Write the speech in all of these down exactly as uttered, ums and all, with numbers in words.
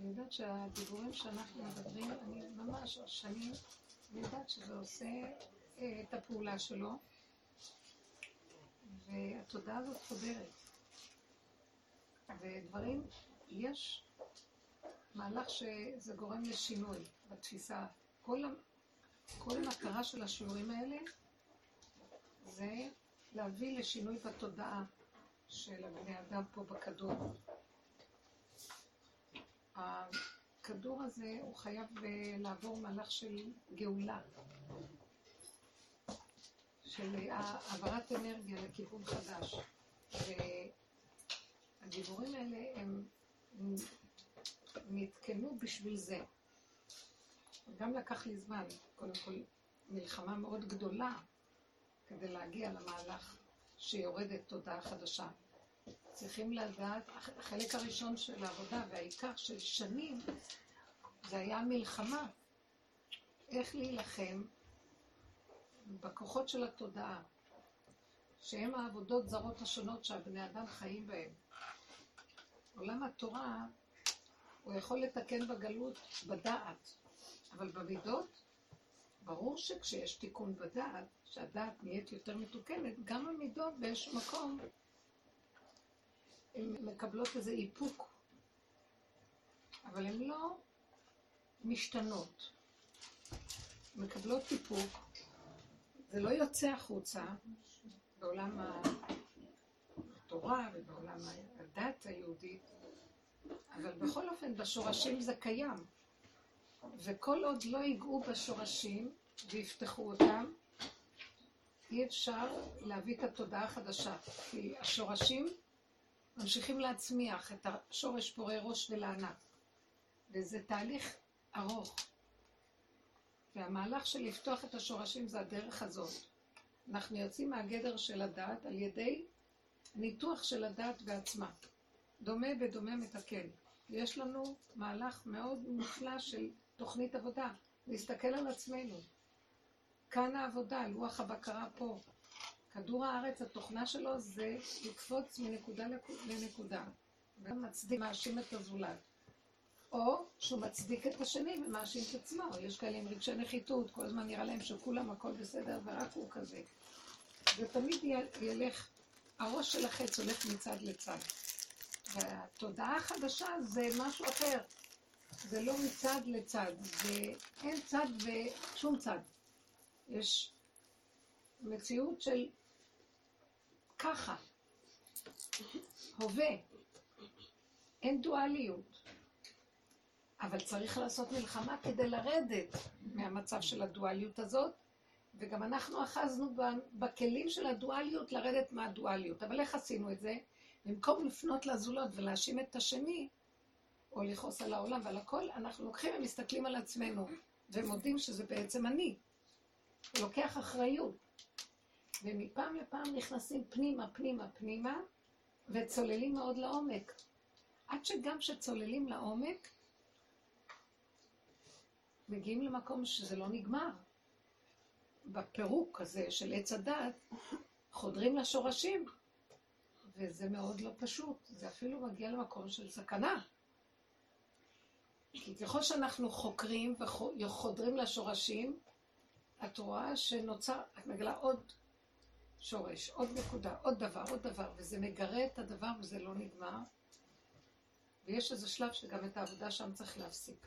אני יודעת שהדיבורים שאנחנו מדברים, אני ממש שנים, אני יודעת שזה עושה אה, את הפעולה שלו, והתודעה הזאת חודרת. ודברים, יש מהלך שזה גורם לשינוי בתפיסה. כל, כל המטרה של השיעורים האלה זה להביא לשינוי בתודעה של הבני אדם פה בכדור. הכדור הזה הוא חייב לעבור מהלך של גאולה, של העברת אנרגיה לכיוון חדש. והדיבורים האלה הם נתקנו בשביל זה. גם לקח לי זמן, קודם כל מלחמה מאוד גדולה כדי להגיע למהלך שיורדת תודעה חדשה. צריכים לדעת, החלק הראשון של העבודה והעיקר של שנים זה היה מלחמה. איך להילחם בכוחות של התודעה, שהם העבודות זרות השונות שהבני אדם חיים בהן. עולם התורה הוא יכול לתקן בגלות בדעת, אבל במידות ברור שכשיש תיקון בדעת, שהדעת נהיית יותר מתוקנת, גם המידות באיזשהו מקום הן מקבלות איזה איפוק, אבל הן לא משתנות. מקבלות איפוק, זה לא יוצא החוצה בעולם התורה ובעולם הדת היהודית, אבל בכל אופן בשורשים זה קיים. וכל עוד לא ייגעו בשורשים ויפתחו אותם, אי אפשר להביא את התודעה החדשה. כי השורשים ממשיכים להצמיח את השורש פורי ראש ולענק. וזה תהליך ארוך. והמהלך של לפתוח את השורשים זה הדרך הזאת. אנחנו יוצאים מהגדר של הדעת על ידי ניתוח של הדעת בעצמה. דומה בדומה מתקן. יש לנו מהלך מאוד מופלא של תוכנית עבודה, להסתכל על עצמנו. כאן העבודה, לוח הבקרה פה. כדור הארץ, התוכנה שלו זה לקפוץ מנקודה לנקודה. ומצדיק, מאשים את הזולת. או שהוא מצדיק את השני ומאשים את עצמו. יש כאלה עם רגשי נחיתות, כל הזמן נראה להם שכולם הכל בסדר ורק הוא כזה. ותמיד ילך, הראש של החץ הולך מצד לצד. והתודעה החדשה זה משהו אחר. זה לא מצד לצד, זה אין צד ושום צד. יש מציאות של ככה, הווה, אין דואליות. אבל צריך לעשות מלחמה כדי לרדת מהמצב של הדואליות הזאת, וגם אנחנו אחזנו בכלים של הדואליות לרדת מהדואליות. אבל איך עשינו את זה? במקום לפנות לזולות ולהאשים את השני, או לכעוס על העולם ועל הכל, אנחנו לוקחים ומסתכלים על עצמנו, ומודים שזה בעצם אני. הוא לוקח אחריות. ומפעם לפעם נכנסים פנימה, פנימה, פנימה, וצוללים מאוד לעומק. עד שגם שצוללים לעומק, מגיעים למקום שזה לא נגמר. בפירוק הזה של עץ הדת, חודרים לשורשים, וזה מאוד לא פשוט. זה אפילו מגיע למקום של סכנה. כי ככל שאנחנו חוקרים וחודרים לשורשים, את רואה שנוצר, את מגלה עוד שורש, עוד נקודה, עוד דבר, עוד דבר, וזה מגרה את הדבר וזה לא נגמר. ויש איזה שלב שגם את העבודה שם צריך להפסיק.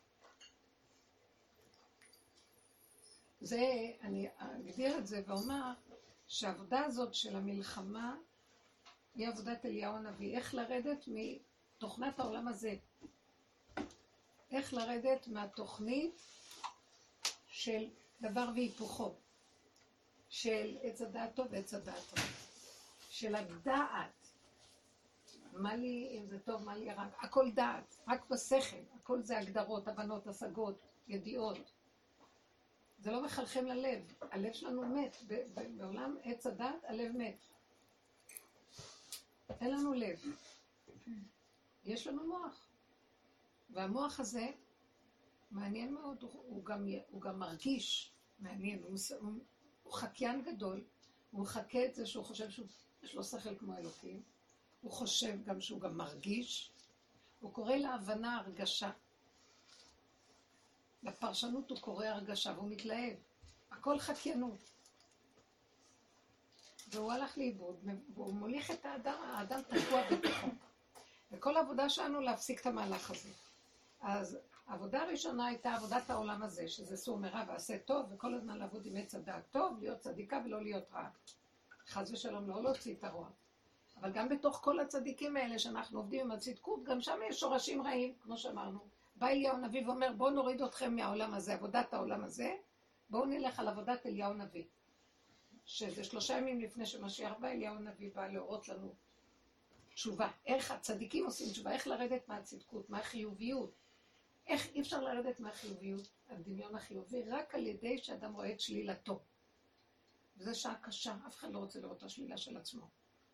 זה, אני אגדיר את זה ואומר שהעבודה הזאת של המלחמה היא עבודת אליהו הנביא. איך לרדת מתוכנת העולם הזה? איך לרדת מהתוכנית של דבר והיפוכו, של עץ הדעת טוב ועץ הדעת טוב, של הדעת. מה לי אם זה טוב, מה לי רע? הכל דעת, רק בשכל, הכל זה הגדרות, הבנות, השגות, ידיעות. זה לא מחלחל ללב, הלב שלנו מת, בעולם עץ הדעת הלב מת. אין לנו לב, יש לנו מוח. והמוח הזה מעניין מאוד, הוא, הוא, גם, הוא גם מרגיש, מעניין, הוא, הוא, הוא חקיין גדול, הוא מחכה את זה שהוא חושב שיש לו שכל כמו אלוקים, הוא חושב גם שהוא גם מרגיש, הוא קורא להבנה הרגשה. לפרשנות הוא קורא הרגשה, והוא מתלהב. הכל חקיינות. והוא הלך לאיבוד, והוא מוליך את האדם, האדם תקוע בתוכו. וכל העבודה שלנו להפסיק את המהלך הזה. אז העבודה הראשונה הייתה עבודת העולם הזה, שזה סור מרע ועשה טוב, וכל הזמן לעבוד עם עץ הדעת טוב, להיות צדיקה ולא להיות רעה. חס ושלום, לא להוציא את הרוע. אבל גם בתוך כל הצדיקים האלה שאנחנו עובדים עם הצדקות, גם שם יש שורשים רעים, כמו שאמרנו. בא אליהו נביא ואומר, בואו נוריד אתכם מהעולם הזה, עבודת העולם הזה, בואו נלך על עבודת אליהו נביא. שזה שלושה ימים לפני שמשיח בא, אליהו נביא בא להורות לנו תשובה. איך הצדיקים עושים תשובה, איך לרדת מהצדקות, מהחיוביות. איך אי אפשר לרדת מהחיוביות, הדמיון החיובי, רק על ידי שאדם רואה את שלילתו. וזו שעה קשה, אף אחד לא רוצה לראות את השלילה של עצמו.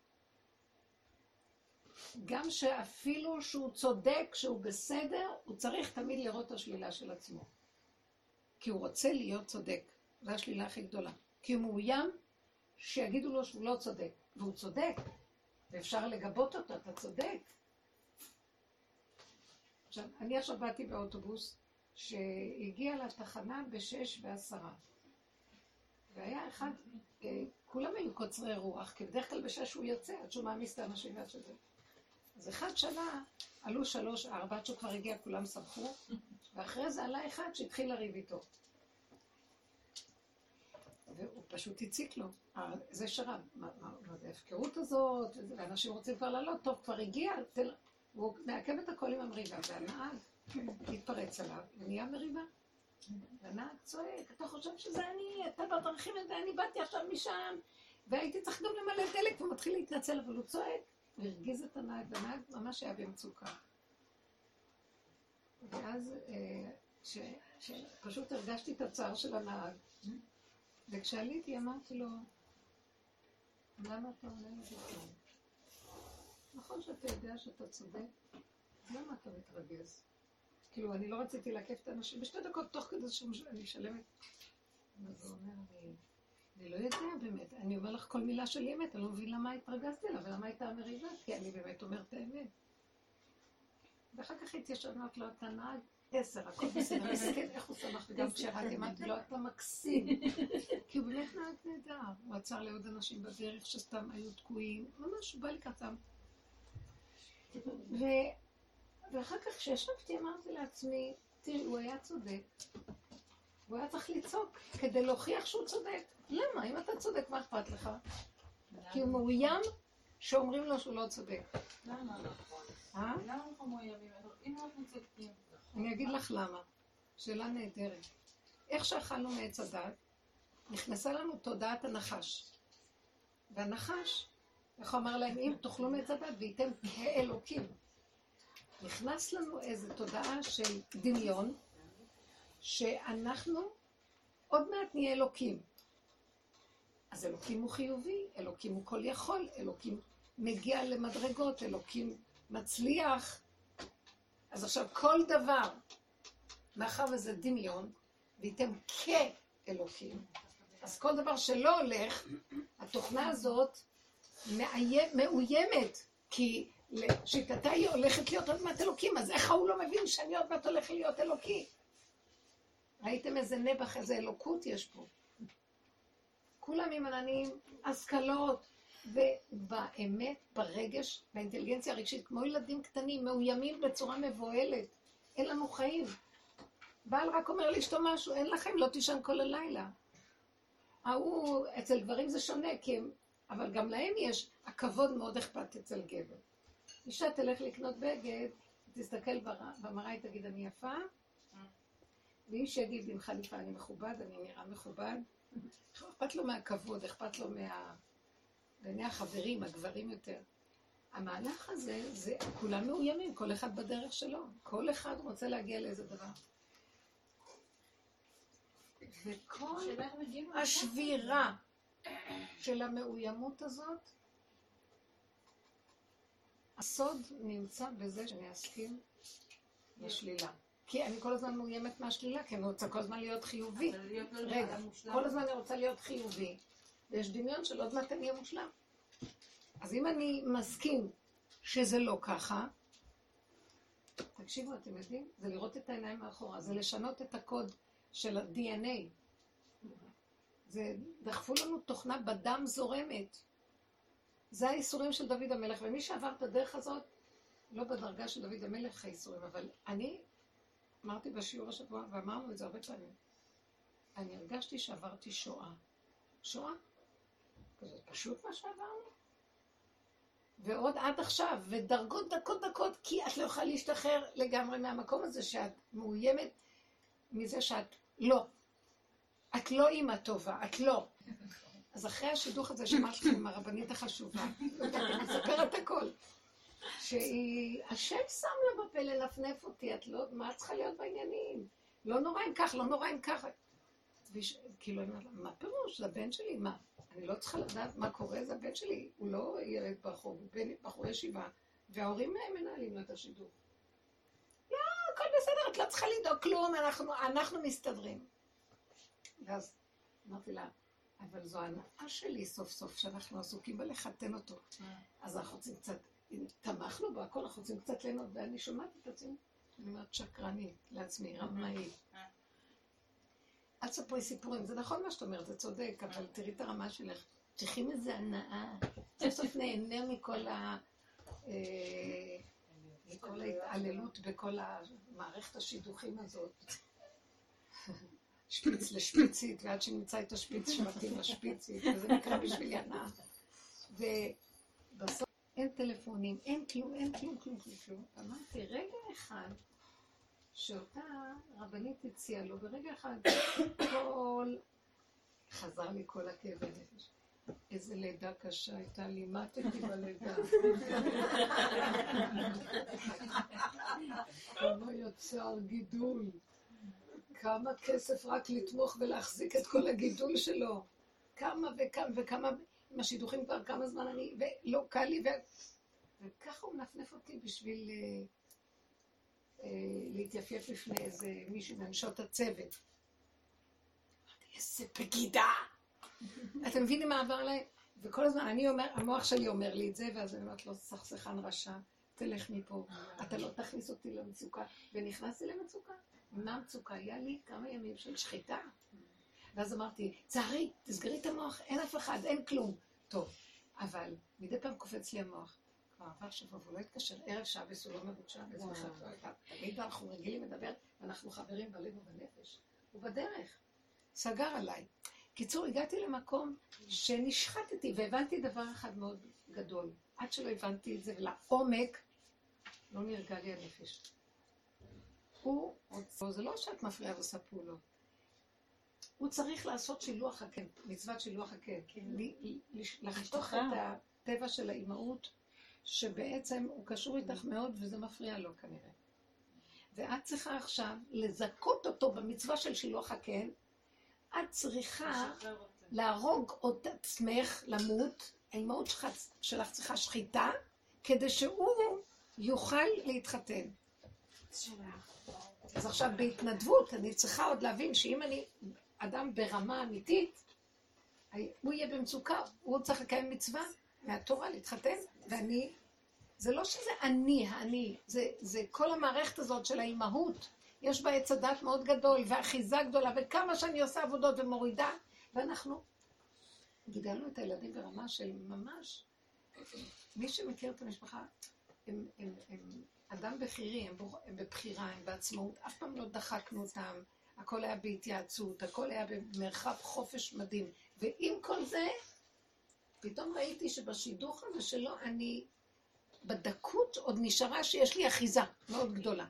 גם שאפילו שהוא צודק, שהוא בסדר, הוא צריך תמיד לראות את השלילה של עצמו. כי הוא רוצה להיות צודק. זו השלילה הכי גדולה. כי הוא מאוים שיגידו לו שהוא לא צודק. והוא צודק. ואפשר לגבות אותו, אתה צודק. עכשיו, אני עכשיו באתי באוטובוס שהגיע לתחנה בשש ועשרה. והיה אחד, כולם היו קוצרי רוח, כי בדרך כלל בשש הוא יוצא, עד שהוא מעמיס את האנשים ועד שזה. אז אחד שנה עלו שלוש, ארבע, עד שהוא כבר הגיע, כולם שמחו, ואחרי זה עלה אחד שהתחיל לריב איתו. והוא פשוט הציק לו, זה שרב, מה, מה, מה זה ההפקרות הזאת, ואנשים רוצים כבר לעלות, טוב, כבר הגיע, תל... והוא מעכב את הכל עם המריבה, והנהג התפרץ עליו, ונהיה מריבה. והנהג צועק, אתה חושב שזה אני, אתה בדרכים את זה, אני באתי עכשיו משם, והייתי צריך גם למלא דלק, והוא מתחיל להתנצל, אבל הוא צועק, הוא הרגיז את הנהג, והנהג ממש היה במצוקה. ואז ש... שפשוט הרגשתי את הצער של הנהג, וכשעליתי אמרתי לו, למה אתה עונה לזה טוב? נכון שאתה יודע שאתה צודק, למה אתה מתרגז? כאילו, אני לא רציתי להקף את האנשים, בשתי דקות תוך כדי שאני אשלמת. אז הוא אומר לי, אני לא יודע באמת, אני אומר לך כל מילה שלי אמת, אני לא מבין למה התרגזתי לה, ולמה הייתה המריבה, כי אני באמת אומרת את האמת. ואחר כך התיישבנו, את לא אתה נהג עשר, הכל בסדר, מסכן, איך הוא שמח, וגם כשהראתי, אמרתי לו, אתה מקסים. כי הוא באמת נהג נהדר, הוא עצר לעוד אנשים בדרך שסתם היו תקועים, ממש הוא בא לקראתם. ו... ואחר כך כשישבתי אמרתי לעצמי, תראי, הוא היה צודק. הוא היה צריך לצעוק כדי להוכיח שהוא צודק. למה? אם אתה צודק, מה אכפת לך? כי הוא מאוים שאומרים לו שהוא לא צודק. למה נכון? אה? למה אנחנו מאוימים? אם אנחנו צודקים. אני אגיד לך למה. שאלה נהדרת. איך שאכלנו מעץ הדת, נכנסה לנו תודעת הנחש. והנחש, איך אומר להם, אם תאכלו מעץ הדת וייתם כאלוקים. נכנס לנו איזו תודעה של דמיון, שאנחנו עוד מעט נהיה אלוקים. אז אלוקים הוא חיובי, אלוקים הוא כל יכול, אלוקים מגיע למדרגות, אלוקים מצליח. אז עכשיו כל דבר, מאחר וזה דמיון, וייתם כאלוקים, אז כל דבר שלא הולך, התוכנה הזאת מאוימת, כי לשיטתה היא הולכת להיות עוד מעט אלוקים, אז איך הוא לא מבין שאני עוד מעט הולך להיות אלוקי? ראיתם איזה נבח, איזה אלוקות יש פה. כולם עם עננים, השכלות, ובאמת, ברגש, באינטליגנציה הרגשית, כמו ילדים קטנים, מאוימים בצורה מבוהלת. אין לנו חיים. בעל רק אומר לאשתו משהו, אין לכם, לא תישן כל הלילה. ההוא, אצל גברים זה שונה, כי הם, אבל גם להם יש הכבוד מאוד אכפת אצל גבר. אישה תלך לקנות בגד, תסתכל במראה, היא תגיד, אני יפה, ואיש יגיד, עם חליפה אני מכובד, אני נראה מכובד. אכפת לו מהכבוד, אכפת לו מה... בעיני החברים, הגברים יותר. המהלך הזה, זה כולם מאוימים, כל אחד בדרך שלו. כל אחד רוצה להגיע לאיזה דבר. וכל השבירה של המאוימות הזאת, הסוד נמצא בזה שאני אסכים לשלילה. כי אני כל הזמן מאוימת מהשלילה, כי אני רוצה כל הזמן להיות חיובי. רגע, כל הזמן אני רוצה להיות חיובי. ויש דמיון של עוד מעט אני אהיה מושלם. אז אם אני מסכים שזה לא ככה, תקשיבו, אתם יודעים? זה לראות את העיניים מאחורה, זה לשנות את הקוד של ה-די אן איי. זה דחפו לנו תוכנה בדם זורמת. זה האיסורים של דוד המלך, ומי שעבר את הדרך הזאת, לא בדרגה של דוד המלך האיסורים, אבל אני אמרתי בשיעור השבוע, ואמרנו את זה הרבה פעמים, אני הרגשתי שעברתי שואה. שואה? זה פשוט מה שעברנו. ועוד עד עכשיו, ודרגות דקות דקות, כי את לא יכולה להשתחרר לגמרי מהמקום הזה, שאת מאוימת מזה שאת לא. את לא אימא טובה, את לא. אז אחרי השידוך הזה שמעת עם הרבנית החשובה, אני מספרת הכל, שהיא, השם שם לה בפה לנפנף אותי, את לא, מה את צריכה להיות בעניינים? לא נורא אם כך, לא נורא אם כך. כאילו, מה פירוש? זה הבן שלי, מה? אני לא צריכה לדעת מה קורה, זה הבן שלי, הוא לא ילד ברחוב, הוא בן בחור ישיבה, וההורים מנהלים לו את השידוך. לא, הכל בסדר, את לא צריכה לדאוג כלום, אנחנו, אנחנו מסתדרים. ואז אמרתי לה, אבל זו הנאה שלי סוף סוף, שאנחנו עסוקים בלחתן אותו. אז אנחנו רוצים קצת, תמכנו בו, הכל, אנחנו רוצים קצת ליהנות, ואני שומעת את עצמי, אני אומרת שקרנית לעצמי, רמאית. אל תספרי סיפורים, זה נכון מה שאת אומרת, זה צודק, אבל תראי את הרמה שלך. צריכים איזה הנאה, סוף סוף נהנה מכל ה... מכל ההתעללות בכל המערכת השידוכים הזאת. שפיץ לשפיצית, ועד שנמצא את השפיץ שמתאים לשפיצית, וזה נקרא בשביל הנאה. ובסוף אין טלפונים, אין כלום, אין כלום, כלום, כלום, כלום. אמרתי, רגע אחד, שאותה רבנית הציעה לו, ברגע אחד כל... חזר לי כל הכאב הנפש. איזה לידה קשה הייתה לי, מתתי בלידה. כמה יוצר גידול. כמה כסף רק לתמוך ולהחזיק את כל הגידול שלו. כמה וכמה וכמה, עם השידוכים כבר כמה זמן אני, ולא קל לי, ו... וככה הוא מנפנף אותי בשביל... להתייפייף לפני איזה מישהו מנשות הצוות. אמרתי, איזה בגידה! אתם מבינים מה עבר להם? וכל הזמן, אני אומר, המוח שלי אומר לי את זה, ואז אני אומרת לו, סכסכן רשע, תלך מפה, אתה לא תכניס אותי למצוקה. ונכנסתי למצוקה. מה המצוקה? היה לי כמה ימים של שחיטה. ואז אמרתי, צערי, תסגרי את המוח, אין אף אחד, אין כלום. טוב, אבל מדי פעם קופץ לי המוח. כבר עבר שבוע, והוא לא התקשר, ערב שעה וסהוא לא מבוקשה, וזה בכלל לא הייתה. תמיד אנחנו רגילים לדבר, ואנחנו חברים בלב ובנפש. הוא בדרך, סגר עליי. קיצור, הגעתי למקום שנשחטתי, והבנתי דבר אחד מאוד גדול. עד שלא הבנתי את זה, ולעומק, לא נרגע לי הנפש. הוא, זה לא שאת מפריעה ועושה פעולות. הוא צריך לעשות שילוח הקן, מצוות שילוח הקן. לחתוך את הטבע של האימהות, שבעצם הוא קשור איתך מאוד, וזה מפריע לו כנראה. ואת צריכה עכשיו לזכות אותו במצווה של שילוח הקן, את צריכה להרוג את עצמך, למות, האימהות שלך צריכה שחיטה, כדי שהוא יוכל להתחתן. אז עכשיו בהתנדבות, אני צריכה עוד להבין שאם אני אדם ברמה אמיתית, הוא יהיה במצוקה, הוא צריך לקיים מצווה מהתורה להתחתן, ואני, זה לא שזה אני, האני, זה, זה כל המערכת הזאת של האימהות, יש בה עץ הדת מאוד גדול, ואחיזה גדולה, וכמה שאני עושה עבודות ומורידה, ואנחנו גידלנו את הילדים ברמה של ממש, מי שמכיר את המשפחה, הם, הם, הם אדם בחירי, הם, הם בבחירה, הם בעצמאות, אף פעם לא דחקנו אותם, הכל היה בהתייעצות, הכל היה במרחב חופש מדהים, ועם כל זה, פתאום ראיתי שבשידוך הזה שלו, אני בדקות עוד נשארה שיש לי אחיזה מאוד גדולה.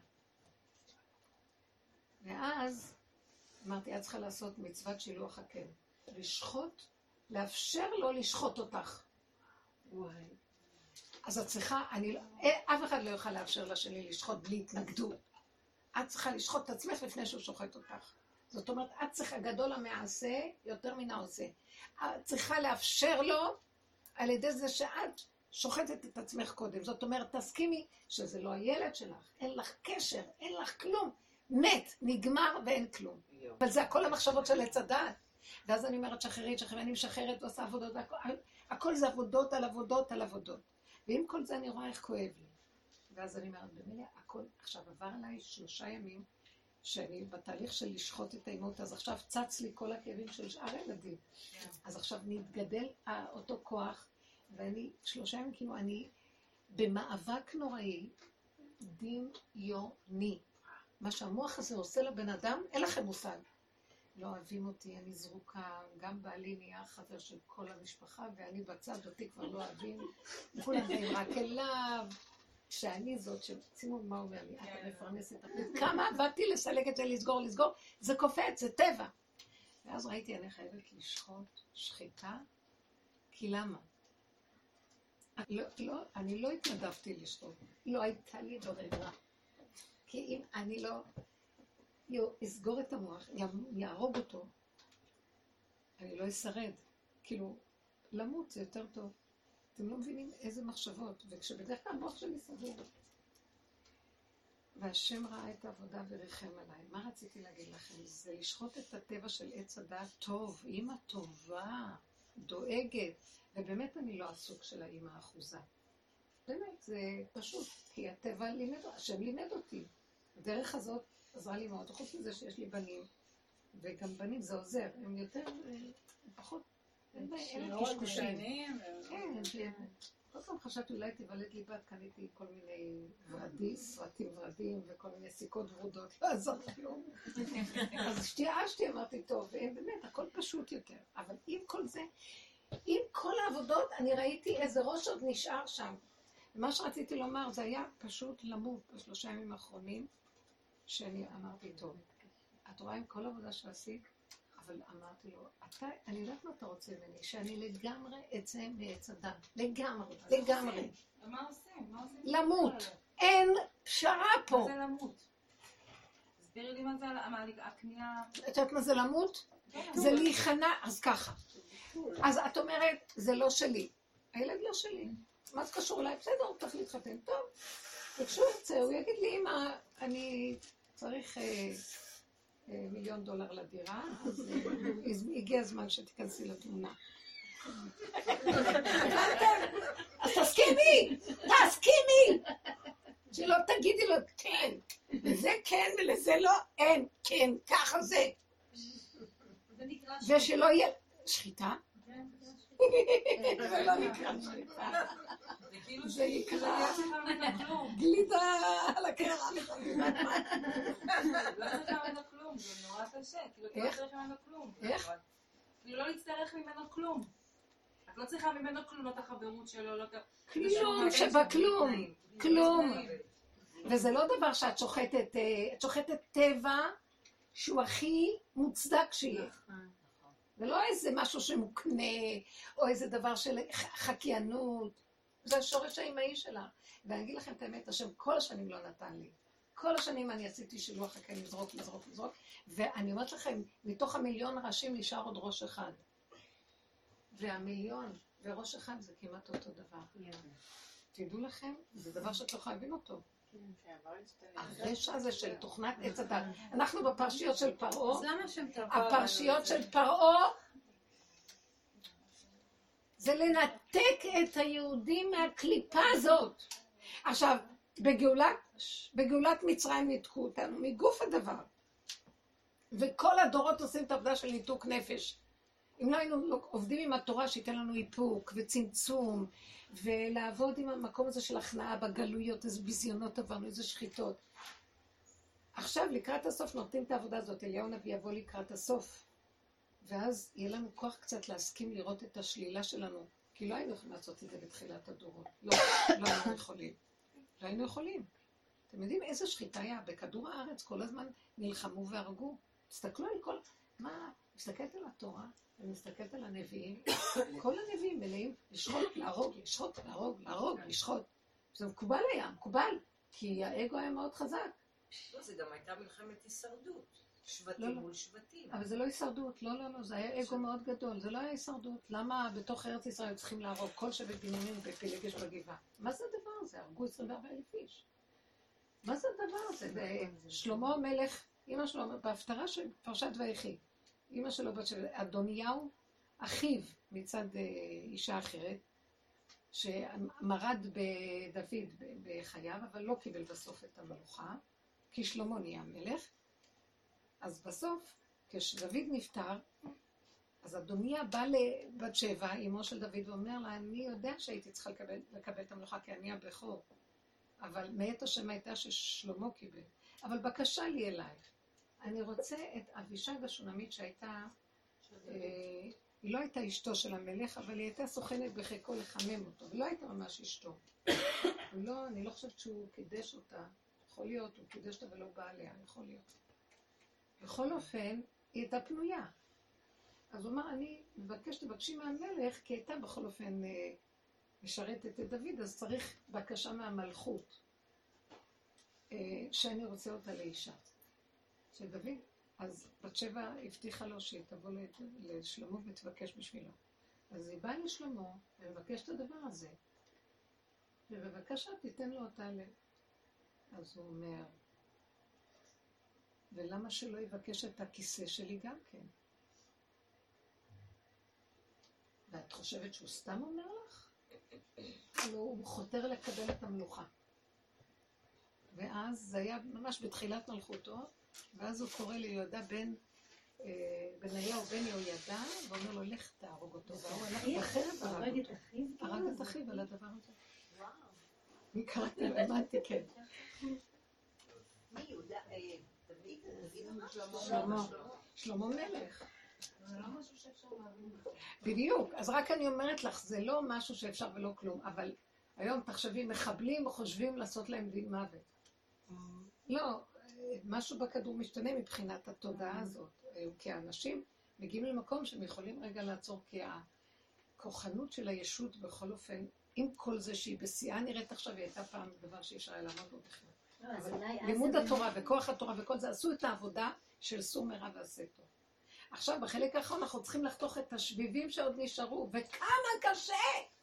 ואז אמרתי, את צריכה לעשות מצוות שילוח הקן. לשחוט, לאפשר לו לשחוט אותך. וואי. אז את צריכה, אני, אף אחד לא יוכל לאפשר לשני לשחוט בלי התנגדות. את צריכה לשחוט את עצמך לפני שהוא שוחט אותך. זאת אומרת, את צריכה גדול המעשה יותר מן העושה. את צריכה לאפשר לו על ידי זה שאת שוחטת את עצמך קודם. זאת אומרת, תסכימי שזה לא הילד שלך, אין לך קשר, אין לך כלום. מת, נגמר ואין כלום. אבל זה הכל המחשבות של עץ הדעת. ואז אני אומרת, שחררית, שחררית, אני משחררת ועושה עבודות, הכל, הכל זה עבודות על עבודות על עבודות. ועם כל זה אני רואה איך כואב לי. ואז אני אומרת, במילא הכל, עכשיו עבר עליי שלושה ימים, שאני בתהליך של לשחוט את האימות, אז עכשיו צץ לי כל הכאבים של שאר הילדים. אז עכשיו נתגדל אותו כוח, ואני שלושה ימים כאילו אני במאבק נוראי, דמיוני. מה שהמוח הזה עושה לבן אדם, אין לכם מושג. לא אוהבים אותי, אני זרוקה, גם בעלי נהיה חבר של כל המשפחה, ואני בצד, אותי כבר לא אוהבים, כולם באים רק אליו. שאני זאת ששימו מה אומר לי, אתה מפרנס את הפרק. כמה עבדתי לסלק את זה, לסגור, לסגור, זה קופץ, זה טבע. ואז ראיתי, אני חייבת לשחוט שחיטה, כי למה? לא, לא, אני לא התנדבתי לשחוט, לא הייתה לי ברירה. כי אם אני לא אסגור את המוח, יהרוג אותו, אני לא אשרד. כאילו, למות זה יותר טוב. אתם לא מבינים איזה מחשבות, וכשבדרך כלל המוח שלי סגור. והשם ראה את העבודה וריחם עליי. מה רציתי להגיד לכם? זה לשחוט את הטבע של עץ הדעת טוב, אימא טובה, דואגת, ובאמת אני לא הסוג של האימא האחוזה. באמת, זה פשוט, כי הטבע לימד, השם לימד אותי. הדרך הזאת עזרה לי מאוד, חוץ מזה שיש לי בנים, וגם בנים זה עוזר, הם יותר, פחות, אין להם קשקושים. כן, כל פעם חשבתי אולי תיוולד לי בת, קניתי כל מיני ורדים, סרטים ורדים וכל מיני סיכות ורודות, לא עזר כלום. אז שתייאשתי, אמרתי, טוב, אין באמת, הכל פשוט יותר. אבל עם כל זה, עם כל העבודות, אני ראיתי איזה ראש עוד נשאר שם. ומה שרציתי לומר, זה היה פשוט למות בשלושה ימים האחרונים, שאני אמרתי, טוב, את רואה עם כל העבודה שעשית, אבל אמרתי לו, אתה, אני יודעת מה אתה רוצה ממני, שאני לגמרי אצא מעץ הדת, לגמרי, לגמרי. מה עושים? מה עושים? למות, אין פשרה פה. מה זה למות? תסבירי לי מה זה הקנייה... את יודעת מה זה למות? זה להיכנע, אז ככה. אז את אומרת, זה לא שלי. הילד לא שלי. מה זה קשור אליי? בסדר, הוא צריך להתחתן. טוב, וכשהוא יצא, הוא יגיד לי, אמא, אני צריך... מיליון דולר לדירה, אז הגיע הזמן שתיכנסי לתמונה. אז תסכימי, תסכימי! שלא תגידי לו כן, וזה כן ולזה לא, אין, כן, ככה זה. ושלא יהיה... שחיטה? זה לא נקרא שחיטה. זה נקרא גלידה על הקרח. לא צריכה ממנו כלום, זה נורא קשה, כאילו את לא צריכה ממנו כלום. איך? כאילו לא להצטרך ממנו כלום. את לא צריכה ממנו כלום, לא את החברות שלו, לא את... כלום שבכלום, כלום. וזה לא דבר שאת שוחטת, את שוחטת טבע שהוא הכי מוצדק שיהיה. זה לא איזה משהו שמוקנה, או איזה דבר של חקיינות. זה השורש האימהי שלה. ואני אגיד לכם את האמת, השם כל השנים לא נתן לי. כל השנים אני עשיתי שילוח חקי לזרוק, לזרוק, לזרוק, ואני אומרת לכם, מתוך המיליון ראשים נשאר עוד ראש אחד. והמיליון וראש אחד זה כמעט אותו דבר. תדעו לכם, זה דבר שאת לא חייבים אותו. הרשע הזה של תוכנת עץ הדת. אנחנו בפרשיות של פרעה, הפרשיות של פרעה, זה לנתק את היהודים מהקליפה הזאת. עכשיו, בגאולת, בגאולת מצרים ניתקו אותנו, מגוף הדבר. וכל הדורות עושים את העבודה של ניתוק נפש. אם לא היינו עובדים עם התורה שייתן לנו איפוק וצמצום, ולעבוד עם המקום הזה של הכנעה בגלויות, איזה ביזיונות עברנו, איזה שחיטות. עכשיו, לקראת הסוף, נותנים את העבודה הזאת, אליהו נביא יבוא לקראת הסוף. ואז יהיה לנו כוח קצת להסכים לראות את השלילה שלנו, כי לא היינו יכולים לעשות את זה בתחילת הדורות. לא, לא היינו יכולים. לא היינו יכולים. אתם יודעים איזה שחיטה היה? בכדור הארץ כל הזמן נלחמו והרגו. תסתכלו על כל... מה? מסתכלת על התורה, ומסתכלת על הנביאים. כל הנביאים מלאים לשחוט, להרוג, לשחוט, להרוג, להרוג, לשחוט. זה מקובל היה, מקובל. כי האגו היה מאוד חזק. לא, זה גם הייתה מלחמת הישרדות. שבטים מול שבטים. אבל זה לא הישרדות, לא, לא, לא, זה היה אגו מאוד גדול, זה לא היה הישרדות. למה בתוך ארץ ישראל צריכים להרוג כל שבט בנימין בפילגש בגבעה? מה זה הדבר הזה? הרגו עשרים וארבעה אלף איש. מה זה הדבר הזה? שלמה המלך, אמא שלו, בהפטרה של פרשת ויחי, אמא שלו בת של אדוניהו, אחיו מצד אישה אחרת, שמרד בדוד בחייו, אבל לא קיבל בסוף את המלוכה, כי שלמה נהיה מלך. אז בסוף, כשדוד נפטר, אז אדוניה בא לבת שבע, אמו של דוד, ואומר לה, אני יודע שהייתי צריכה לקבל, לקבל את המלוכה, כי אני הבכור. אבל מאת השם הייתה ששלמה קיבל. אבל בקשה לי אליי. אני רוצה את אבישג השונמית שהייתה, אה, היא לא הייתה אשתו של המלך, אבל היא הייתה סוכנת בחיקו לחמם אותו. היא לא הייתה ממש אשתו. לא, אני לא חושבת שהוא קידש אותה. יכול להיות, הוא קידש אותה ולא בא עליה, יכול להיות. בכל אופן, היא הייתה פנויה. אז הוא אמר, אני מבקש, תבקשי מהמלך, כי הייתה בכל אופן אה, משרתת את דוד, אז צריך בקשה מהמלכות, אה, שאני רוצה אותה לאישה. של דוד, אז בת שבע הבטיחה לו שהיא תבוא לשלמה ותבקש בשבילו. אז היא באה לשלמה ומבקש את הדבר הזה, ובבקשה תיתן לו אותה ל... אז הוא אומר, ולמה שלא יבקש את הכיסא שלי גם כן? ואת חושבת שהוא סתם אומר לך? לא, הוא חותר לקבל את המלוכה. ואז זה היה ממש בתחילת מלכותו, ואז הוא קורא ליהודה בן בניהו בן יהוידע, ואומר לו, לך תהרוג אותו. והוא הלך בחרב והרג אותו. הרג את אחיו על הדבר הזה. וואו. מי קראתי? למדתי, כן. מי יהודה? דוד? שלמה. שלמה מלך. זה לא משהו שאפשר להבין. בדיוק. אז רק אני אומרת לך, זה לא משהו שאפשר ולא כלום, אבל היום תחשבי, מחבלים חושבים לעשות להם דין מוות. לא, משהו בכדור משתנה מבחינת התודעה הזאת, כי האנשים מגיעים למקום שהם יכולים רגע לעצור, כי הכוחנות של הישות בכל אופן, עם כל זה שהיא בשיאה נראית עכשיו, היא הייתה פעם דבר שאי אפשר היה לעמוד בו בכלל. לימוד התורה וכוח התורה וכל זה, עשו את העבודה של סור מרע ועשה טוב. עכשיו, בחלק האחרון אנחנו צריכים לחתוך את השביבים שעוד נשארו, וכמה קשה!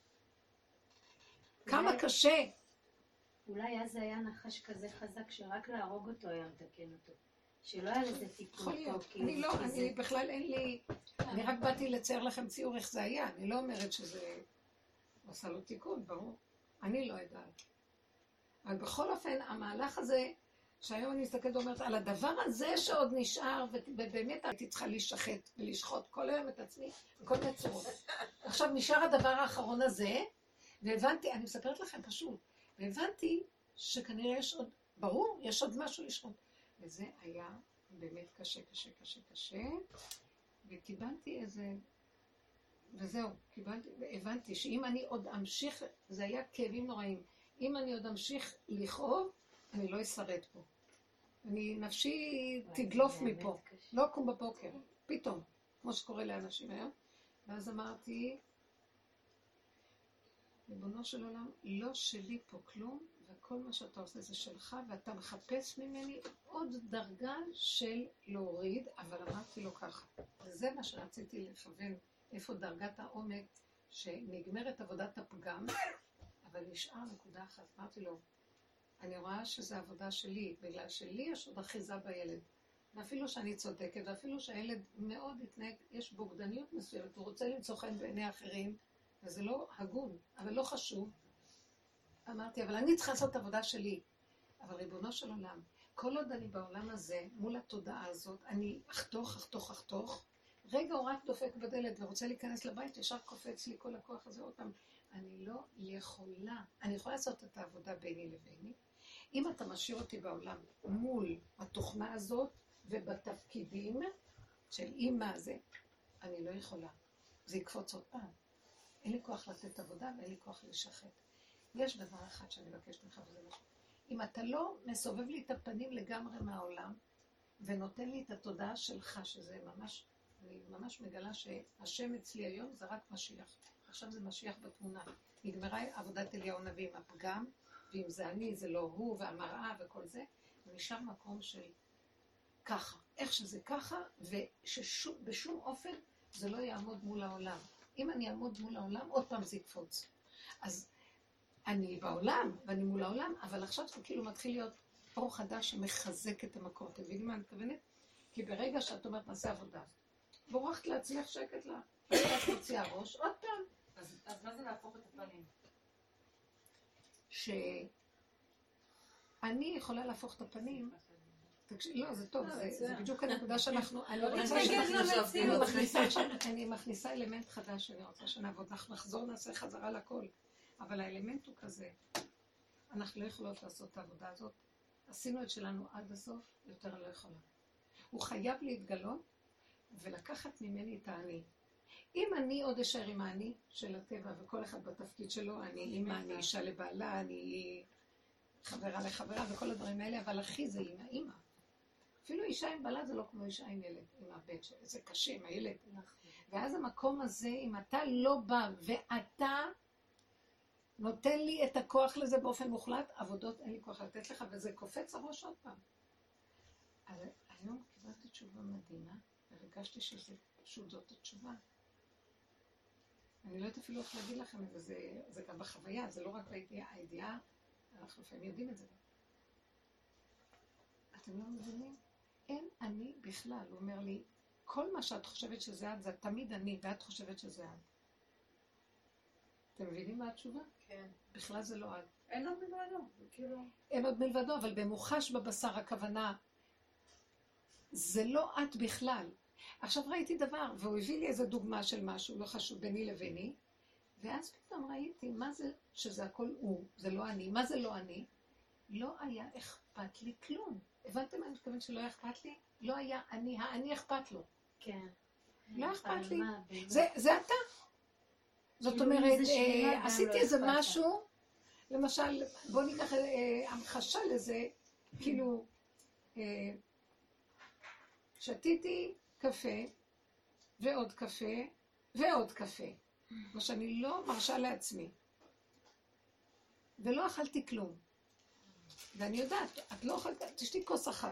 כמה קשה! אולי אז היה נחש כזה חזק שרק להרוג אותו היה מתקן אותו. שלא היה לזה תיקון פה. אני לא, אני בכלל אין לי... אני רק באתי לצייר לכם ציור איך זה היה. אני לא אומרת שזה... עושה לו תיקון, ברור. אני לא יודעת. אבל בכל אופן, המהלך הזה, שהיום אני מסתכלת ואומרת, על הדבר הזה שעוד נשאר, ובאמת הייתי צריכה להישחט ולשחוט כל היום את עצמי, בכל מיני צורות. עכשיו נשאר הדבר האחרון הזה, והבנתי, אני מספרת לכם פשוט, והבנתי שכנראה יש עוד, ברור, יש עוד משהו לשחוט. וזה היה באמת קשה, קשה, קשה, קשה, וקיבלתי איזה, וזהו, קיבלתי, והבנתי שאם אני עוד אמשיך, זה היה כאבים נוראים, אם אני עוד אמשיך לכאוב, אני לא אשרד פה. אני, נפשי תדלוף מפה, לא אקום בבוקר, פתאום, כמו שקורה לאנשים היום. ואז אמרתי, ריבונו של עולם, לא שלי פה כלום, וכל מה שאתה עושה זה שלך, ואתה מחפש ממני עוד דרגה של להוריד, אבל אמרתי לו ככה. וזה מה שרציתי לכוון, איפה דרגת העומק, שנגמרת עבודת הפגם, אבל נשאר נקודה אחת. אמרתי לו, אני רואה שזו עבודה שלי, בגלל שלי יש עוד אחיזה בילד. ואפילו שאני צודקת, ואפילו שהילד מאוד התנהג, יש בוגדניות מסוימת, הוא רוצה למצוא חן בעיני אחרים, וזה לא הגון, אבל לא חשוב. אמרתי, אבל אני צריכה לעשות את העבודה שלי. אבל ריבונו של עולם, כל עוד אני בעולם הזה, מול התודעה הזאת, אני אחתוך, אחתוך, אחתוך, רגע הוא רק דופק בדלת ורוצה להיכנס לבית, ישר קופץ לי כל הכוח הזה עוד פעם. אני לא יכולה, אני יכולה לעשות את העבודה ביני לביני. אם אתה משאיר אותי בעולם מול התוכנה הזאת ובתפקידים של אימא הזה, אני לא יכולה. זה יקפוץ עוד פעם. אין לי כוח לתת עבודה ואין לי כוח לשחט. יש דבר אחד שאני מבקשת לך וזה משהו. אם אתה לא מסובב לי את הפנים לגמרי מהעולם ונותן לי את התודעה שלך, שזה ממש, אני ממש מגלה שהשם אצלי היום זה רק משיח. עכשיו זה משיח בתמונה. נגמרה עבודת אליהו נביא עם הפגם, ואם זה אני, זה לא הוא, והמראה וכל זה, ונשאר מקום של ככה. איך שזה ככה, ושבשום אופן זה לא יעמוד מול העולם. אם אני אעמוד מול העולם, עוד פעם זה יקפוץ. אז אני בעולם, ואני מול העולם, אבל עכשיו זה כאילו מתחיל להיות אור חדש שמחזק את המקום. אתם מבינים מה אני מתכוונת? כי ברגע שאת אומרת, נעשה עבודה, בורחת לעצמך שקט לה. ואת מוציאה ראש, עוד פעם. אז מה זה להפוך את הפנים? שאני יכולה להפוך את הפנים, לא, זה טוב, זה בדיוק הנקודה שאנחנו, אני מכניסה אלמנט חדש שאני רוצה שנעבוד, אנחנו נחזור, נעשה חזרה לכל, אבל האלמנט הוא כזה, אנחנו לא יכולות לעשות את העבודה הזאת, עשינו את שלנו עד הסוף, יותר לא יכולה. הוא חייב להתגלות ולקחת ממני את האני. אם אני עוד אשאר עם האני של הטבע, וכל אחד בתפקיד שלו, אני אימא, אני אישה לבעלה, אני חברה לחברה וכל הדברים האלה, אבל אחי זה אימא, אימא. אפילו אישה עם בעלה זה לא כמו אישה עם ילד, עם הבן שלה, זה קשה עם הילד. ואז המקום הזה, אם אתה לא בא ואתה נותן לי את הכוח לזה באופן מוחלט, עבודות אין לי כוח לתת לך, וזה קופץ הראש עוד פעם. אז היום קיבלתי תשובה מדהימה, והרגשתי שזה פשוט זאת התשובה. אני לא יודעת אפילו איך להגיד לכם את זה, זה, זה גם בחוויה, זה לא רק בידיעה, הידיעה, אנחנו לפעמים יודעים את זה. אתם לא מבינים? אין אני בכלל, הוא אומר לי, כל מה שאת חושבת שזה את, זה תמיד אני, ואת חושבת שזה את. אתם מבינים מה התשובה? כן. בכלל זה לא את. אין עוד מלבדו, כאילו... אין עוד מלבדו, אבל במוחש בבשר הכוונה, זה לא את בכלל. עכשיו ראיתי דבר, והוא הביא לי איזו דוגמה של משהו, לא חשוב ביני לביני, ואז פתאום ראיתי מה זה, שזה הכל הוא, זה לא אני. מה זה לא אני? לא היה אכפת לי כלום. הבנתם מה אני מתכוונת שלא היה אכפת לי? לא היה אני, האני אכפת לו. כן. לא אכפת לי. זה אתה. זאת אומרת, עשיתי איזה משהו, למשל, בוא ניקח המחשה לזה, כאילו, שתיתי קפה, ועוד קפה, ועוד קפה. מה שאני לא מרשה לעצמי. ולא אכלתי כלום. ואני יודעת, את לא אוכלת, תשתי כוס אחת.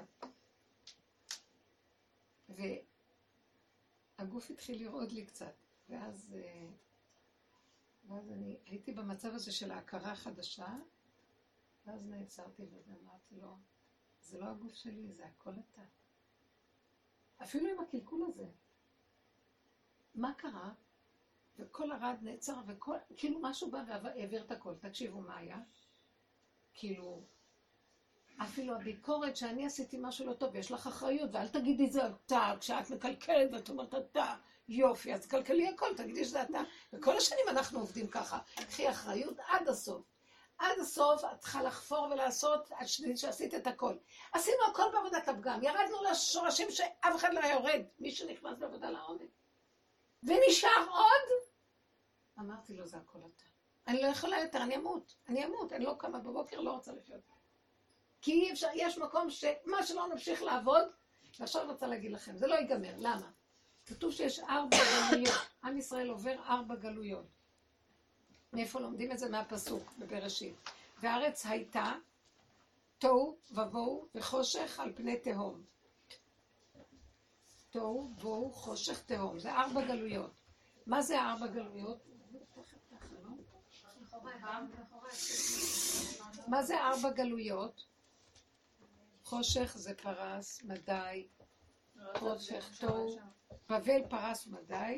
והגוף התחיל לרעוד לי קצת. ואז, ואז אני הייתי במצב הזה של ההכרה החדשה, ואז נעצרתי ואמרתי לו, זה לא הגוף שלי, זה הכל אתה. אפילו עם הקלקול הזה. מה קרה? וכל הרד נעצר, וכל, כאילו משהו בא והעביר את הכל. תקשיבו מה היה. כאילו, אפילו הביקורת שאני עשיתי משהו לא טוב, יש לך אחריות, ואל תגידי זה אתה, כשאת מקלקלת ואת אומרת אתה, יופי, אז קלקלי הכל, תגידי שזה אתה. וכל השנים אנחנו עובדים ככה. קחי אחריות עד הסוף. עד הסוף את צריכה לחפור ולעשות עד שעשית את הכל. עשינו הכל בעבודת הפגם, ירדנו לשורשים שאף אחד לא יורד, מי שנכנס לעבודה לעומק. ונשאר עוד? אמרתי לו, זה הכל אתה. אני לא יכולה יותר, אני אמות. אני אמות, אני לא קמה בבוקר, לא רוצה לחיות. כי אי אפשר, יש מקום שמה שלא נמשיך לעבוד, ועכשיו אני רוצה להגיד לכם, זה לא ייגמר. למה? כתוב שיש ארבע גלויות. עם ישראל עובר ארבע גלויות. מאיפה לומדים את זה? מהפסוק בבראשית. והארץ הייתה תוהו ובוהו וחושך על פני תהום. תוהו ובוהו חושך תהום. זה ארבע גלויות. מה זה ארבע גלויות? מה זה ארבע גלויות? חושך זה פרס, מדי, חושך, תוהו, בבל פרס ומדי.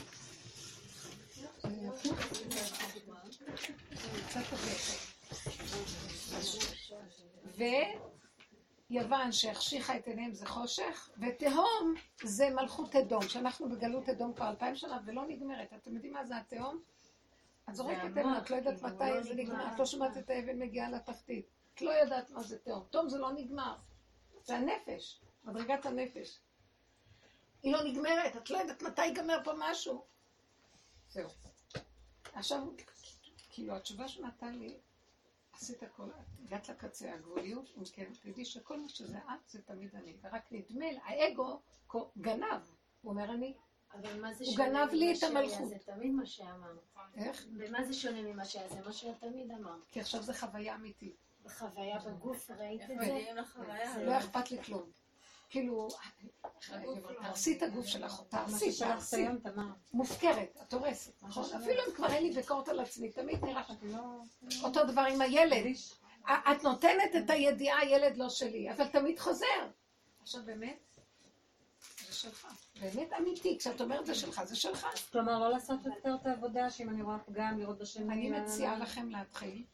ויוון שהחשיכה את עיניהם זה חושך, ותהום זה מלכות אדום, שאנחנו בגלות אדום כבר אלפיים שנה ולא נגמרת. אתם יודעים מה זה התהום? את זורקת אבן, את לא יודעת מתי זה נגמר, את לא שומעת את האבן מגיעה לתחתית. את לא יודעת מה זה תהום. תהום זה לא נגמר. זה הנפש, מדרגת הנפש. היא לא נגמרת, את לא יודעת מתי ייגמר פה משהו. זהו. עכשיו, כאילו, התשובה שנתן לי, עשית הכל, הגעת לקצה, הגבוליות, אם כן, תדעי שכל מה שזה את, זה תמיד אני. ורק נדמה, האגו גנב, הוא אומר אני, הוא גנב לי את המלכות. זה תמיד מה שאמר. איך? ומה זה שונה ממה שהיה? זה מה שתמיד אמר. כי עכשיו זה חוויה אמיתית. בחוויה בגוף, ראית את זה? לא אכפת לי כלום. כאילו, תרסי את הגוף שלך, תרסי, תרסי. מופקרת, את הורסת, נכון? אפילו אם כבר אין לי ביקורת על עצמי, תמיד נראה אותו דבר עם הילד. את נותנת את הידיעה, הילד לא שלי, אבל תמיד חוזר. עכשיו באמת, זה שלך. באמת אמיתי, כשאת אומרת זה שלך, זה שלך. כלומר, לא לעשות יותר את העבודה, שאם אני רואה פגם, לראות בשני... אני מציעה לכם להתחיל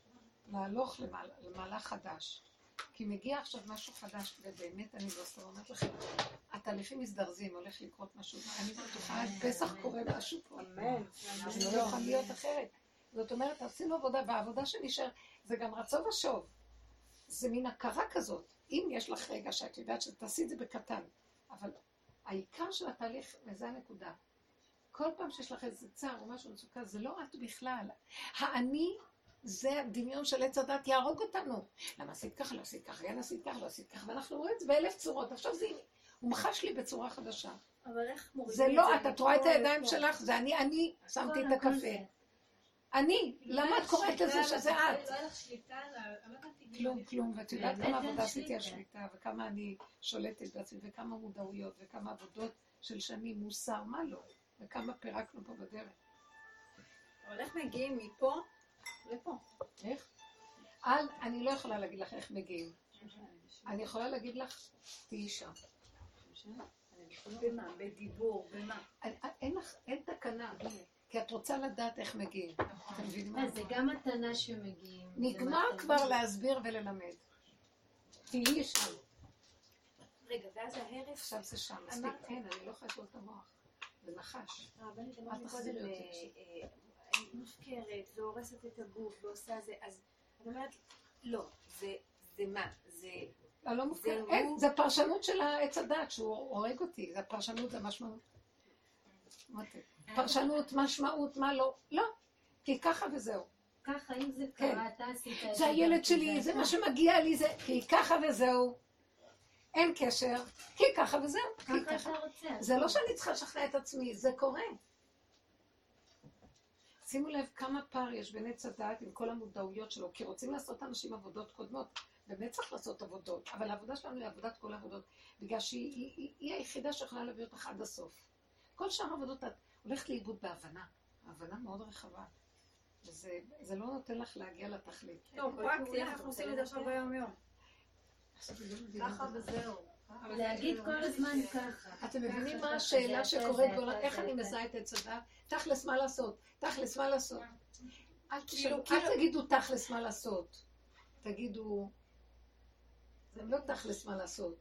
להלוך למעלה, למהלך חדש. כי מגיע עכשיו משהו חדש, ובאמת אני לא סתם אומרת לכם, התהליכים מזדרזים, הולך לקרות משהו, אני בטוחה, עד פסח קורה משהו פה. אמן. זה לא יוכל להיות אחרת. זאת אומרת, עשינו עבודה, והעבודה שנשאר, זה גם רצון ושוב. זה מין הכרה כזאת. אם יש לך רגע שאת יודעת שתעשי את זה בקטן, אבל העיקר של התהליך, וזה הנקודה. כל פעם שיש לך איזה צער או משהו מצוקה, זה לא את בכלל. האני, זה הדמיון של עץ הדת יהרוג אותנו. למה עשית ככה, לא עשית ככה, כן עשית ככה, לא עשית ככה, ואנחנו רואים את זה באלף צורות. עכשיו זה הומחש לי בצורה חדשה. אבל איך מורידים זה את לא, זה? את רואה את הידיים שלך, זה אני, אני שמתי את הקפה. אני, למה את קוראת לזה שזה את? לא היה לך שליטה על ה... כלום, כלום, ואת יודעת באמת כמה אין עבודה עשיתי שליטה. על שליטה, וכמה אני שולטת בעצמי, וכמה מודעויות, וכמה עבודות של שנים, מוסר, מה לא, וכמה פירקנו פה בדרך. אבל איך מגיעים מפה לפה? איך? אל, אני לא יכולה להגיד לך איך מגיעים. אני יכולה להגיד לך, תהיי שם. במה? בדיבור, במה? אין- אין לך, אין תקנה, כי את רוצה לדעת איך מגיעים. אתם מבינים מה? אה, זה גם מתנה שמגיעים. זה נגמר מתנה. כבר להסביר וללמד. תהיי שם. רגע, ואז הערב... עכשיו זה שם, מספיק. אין, אני לא יכולה לשאול את המוח. זה נחש. הרבנית אל אמרת תחזירי קודם, אותי עכשיו. אה, אה, מופקרת והורסת את הגוף ועושה זה, אז את אומרת, לא, זה זה מה? זה... לא, לא מופקר. זהו. אין, זה פרשנות של העץ הדת, שהוא הורג אותי. זה הפרשנות, זה משמעות. מותק. פרשנות, משמעות, מה לא. לא. כי ככה וזהו. ככה, אם זה כן. קרה, אתה עשית את זה הילד גם שלי, כי זה מה שמגיע לי, זה... כי ככה וזהו. אין קשר. כי ככה וזהו. כי ככה ככה. אתה רוצה. זה לא שאני צריכה לשכנע את עצמי, זה קורה. שימו לב כמה פער יש בין עץ הדת עם כל המודעויות שלו, כי רוצים לעשות אנשים עבודות קודמות, באמת צריך לעשות עבודות, אבל העבודה שלנו היא עבודת כל העבודות, בגלל שהיא היא, היא, היא היחידה שיכולה להביא אותך עד הסוף. כל שאר העבודות את הולכת לאיבוד בהבנה, הבנה מאוד רחבה, וזה זה לא נותן לך להגיע לתכלית. טוב, פרקטי, איך אנחנו עושים את זה עכשיו ביום יום? ככה וזהו. להגיד כל הזמן ככה. אתם מבינים ככה, מה השאלה זה, שקורית זה, בעולם? זה, איך זה, אני זה. מזהה את עץ הדת? תכלס מה לעשות? תכלס מה לעשות? אל תשאלו, כאילו- אל תגידו תכלס מה לעשות. תגידו, זה לא תכלס מה לעשות.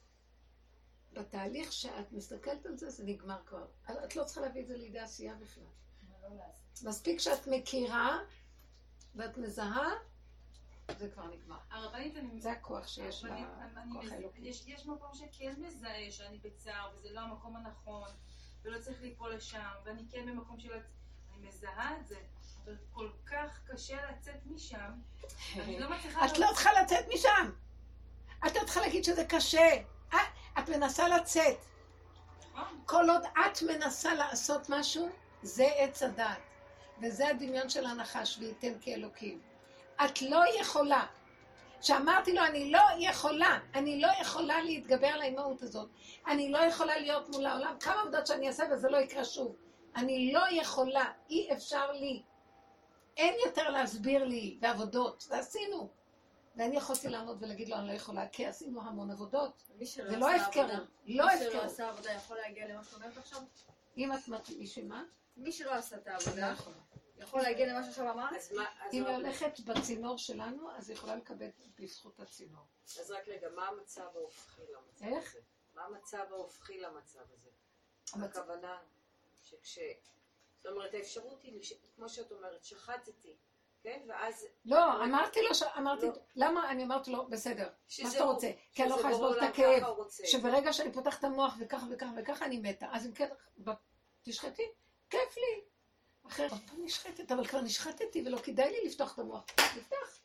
בתהליך שאת מסתכלת על זה, זה נגמר כבר. את לא צריכה להביא את זה לידי עשייה בכלל. מספיק שאת מכירה ואת מזהה, זה כבר נגמר. הרבנית, אני... זה הכוח שיש לה, הרבנית, אני- הכוח אני- האלוקי. יש יש מקום שכן מזהה שאני בצער, וזה לא המקום הנכון, ולא צריך ליפול לשם, ואני כן במקום של... אני מזהה את זה, אבל כל כך קשה לצאת משם, אני לא מצליחה... את לא צריכה לצאת משם. את לא צריכה להגיד שזה קשה. את, את מנסה לצאת. נכון? כל עוד את מנסה לעשות משהו, זה עץ הדת. וזה הדמיון של הנחש, וייתן כאלוקים. את לא יכולה. שאמרתי לו, אני לא יכולה. אני לא יכולה להתגבר על האימהות הזאת. אני לא יכולה להיות מול העולם. כמה עבודות שאני אעשה וזה לא יקרה שוב. אני לא יכולה. אי אפשר לי. אין יותר להסביר לי בעבודות. זה עשינו. ואני יכולתי לעמוד ולהגיד לו, אני לא יכולה, כי עשינו המון עבודות. מי שלא זה לא עשה הפקרות. עבודה- לא מי שלא הפקרות. עשה עבודה יכול להגיע למה שאת אומרת עכשיו? אם את מתמישה מה? מי שלא עשה את לא העבודה יכולה. יכול להגיע למה שעכשיו אמרת? אז מה, אז אם רק- היא הולכת בצינור שלנו, אז היא יכולה לקבל בזכות הצינור. אז רק רגע, מה המצב ההופכי למצב איך? הזה? מה המצב ההופכי למצב הזה? המצב- הכוונה שכש... זאת אומרת, האפשרות היא, לש- כמו שאת אומרת, שחטתי, כן? ואז... לא, אמרתי לו, ש- אמרתי, לא. למה? אני אמרתי לו, בסדר, מה שזה שאתה הוא- רוצה, כי אני לא שזה יכולה לסבול בורא את עולם, הכאב, ככה הוא רוצה. שברגע שאני פותחת את המוח וככה וככה וככה אני מתה, אז אם כן, ב- תשחטי, כיף לי. אחרת, עוד פעם נשחטת, אבל כבר נשחטתי ולא כדאי לי לפתוח את המוח. תפתח.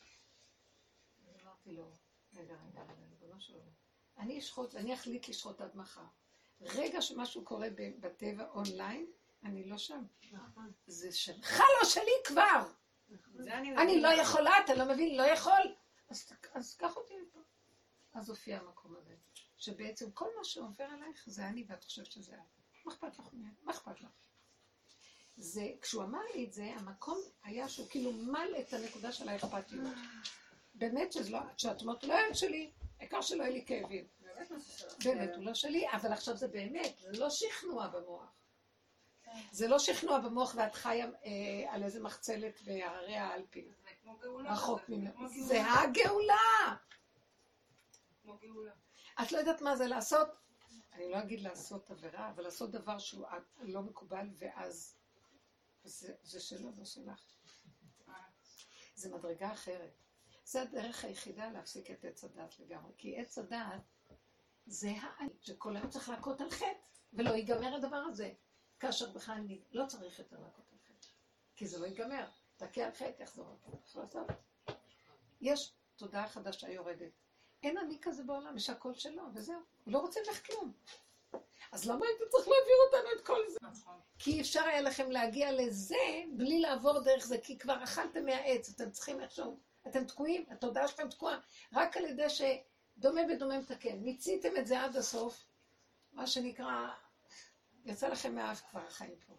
אז אמרתי לו, רגע, רגע, רגע, ריבונו של עולם. אני אשחוט, אני אחליט לשחוט עד מחר. רגע שמשהו קורה ב- בטבע אונליין, אני לא שם. זה שלך לא שלי כבר. זה אני אני מבינה. לא יכולה, אתה לא מבין, לא יכול. אז, אז קח אותי מפה. אז הופיע המקום הזה, שבעצם כל מה שעובר עלייך זה אני, ואת חושבת שזה את. מה אכפת לך ממנו? מה אכפת לך? זה, כשהוא אמר לי את זה, המקום היה שהוא כאילו מל את הנקודה של האכפתיות. באמת שזה לא, שאת אומרת, לא הילד שלי, העיקר שלא יהיה לי כאבים. באמת מה ששלחת. באמת, הוא לא שלי, אבל עכשיו זה באמת, זה לא שכנוע במוח. זה לא שכנוע במוח ואת חיה אה, על איזה מחצלת בהררי האלפים. זה כמו כמו גאולה. רחוק כזה, ממנו. כמו גאולה. זה הגאולה. כמו גאולה. את לא יודעת מה זה לעשות, אני לא אגיד לעשות עבירה, אבל לעשות דבר שהוא לא מקובל, ואז זה, זה שלו, זה שלך. זה מדרגה אחרת. זה הדרך היחידה להפסיק את עץ הדעת לגמרי. כי עץ הדעת זה האני, שכל היום צריך להכות על חטא, ולא ייגמר הדבר הזה. כאשר בכלל אני לא צריך יותר להכות על חטא. כי זה לא ייגמר. תקע על חטא, יחזור על חטא. יש תודעה חדשה יורדת. אין אני כזה בעולם, יש הכל שלו, וזהו. הוא לא רוצה לך כלום. אז למה היית צריך להעביר אותנו את כל זה? נכון. כי אפשר היה לכם להגיע לזה בלי לעבור דרך זה, כי כבר אכלתם מהעץ, אתם צריכים איכשהו, אתם תקועים, התודעה שלכם תקועה, רק על ידי שדומה בדומה מתקן. מיציתם את זה עד הסוף, מה שנקרא, יצא לכם מהאף כבר החיים פה.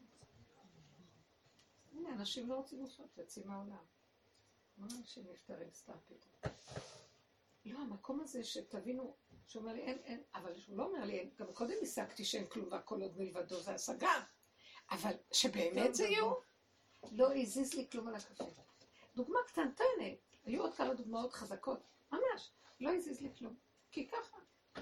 הנה, אנשים לא רוצים לחיות, יוצאים מהעולם. מה אנשים נפטרים סתם פתאום? לא, המקום הזה שתבינו, שהוא אומר לי, אין, אין, אבל שהוא לא אומר לי, אין, גם קודם השגתי שאין כלום והכל עוד מלבדו, זה השגה. אבל שבאמת זה יהיו, לא הזיז לי כלום על הקפה. דוגמה קטנטנת, היו עוד כמה דוגמאות חזקות, ממש, לא הזיז לי כלום, כי ככה.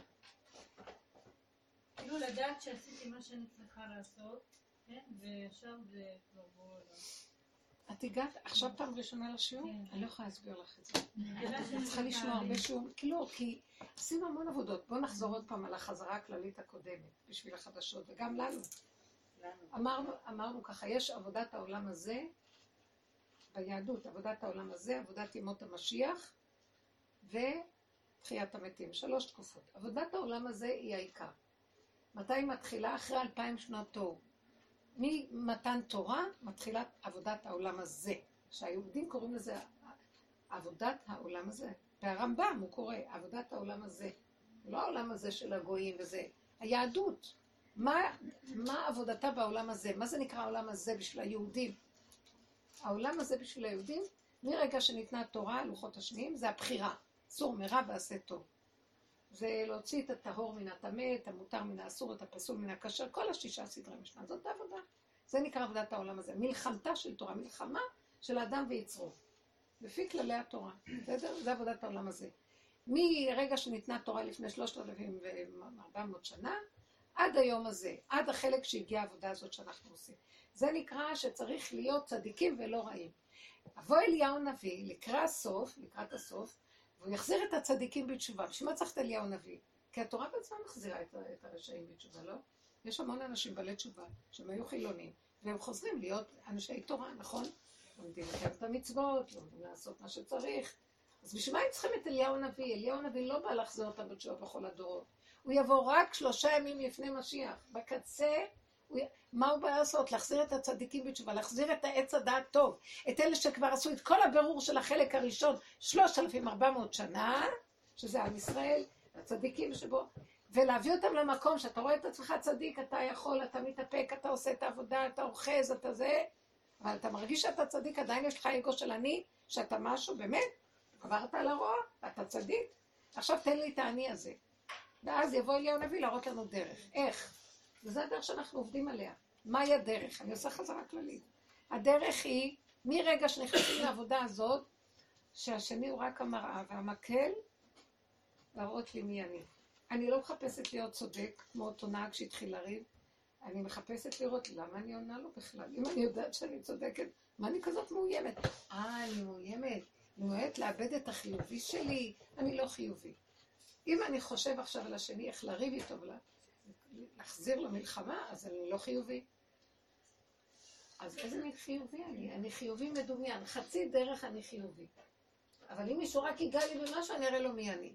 כאילו לדעת שעשיתי מה שאני צריכה לעשות, כן, ועכשיו זה כבר בוא לא. את הגעת עכשיו פעם ראשונה לשיעור? כן. אני לא יכולה להסביר לך את זה. את צריכה לשמוע הרבה שיעור, כי לא, כי עשינו המון עבודות. בואו נחזור עוד פעם על החזרה הכללית הקודמת, בשביל החדשות, וגם לנו. אמרנו, אמרנו ככה, יש עבודת העולם הזה, ביהדות, עבודת העולם הזה, עבודת ימות המשיח, ותחיית המתים, שלוש תקופות. עבודת העולם הזה היא העיקר. מתי היא מתחילה? אחרי אלפיים שנות תוהו. ממתן תורה מתחילה עבודת העולם הזה, שהיהודים קוראים לזה עבודת העולם הזה. והרמב"ם הוא קורא עבודת העולם הזה, לא העולם הזה של הגויים וזה, היהדות. מה, מה עבודתה בעולם הזה? מה זה נקרא העולם הזה בשביל היהודים? העולם הזה בשביל היהודים, מרגע שניתנה התורה, לוחות השניים, זה הבחירה. צור מרע ועשה טוב. זה להוציא את הטהור מן הטמא, את המותר מן האסור, את הפסול מן הכשר, כל השישה סדרי משנה. זאת העבודה. זה נקרא עבודת העולם הזה. מלחמתה של תורה, מלחמה של האדם ויצרו. לפי כללי התורה. בסדר? זה עבודת העולם הזה. מרגע שניתנה תורה לפני שלושת אלפים וארבע מאות שנה, עד היום הזה, עד החלק שהגיעה העבודה הזאת שאנחנו עושים. זה נקרא שצריך להיות צדיקים ולא רעים. אבוא אליהו נביא לקראת הסוף, לקראת הסוף, והוא יחזיר את הצדיקים בתשובה. בשביל מה צריך את אליהו נביא? כי התורה בעצמה מחזירה את, את הרשעים בתשובה, לא? יש המון אנשים בעלי תשובה, שהם היו חילונים, והם חוזרים להיות אנשי תורה, נכון? לומדים לקיים את המצוות, לומדים לעשות מה שצריך. אז בשביל מה הם צריכים את אליהו נביא? אליהו נביא לא בא לחזור אותם בתשובה בכל הדורות. הוא יבוא רק שלושה ימים לפני משיח. בקצה, הוא... מה הוא בא לעשות? להחזיר את הצדיקים בתשובה, להחזיר את העץ הדעת טוב. את אלה שכבר עשו את כל הבירור של החלק הראשון, שלושת אלפים וארבע מאות שנה, שזה עם ישראל, הצדיקים שבו, ולהביא אותם למקום שאתה רואה את עצמך צדיק, אתה יכול, אתה מתאפק, אתה עושה את העבודה, אתה אוחז, אתה זה, אבל אתה מרגיש שאתה צדיק, עדיין יש לך אגו של אני, שאתה משהו, באמת, עברת על הרוע, אתה צדיק, עכשיו תן לי את העני הזה. ואז יבוא אליהו נביא להראות לנו דרך. איך? וזה הדרך שאנחנו עובדים עליה. מהי הדרך? אני עושה חזרה כללית. הדרך היא, מרגע שנכנסים לעבודה הזאת, שהשני הוא רק המראה, והמקל, להראות לי מי אני. אני לא מחפשת להיות צודק, כמו אותו נהג שהתחיל לריב. אני מחפשת לראות למה אני עונה לו בכלל. אם אני יודעת שאני צודקת, מה אני כזאת מאוימת? אה, אני מאוימת. אני מאוימת לאבד את החיובי שלי. אני לא חיובי. אם אני חושב עכשיו על השני, איך לריב איתו ולהחזיר לו מלחמה, אז אני לא חיובי. אז איזה מין חיובי אני? אני חיובי מדומיין. חצי דרך אני חיובי. אבל אם מישהו רק ייגע לי במשהו, אני אראה לו מי אני.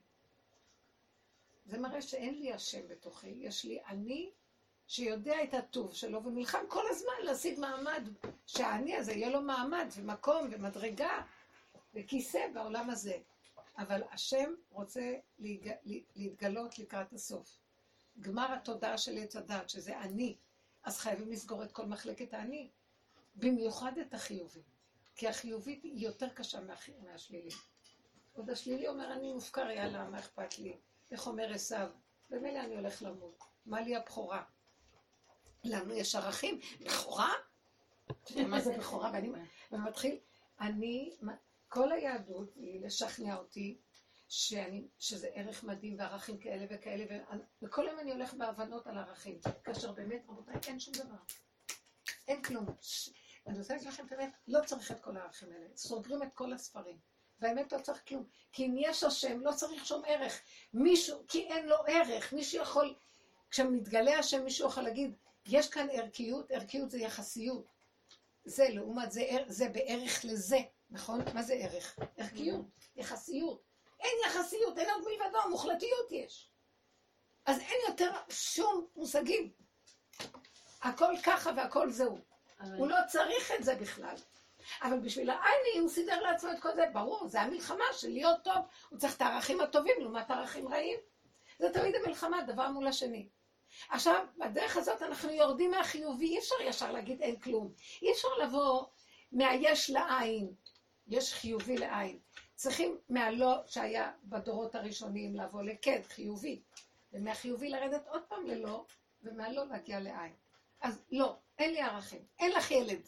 זה מראה שאין לי השם בתוכי. יש לי אני שיודע את הטוב שלו ומלחם כל הזמן להשיג מעמד. שהאני הזה יהיה לו מעמד ומקום ומדרגה וכיסא בעולם הזה. אבל השם רוצה להג... להתגלות לקראת הסוף. גמר התודעה של עץ הדת, שזה אני. אז חייבים לסגור את כל מחלקת האני. במיוחד את החיובי. כי החיובית היא יותר קשה מה... מהשלילי. עוד השלילי אומר, אני מופקר, יאללה, מה אכפת לי? איך אומר עשיו? במילא אני הולך למות. מה לי הבכורה? לנו יש ערכים. בכורה? מה זה בכורה? ואני מתחיל, אני... כל היהדות היא לשכנע אותי שאני, שזה ערך מדהים וערכים כאלה וכאלה, ו- וכל יום אני הולך בהבנות על ערכים, כאשר באמת, רבותיי, אין שום דבר. אין כלום. ש... אני רוצה להגיד לכם, באמת, לא צריך את כל הערכים האלה. סוגרים את כל הספרים. באמת לא צריך כלום. כי אם יש השם, לא צריך שום ערך. מישהו, כי אין לו ערך. מישהו יכול, כשמתגלה השם, מישהו יכול להגיד, יש כאן ערכיות, ערכיות זה יחסיות. זה לעומת זה, זה בערך לזה. נכון? מה זה ערך? ערכיות, יחסיות. אין יחסיות, אין עוד מלבדו, מוחלטיות יש. אז אין יותר שום מושגים. הכל ככה והכל זהו. הוא לא צריך את זה בכלל. אבל בשביל העני הוא סידר לעצמו את כל זה. ברור, זה המלחמה של להיות טוב. הוא צריך את הערכים הטובים לעומת הערכים רעים. זה תמיד המלחמה, דבר מול השני. עכשיו, בדרך הזאת אנחנו יורדים מהחיובי. אי אפשר ישר להגיד אין כלום. אי אפשר לבוא מהיש לעין. יש חיובי לעין. צריכים מהלא שהיה בדורות הראשונים לבוא לכן, חיובי. ומהחיובי לרדת עוד פעם ללא, ומהלא להגיע לעין. אז לא, אין לי ערכים. אין לך ילד.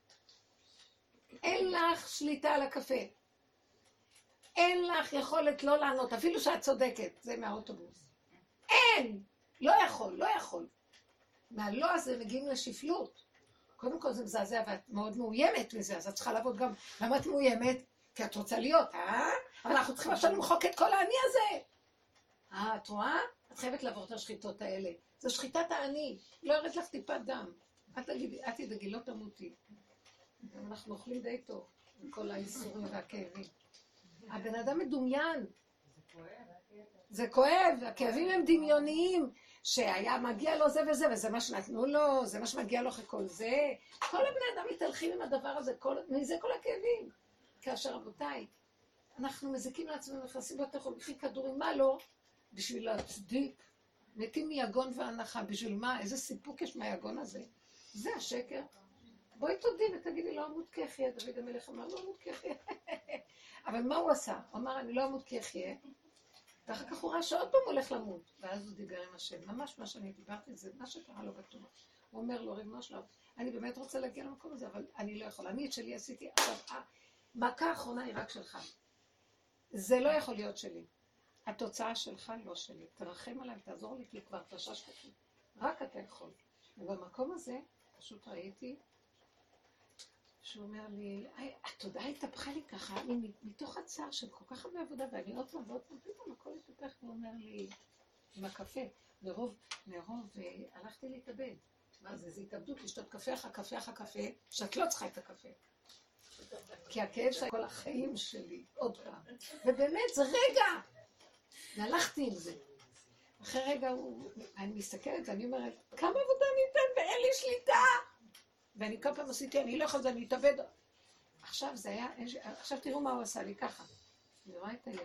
אין לך שליטה על הקפה. אין לך יכולת לא לענות, אפילו שאת צודקת. זה מהאוטובוס. אין! לא יכול, לא יכול. מהלא הזה מגיעים לשפלות. קודם כל זה מזעזע, ואת מאוד מאוימת מזה, אז את צריכה לעבוד גם. למה את מאוימת? כי את רוצה להיות, אה? אבל אנחנו צריכים עכשיו למחוק את כל העני הזה. אה, את רואה? את חייבת לעבור את השחיטות האלה. זו שחיטת העני. לא ירד לך טיפת דם. את תגידי, את תדאגי, לא תמותי. אנחנו אוכלים די טוב, עם כל האיסורים והכאבים. הבן אדם מדומיין. זה כואב, הכאבים הם דמיוניים, שהיה מגיע לו זה וזה, וזה מה שנתנו לו, זה מה שמגיע לו אחרי כל זה. כל הבני אדם מתהלכים עם הדבר הזה, כל, מזה כל הכאבים. כאשר רבותיי, אנחנו מזיקים לעצמנו, נכנסים בתוכו, לפי כדורים, מה לא? בשביל להצדיק. מתים מיגון והנחה, בשביל מה? איזה סיפוק יש מהיגון הזה? זה השקר. בואי תודי ותגידי, לא אמות כי אחיה, דוד המלך אמר, לא אמות כי אחיה. אבל מה הוא עשה? הוא אמר, אני לא אמות כי אחיה, ואחר כך הוא ראה שעוד פעם הולך למות. ואז הוא דיבר עם השם, ממש מה שאני דיברתי, זה מה שקרה לו בטוח. הוא אומר לו, ריבונו של עולם, אני באמת רוצה להגיע למקום הזה, אבל אני לא יכול. אני את שלי עשיתי, עכשיו, המכה האחרונה היא רק שלך. זה לא יכול להיות שלי. התוצאה שלך לא שלי. תרחם עליי, תעזור לי, כי כבר תששתי. רק אתה יכול. ובמקום הזה, פשוט ראיתי, שהוא אומר לי, התודעה התהפכה לי ככה, אני מתוך הצער של כל כך הרבה עבודה, ואני עוד פעם ועוד פעם, פתאום הכל התהפך, הוא אומר לי, עם הקפה, מרוב, מרוב, הלכתי להתאבד. מה זה? זה התאבדות, לשתות קפה אחר קפה אחר קפה, שאת לא צריכה את הקפה. כי הכאב שלי כל החיים שלי, עוד פעם. ובאמת, זה רגע! והלכתי עם זה. אחרי רגע, הוא, אני מסתכלת ואני אומרת, כמה עבודה אני אתן ואין לי שליטה! ואני כל פעם עשיתי, אני לא יכולה, אני אתאבד. עכשיו זה היה, עכשיו תראו מה הוא עשה לי, ככה. אני רואה את היד.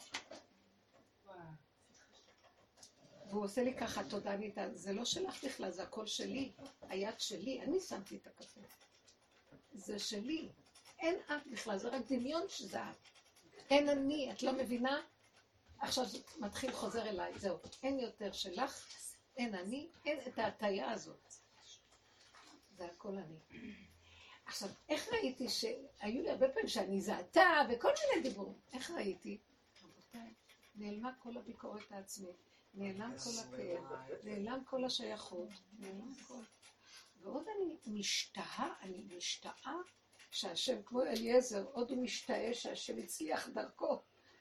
והוא עושה לי ככה, תודה ניתן. זה לא שלך בכלל, זה הכל שלי. היד שלי, אני שמתי את הקפה. זה שלי. אין את בכלל, זה רק דמיון שזה את. אין אני, את לא מבינה? עכשיו זה מתחיל חוזר אליי, זהו. אין יותר שלך, אין אני, אין את ההטיה הזאת. זה הכל אני. עכשיו, איך ראיתי שהיו לי הרבה פעמים שאני זעתה וכל מיני דיבורים. איך ראיתי? רבותיי, נעלמה כל הביקורת העצמית, נעלם כל הכאב, נעלם כל השייכות, נעלם כל... ועוד אני משתאה, אני משתאה שהשם, כמו אליעזר, עוד הוא משתאה שהשם הצליח דרכו.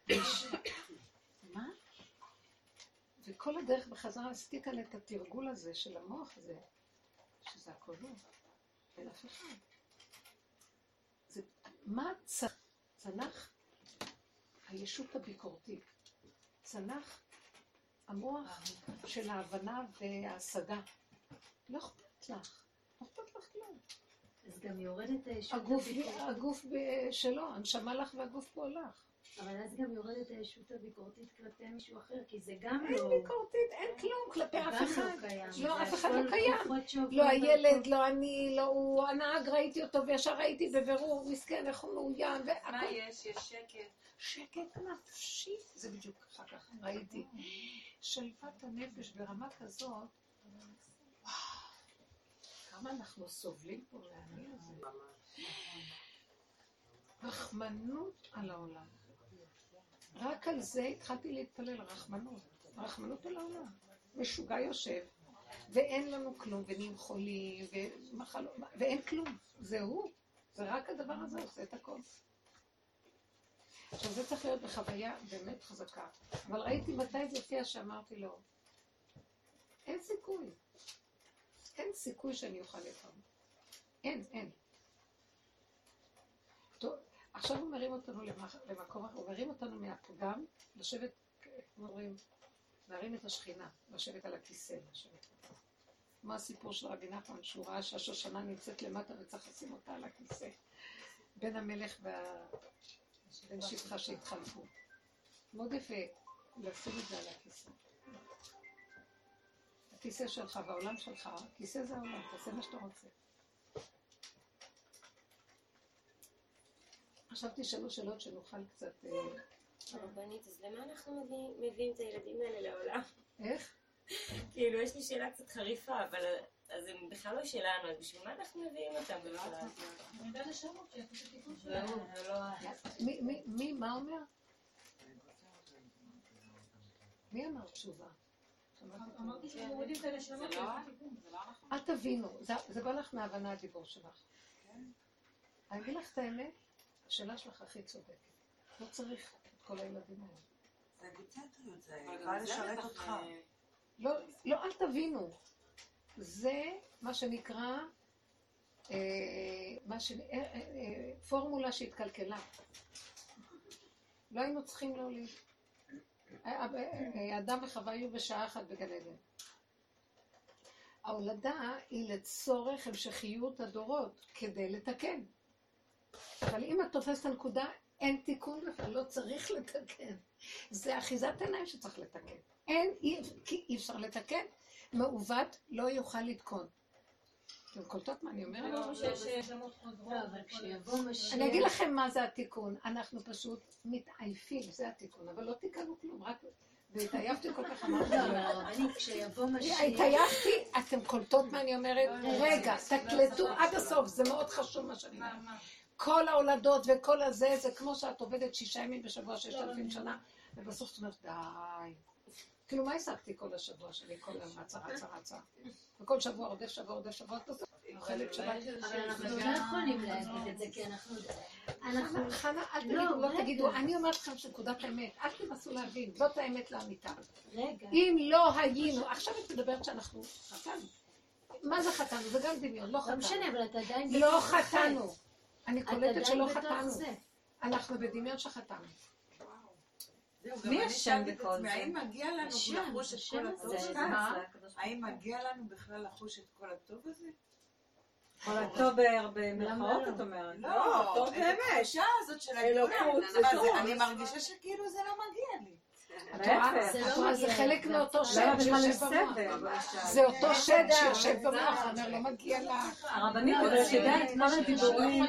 מה? וכל הדרך בחזרה עשיתי כאן את התרגול הזה של המוח הזה, שזה הכל לא, אין אף אחד. זה, מה צנח? צנח הישות הביקורתית. צנח המוח של ההבנה וההשגה. לא אכפת לך, לא אכפת לך כלום. אז גם יורדת הישות הגוף, הביקורתית. הגוף שלו, הנשמה לך והגוף פה לך. אבל אז גם יורדת הישות הביקורתית כלפי מישהו אחר, כי זה גם לא... אין ביקורתית, אין כלום כלפי אף גם אחד. לא קיים. לא, זה אף אחד הכל לא קיים. כוחות שעוברים לא הילד, דרכו. לא אני, לא הוא, הנהג ראיתי אותו, וישר ראיתי בבירור, מסכן, איך הוא מאוים, מה והכל. יש? יש שקט. שקט נפשי. זה בדיוק אחר כך ראיתי. שלוות הנפש ברמה כזאת, וואו, כמה אנחנו סובלים פה מהעני הזה. רחמנות על העולם. רק על זה התחלתי להתפלל, רחמנות. רחמנות על העולם. משוגע יושב, ואין לנו כלום, ונהיים חולים, ומחלות, ואין כלום. זהו. זה רק הדבר הזה עושה את הכל. עכשיו זה צריך להיות בחוויה באמת חזקה. אבל ראיתי מתי זה הופיע שאמרתי לו, אין סיכוי. אין סיכוי שאני אוכל לפעמים. אין, אין. טוב, עכשיו הוא מרים אותנו למקום, הוא מרים אותנו מהפגם, לשבת, כמו אומרים, להרים את השכינה, לשבת על הכיסא, לשבת. כמו הסיפור של רבי נחמן, שהוא ראה שהשושנה נמצאת למטה וצריך לשים אותה על הכיסא. בין המלך ובין שבחה שהתחלפו. מאוד יפה לשים את זה על הכיסא. הכיסא שלך והעולם שלך, הכיסא זה העולם, תעשה מה שאתה רוצה. עכשיו תשאלו שאלות שנוכל קצת... הרבנית, אז למה אנחנו מביאים את הילדים האלה לעולם? איך? כאילו, יש לי שאלה קצת חריפה, אבל אז הם בכלל לא שלנו, אז בשביל מה אנחנו מביאים אותם בכלל? אני יודעת לשמות, שיעשו את התיקון שלנו. מי, מה אומר? מי אמר תשובה? אמרתי שמורידים את הנשמות, שיעשו תיקון. אל תבינו, זה בא לך מהבנה הדיבור שלך. אני אגיד לך את האמת, השאלה שלך הכי צודקת. לא צריך את כל הילדים האלה. זה אגוצנטריות, זה בא לשרת אותך. לא, לא, אל תבינו. זה מה שנקרא, אה, מה ש... אה, אה, פורמולה שהתקלקלה. לא היינו צריכים להוליד. האדם וחווה היו בשעה אחת בגן עדן. ההולדה היא לצורך המשכיות הדורות, כדי לתקן. אבל אם את תופסת הנקודה, אין תיקון בכלל, לא צריך לתקן. זה אחיזת עיניים שצריך לתקן. אין, אי, כי אי אפשר לתקן. מעוות לא יוכל לתקון. אתם קולטות מה אני אומרת? לא, אבל כשיבוא משיח... אני אגיד לכם מה זה התיקון. אנחנו פשוט מתעייפים, זה התיקון. אבל לא תיקנו כלום, רק... והתעייפתי כל כך אמרתי. לא, אבל הרבנית, כשיבוא משיח... התעייפתי, אתם קולטות מה אני אומרת? רגע, תקלטו עד הסוף, זה מאוד חשוב מה שאני אומרת. כל ההולדות וכל הזה, זה כמו שאת עובדת שישה ימים בשבוע, ששת אלפים שנה, ובסוף זאת אומרת, די. כאילו, מה השגתי כל השבוע שלי? כל היום רצה, רצה, רצה. וכל שבוע, עוד שבוע, עוד שבוע, בסוף, אוכלת שבת. אבל אנחנו לא יכולים להגיד את זה, כי אנחנו... אנחנו... חנה, אל תגידו, לא תגידו, אני אומרת לכם שנקודת האמת, אל תנסו להבין, זאת האמת לאמיתה. רגע. אם לא היינו, עכשיו את מדברת שאנחנו חתנו. מה זה חתנו? זה גם דמיון, לא חתנו. לא משנה, אבל אתה עדיין... לא חתנו. אני קולטת שלא אתה עדיין בתוך חתנו. זה. אנחנו בדמיון שחתנו. מי אשם בכל זה? האם מגיע לנו לחוש את כל הטוב הזה? מה? האם מגיע לנו בכלל לחוש את כל הטוב הזה? כל הטוב במרכאות, את אומרת. לא, את התחושה הזאת של הגדולה. אני מרגישה שכאילו זה לא מגיע לי. זה חלק מאותו שד שיושב במוח. זה אותו שד שיושב במוח, אומר, לא מגיע לך. הרבנית, אבל שדעת כל הדיבורים,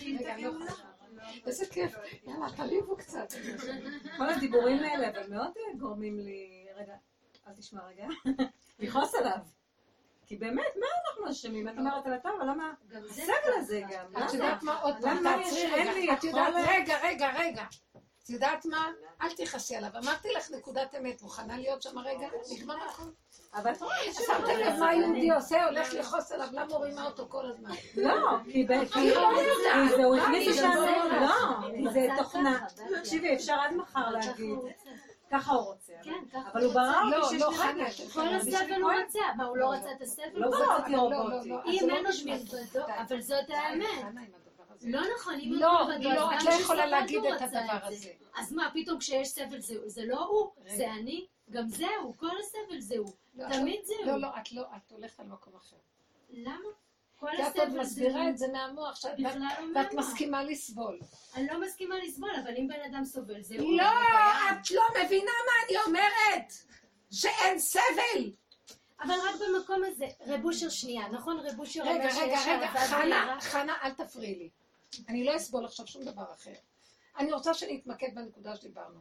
איזה כיף, יאללה, תליבו קצת. כל הדיבורים האלה, אבל מאוד גורמים לי, רגע, אל תשמע רגע, לכעוס עליו. כי באמת, מה אנחנו אשמים? את אומרת על הטוב, אבל למה הסבל הזה גם? את יודעת מה עוד פעם, תעצרי רגע, את יודעת, רגע, רגע, רגע. את יודעת מה? אל תכעסי עליו. אמרתי לך נקודת אמת, מוכנה להיות שם רגע? נגמר הכל. אבל את אומרת שמתם לב מה היהודי עושה? הולך לכעוס עליו, למה הוא רימה אותו כל הזמן? לא, כי הוא הכניס לשם, לא, זה תוכנה. תקשיבי, אפשר עד מחר להגיד. ככה הוא רוצה. אבל הוא ברא אותי שיש לי רגש. כל הסבל הוא רצה. מה, הוא לא רצה את הסבל? לא רציתי רובוטי. אם אין עוד מלבדו, אבל זאת האמת. לא נכון, אם לא, אין לא, את לא יכולה להגיד את הדבר הזה. אז מה, פתאום כשיש סבל זה לא הוא, זה אני, גם זהו, כל הסבל זהו, תמיד זהו. לא, לא, את לא, את הולכת על מקום אחר. למה? כל כי את עוד מסבירה את זה מהמוח, ואת מסכימה לסבול. אני לא מסכימה לסבול, אבל אם בן אדם סובל, זהו. לא, את לא מבינה מה אני אומרת, שאין סבל. אבל רק במקום הזה, רב אושר שנייה, נכון רב אושר? רגע, רגע, רגע, חנה, חנה, אל תפריעי לי. אני לא אסבול עכשיו שום דבר אחר. אני רוצה שנתמקד בנקודה שדיברנו.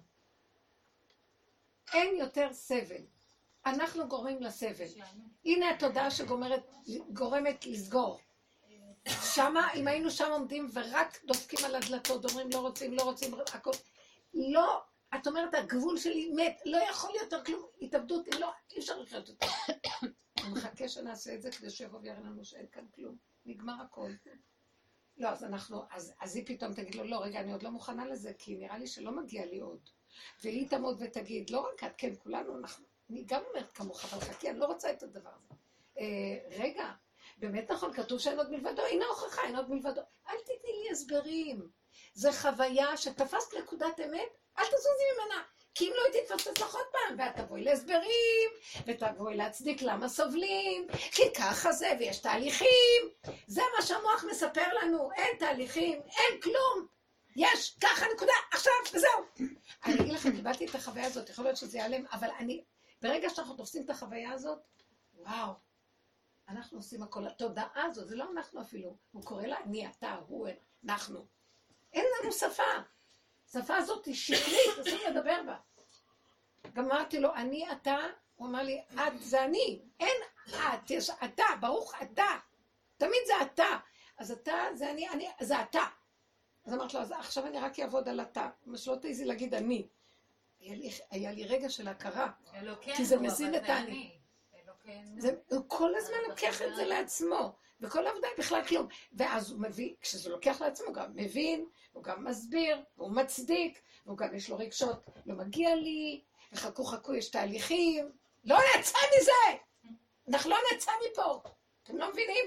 אין יותר סבל. אנחנו גורמים לסבל. הנה התודעה שגורמת לסגור. שמה, אם היינו שם עומדים ורק דופקים על הדלתות, אומרים לא רוצים, לא רוצים, הכל, לא, את אומרת, הגבול שלי מת, לא יכול יותר כלום, התאבדות, לא, אי אפשר לחיות יותר. אני מחכה שנעשה את זה כדי שיבוא ויראה לנו שאין כאן כלום, נגמר הכל. לא, אז אנחנו, אז, אז היא פתאום תגיד לו, לא, רגע, אני עוד לא מוכנה לזה, כי נראה לי שלא מגיע לי עוד. והיא תעמוד ותגיד, לא רק את, כן, כולנו, אנחנו, אני גם אומרת כמוך, אבל חכי, אני לא רוצה את הדבר הזה. אה, רגע, באמת נכון, כתוב שאין עוד מלבדו, הנה הוכחה, אין עוד מלבדו. אל תתני לי הסברים. זה חוויה שתפסת נקודת אמת, אל תזוזי ממנה. כי אם לא הייתי תפסת לך עוד פעם, ואת תבואי להסברים, ותבואי להצדיק למה סובלים, כי ככה זה, ויש תהליכים. זה מה שהמוח מספר לנו, אין תהליכים, אין כלום. יש, ככה נקודה, עכשיו, וזהו. אני אגיד לכם, קיבלתי את החוויה הזאת, יכול להיות שזה ייעלם, אבל אני, ברגע שאנחנו תופסים את החוויה הזאת, וואו, אנחנו עושים הכל, התודעה הזאת, זה לא אנחנו אפילו, הוא קורא לה, אני, אתה, הוא, אנחנו. אין לנו שפה. השפה הזאת היא שקרית, אסור לדבר בה. גם אמרתי לו, אני, אתה, הוא אמר לי, את זה אני, אין את, יש אתה, ברוך אתה, תמיד זה אתה. אז אתה, זה אני, אני, זה אתה. אז אמרתי לו, אז עכשיו אני רק אעבוד על אתה, מה שלא תעזי להגיד אני. היה לי, היה לי רגע של הכרה, כי זה מזין את אני. הוא כל הזמן לוקח את זה לעצמו, וכל העבודה היא בכלל כלום. ואז הוא מביא, כשזה לוקח לעצמו, הוא גם מבין, הוא גם מסביר, הוא מצדיק, והוא גם יש לו רגשות, לא מגיע לי, וחכו חכו, יש תהליכים, לא נצא מזה! אנחנו לא נצא מפה, אתם לא מבינים?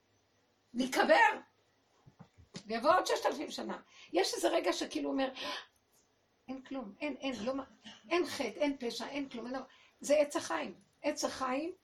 נקבר, ויבוא עוד ששת אלפים שנה. יש איזה רגע שכאילו אומר, אין כלום, אין, אין, לא, אין חטא, אין פשע, אין כלום, אין, זה עץ החיים. עץ החיים,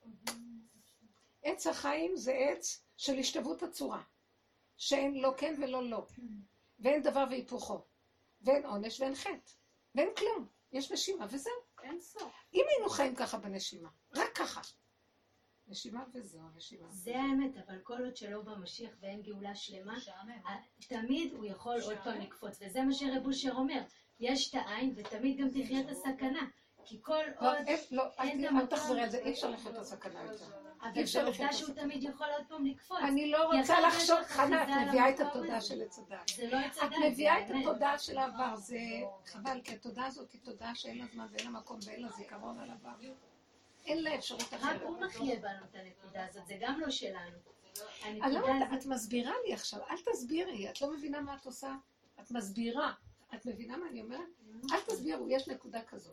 עץ החיים זה עץ של השתוות הצורה, שאין לא כן ולא לא, ואין דבר והיפוכו, ואין עונש ואין חטא, ואין כלום, יש נשימה וזהו. אין סוף. אם היינו חיים ככה בנשימה, רק ככה, נשימה וזהו, נשימה. זה האמת, אבל כל עוד שלא במשיח ואין גאולה שלמה, תמיד הוא יכול עוד פעם לקפוץ, וזה מה שרב אושר אומר, יש את העין ותמיד גם תחיה את הסכנה. כי כל עוד אין את המקום... אל תחזרי על זה, אי אפשר לחיות את הסכנה יותר. אבל בעובדה שהוא תמיד יכול עוד פעם לקפוץ. אני לא רוצה לחשוב, חנה, את מביאה את התודעה של עץ הדת. זה לא עץ הדת, את מביאה את התודעה של העבר, זה חבל, כי התודעה הזאת היא תודעה שאין לה זמן ואין לה מקום ואין לה זיכרון על העבר. אין לה אפשרות אחרת. רק הוא מחיה בנו את הנקודה הזאת, זה גם לא שלנו. אני לא יודעת, את מסבירה לי עכשיו, אל תסבירי, את לא מבינה מה את עושה, את מסבירה. את מבינה מה אני אומרת? אל תסבירו, יש נקודה כזאת.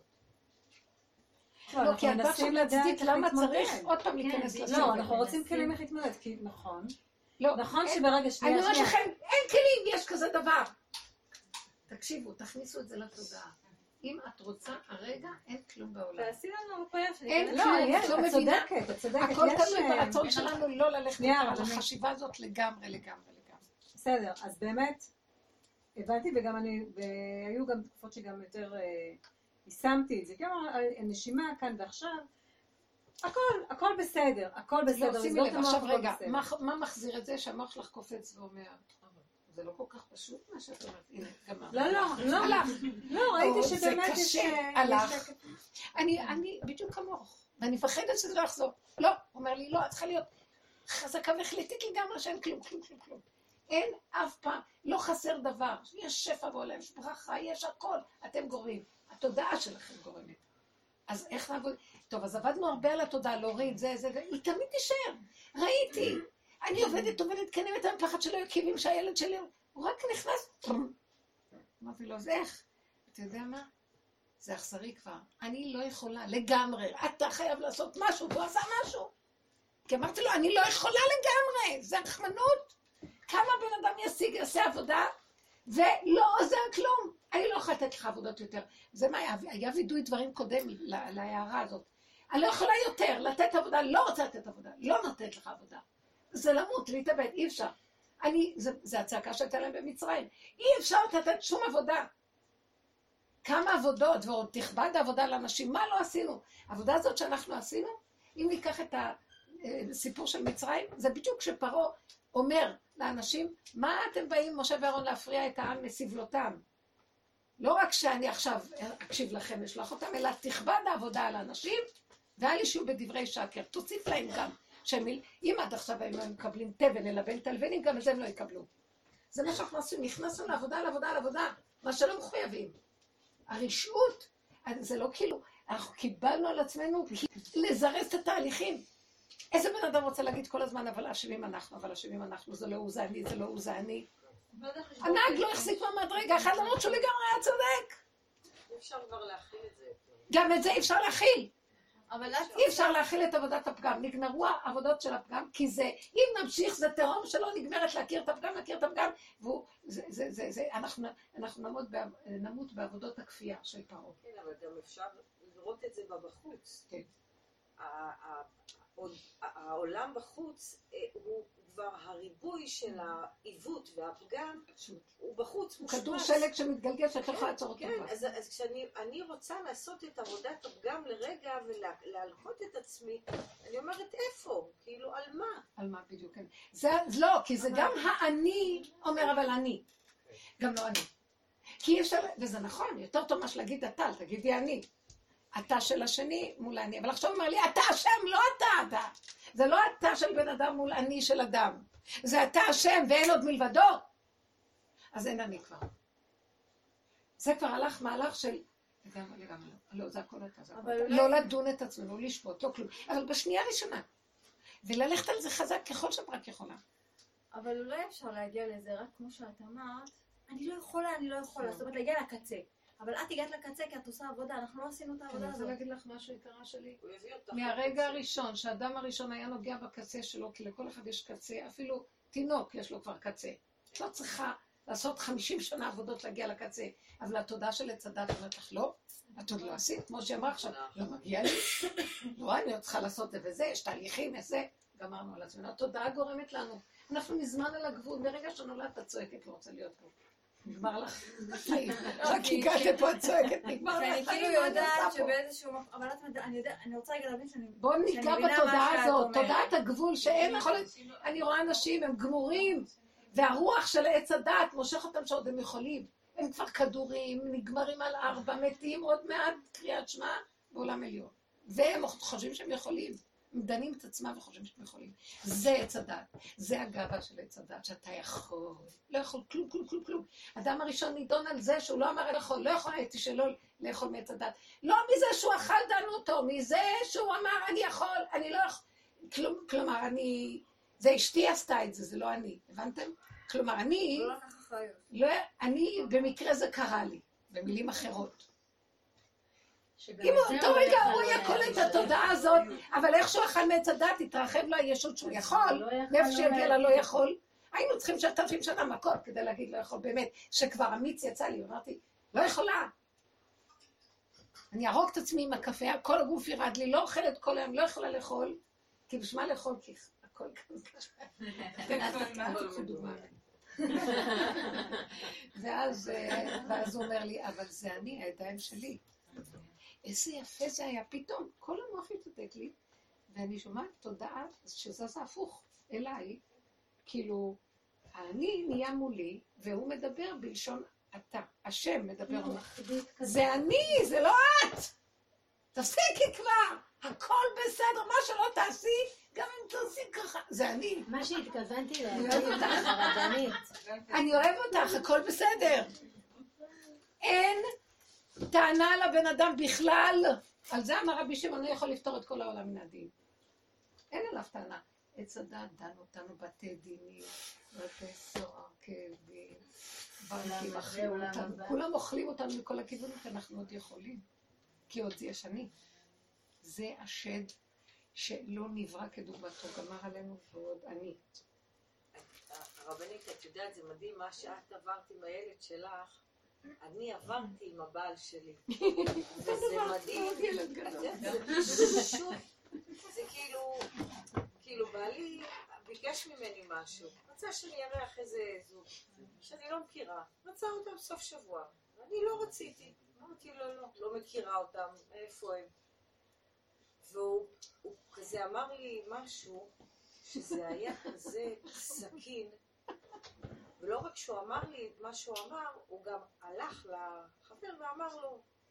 לא, כי את באה עכשיו להצדיק למה צריך עוד פעם להיכנס לסדר. לא, אנחנו רוצים כלים איך להתמודד, כי נכון. נכון שברגע שנייה... אני אומרת לכם, אין כלים, יש כזה דבר. תקשיבו, תכניסו את זה לתודעה. אם את רוצה, הרגע אין כלום בעולם. תעשי לנו פה יפה. אין כלום, את לא מבינה. את צודקת, את צודקת. הכל תלוי ברצון שלנו לא ללכת על החשיבה הזאת לגמרי, לגמרי, לגמרי. בסדר, אז באמת, הבנתי וגם אני, והיו גם תקופות שגם יותר... יישמתי את זה, כמו הנשימה כאן ועכשיו, הכל, הכל בסדר, הכל בסדר. לא, שימי לב, עכשיו רגע, מה מחזיר את זה שהמוח שלך קופץ ואומר, זה לא כל כך פשוט מה שאת אומרת, הנה, גמר. לא, לא, לא, לא, ראיתי שבאמת יש... זה קשה, הלך. אני בדיוק כמוך, ואני מפחדת שזה לא יחזור. לא, אומר לי, לא, את צריכה להיות חזקה והחלטית לגמרי שאין כלום, כלום, כלום, כלום. אין אף פעם, לא חסר דבר, יש שפע בעולם, יש ברכה, יש הכל, אתם גורמים. התודעה שלכם גורמת. אז איך נעבוד? טוב, אז עבדנו הרבה על התודעה, להוריד, זה, זה, זה, היא תמיד תישאר. ראיתי, אני עובדת, עובדת, כן, אני מפחד שלא יקיבים שהילד שלי, הוא רק נכנס, אמרתי לו, אז איך? אתה יודע מה? זה אכזרי כבר. אני לא יכולה, לגמרי. אתה חייב לעשות משהו, הוא עשה משהו. כי אמרתי לו, אני לא יכולה לגמרי, זה רחמנות. כמה בן אדם ישיג, יעשה עבודה, ולא עוזר כלום. אני לא יכולה לתת לך עבודות יותר. זה מה היה? היה וידוי דברים קודם להערה הזאת. אני לא יכולה יותר לתת עבודה, לא רוצה לתת עבודה, לא נותנת לך עבודה. זה למות, להתאבד, אי אפשר. אני, זה, זה הצעקה שהייתה להם במצרים. אי אפשר לתת שום עבודה. כמה עבודות, ועוד תכבד העבודה לאנשים, מה לא עשינו? העבודה הזאת שאנחנו עשינו, אם ניקח את הסיפור של מצרים, זה בדיוק שפרעה אומר לאנשים, מה אתם באים, משה ואהרון, להפריע את העם מסבלותם? לא רק שאני עכשיו אקשיב לכם, אשלח אותם, אלא תכבד העבודה על האנשים, ואל ישו בדברי שקר, תוסיף להם גם, שמיל, אם עד עכשיו הם מקבלים תבן ללבן את הלבנים, גם את זה הם לא יקבלו. זה מה שאנחנו עושים, נכנסנו לעבודה, לעבודה, לעבודה, מה שלא מחויבים. הרשעות, זה לא כאילו, אנחנו קיבלנו על עצמנו לזרז את התהליכים. איזה בן אדם רוצה להגיד כל הזמן, אבל אשמים אנחנו, אבל אשמים אנחנו, זה לא הוא, זה אני, זה לא הוא, זה אני. הנהג לא החזיק מעמד רגע אחד, למרות שהוא לגמרי היה צודק. אי אפשר כבר להכיל את זה. גם את זה אי אפשר להכיל. אי אפשר להכיל את עבודת הפגם. נגמרו העבודות של הפגם, כי זה, אם נמשיך, זה תהום שלא נגמרת להכיר את הפגם, להכיר את הפגם, ואנחנו נמות בעבודות הכפייה של פרעה. כן, אבל גם אפשר לראות את זה בבחוץ. כן. העולם בחוץ הוא כבר הריבוי של העיוות והפגם, הוא בחוץ מושפש. כדור שלג שמתגלגל שאתה יכול לעצור אותו. כן, אז כשאני רוצה לעשות את עבודת הפגם לרגע ולהלקות את עצמי, אני אומרת איפה? כאילו על מה? על מה בדיוק, כן. זה לא, כי זה גם האני אומר אבל אני. גם לא אני. כי אפשר, וזה נכון, יותר טוב מה שלהגיד אתה, תגידי אני. אתה של השני מול אני, אבל עכשיו אומר לי, אתה השם, לא אתה, אתה. זה לא אתה של בן אדם מול אני של אדם. זה אתה השם ואין עוד מלבדו. אז אין אני כבר. זה כבר הלך מהלך של, לגמרי, לגמרי, לא, זה הכל אתה, זה הכל אתה. לא לדון את עצמנו, לא לשפוט, לא כלום. אבל בשנייה הראשונה. וללכת על זה חזק ככל שאת רק יכולה. אבל אולי אפשר להגיע לזה, רק כמו שאת אמרת, אני לא יכולה, אני לא יכולה, זאת אומרת להגיע לקצה. אבל את הגעת לקצה כי את עושה עבודה, אנחנו לא עשינו את העבודה הזאת. אני רוצה להגיד לך משהו יקרה שלי. מהרגע הראשון, שהאדם הראשון היה נוגע בקצה שלו, כי לכל אחד יש קצה, אפילו תינוק יש לו כבר קצה. את לא צריכה לעשות חמישים שנה עבודות להגיע לקצה, אבל התודעה של עץ הדת אומרת לך, לא, את עוד לא עשית, כמו שאמרה עכשיו, לא מגיע לי, לא, אני עוד צריכה לעשות זה וזה, יש תהליכים, איזה, גמרנו על עצמנו, התודעה גורמת לנו. אנחנו מזמן על הגבול, ברגע שנולדת את צועקת, לא רוצה להיות פה. נגמר לך חיים. רק הגעת פה את צועקת, נגמר לך חיים. אני כאילו יודעת שבאיזשהו מקום, אבל אני רוצה רגע להבין שאני... בואו ניגע בתודעה הזאת, תודעת הגבול שאין יכולת. אני רואה אנשים, הם גמורים, והרוח של עץ הדעת מושך אותם שעוד הם יכולים. הם כבר כדורים, נגמרים על ארבע, מתים עוד מעט קריאת שמע בעולם עליון. והם חושבים שהם יכולים. הם דנים את עצמם וחושבים שהם יכולים. זה עץ הדת, זה הגאווה של עץ הדת, שאתה יכול, לא יכול כלום, כלום, כלום, כלום. אדם הראשון נידון על זה שהוא לא אמר לאכול, לא יכול הייתי שלא לאכול מעץ הדת. לא מזה שהוא אכל דנו אותו, מזה שהוא אמר אני יכול, אני לא יכול. כלומר, כלומר אני, זה אשתי עשתה את זה, זה לא אני, הבנתם? כלומר, אני, לא לקח אחריות. לא, אני, במקרה זה קרה לי, במילים אחרות. אם אותו רגע הוא יקול את התודעה הזאת, אבל איכשהו אכל מעץ הדת, התרחב לו הישות שהוא יכול, מאיפה שיגיע לה לא יכול. היינו צריכים שלושת אלפים שנה מכות כדי להגיד לא יכול, באמת, שכבר המיץ יצא לי, אמרתי, לא יכולה. אני ארוג את עצמי עם הקפה, כל הגוף ירד לי, לא אוכלת כל היום, לא יכולה לאכול, כי בשמה לאכול, כי הכל כזה. אל תקחו דוגמה. ואז הוא אומר לי, אבל זה אני, הידיים שלי. איזה יפה זה היה, פתאום כל המוח התעתק לי, ואני שומעת תודעה שזזה הפוך אליי, כאילו, אני נהיה מולי, והוא מדבר בלשון אתה, השם מדבר מולי. זה אני, זה לא את! תפסיקי כבר, הכל בסדר, מה שלא תעשי, גם אם תעשי ככה, זה אני. מה שהתכוונתי להגיד אותך, הרבנית. אני אוהב אותך, הכל בסדר. אין טענה לבן אדם בכלל, על זה אמר רבי שמעון, לא יכול לפתור את כל העולם מן הדין. אין עליו טענה. עץ הדת דן אותנו בתי דינים, בתי סוהר, כאבים, בנקים אכלו אותנו, כולם אוכלים אותנו מכל הכיוונים, כי אנחנו עוד יכולים, כי עוד יש אני. זה השד שלא נברא כדוגמתו, גמר עלינו ועוד אני. הרבנית, את יודעת, זה מדהים מה שאת עברת עם הילד שלך, אני עברתי עם הבעל שלי, וזה מדהים, זה פשוט, זה כאילו, כאילו בעלי ביקש ממני משהו, רצה שאני ארח איזה זוג, שאני לא מכירה, רצה אותם סוף שבוע, ואני לא רציתי, אמרתי לו לא, לא מכירה אותם, איפה הם, והוא כזה אמר לי משהו, שזה היה כזה סכין, ולא רק שהוא אמר לי מה שהוא אמר, הוא גם הלך לחבר ואמר לו,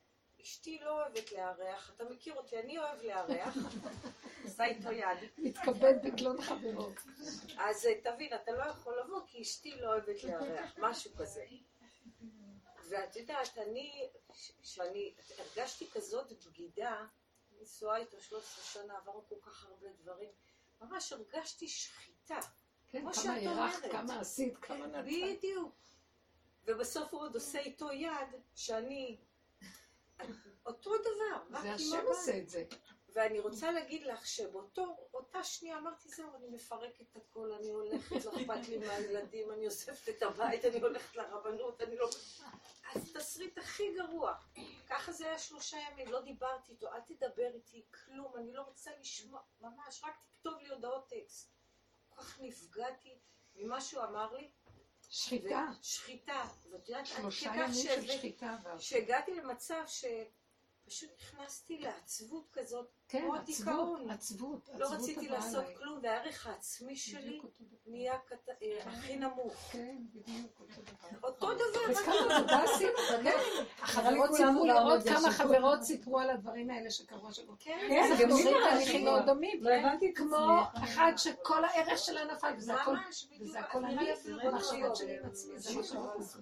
אשתי לא אוהבת לארח, אתה מכיר אותי, אני אוהב לארח, עשה איתו יד. מתכבד בגלון חברו. אז תבין, אתה לא יכול לבוא כי אשתי לא אוהבת לארח, משהו כזה. ואת יודעת, אני, שאני הרגשתי כזאת בגידה, נישואה איתו שלוש עשרה שנה, עברנו כל כך הרבה דברים, ממש הרגשתי שחיטה. כן, כמה הערכת, כמה עשית, כמה נצאת. בדיוק. ובסוף הוא עוד עושה איתו יד, שאני, אותו דבר. זה השם עושה את זה. ואני רוצה להגיד לך שבאותה שנייה אמרתי, זהו, אני מפרקת את הכל, אני הולכת, לא אכפת לי מהילדים, אני אוספת את הבית, אני הולכת לרבנות, אני לא... אז תסריט הכי גרוע. ככה זה היה שלושה ימים, לא דיברתי איתו, אל תדבר איתי, כלום, אני לא רוצה לשמוע, ממש, רק תכתוב לי הודעות טקסט. כל כך נפגעתי ממה שהוא אמר לי. שחיטה. שחיטה. ואת יודעת, שלושה ימים של שחיטה. שהגעתי למצב שפשוט נכנסתי לעצבות כזאת, כמו הדיכאון. עצבות, לא רציתי לעשות כלום, והערך העצמי שלי נהיה הכי נמוך. כן, בדיוק אותו דבר. אותו דבר. וכמה עבודה עשינו, החברות סיפרו לראות כמה חברות סיפרו על הדברים האלה שקרו שלו. כן, אז אנחנו עושים תהליכים מאוד דומים. לא הבנתי את כמו אחד שכל הערך שלה נפל, וזה הכל, ממש, וזה הכל אני אפילו במחשבות שלי עם עצמי, זה מה שלא עשו.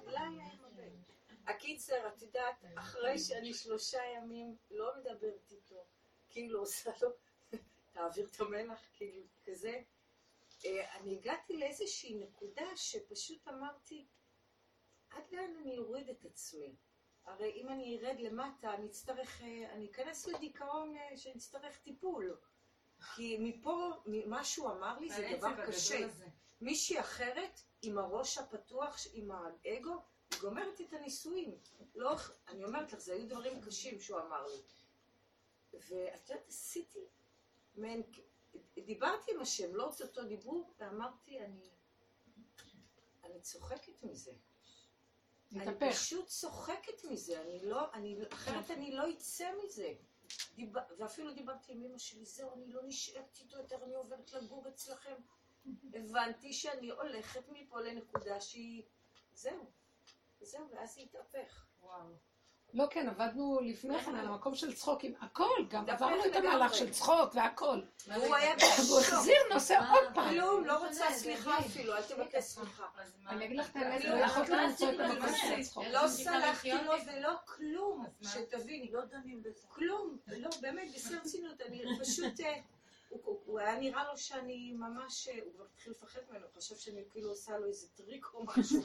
הקיצר, את יודעת, אחרי שאני שלושה ימים לא מדברת איתו, כאילו עושה לו, תעביר את המלח, כאילו כזה, אני הגעתי לאיזושהי נקודה שפשוט אמרתי, עד לאן אני אוריד את עצמי? הרי אם אני ארד למטה, אני אצטרך, אני אכנס לדיכאון שאני אצטרך טיפול. כי מפה, מה שהוא אמר לי, זה דבר קשה. מישהי אחרת, עם הראש הפתוח, עם האגו, היא גומרת את הנישואים. לא, אני אומרת לך, זה היו דברים קשים שהוא אמר לי. ואת יודעת, עשיתי, מן, דיברתי עם השם, לא את אותו דיבור, ואמרתי, אני, אני צוחקת מזה. אני פשוט צוחקת מזה, אני לא, אני, אחרת אני לא אצא מזה. דיב, ואפילו דיברתי עם אמא שלי, זהו, אני לא נשארת איתו יותר, אני עוברת לגור אצלכם. הבנתי שאני הולכת מפה לנקודה שהיא, זהו, זהו, ואז היא התהפך. וואו. לא, כן, עבדנו לפני כן על המקום של צחוק עם הכל, גם עברנו את המהלך של צחוק והכל. והוא היה והוא החזיר נושא עוד פעם. כלום, לא רוצה סליחה אפילו, אל תבקש סליחה. אני אגיד לך את האמת, לא יכולת למצוא את המקום של הצחוק. לא סלחתי לו ולא כלום, שתביני, לא דנים בזה. כלום, לא, באמת, בשיא הרצינות, אני פשוט, הוא היה נראה לו שאני ממש, הוא כבר התחיל לפחד ממנו, הוא חושב שאני כאילו עושה לו איזה טריק או משהו,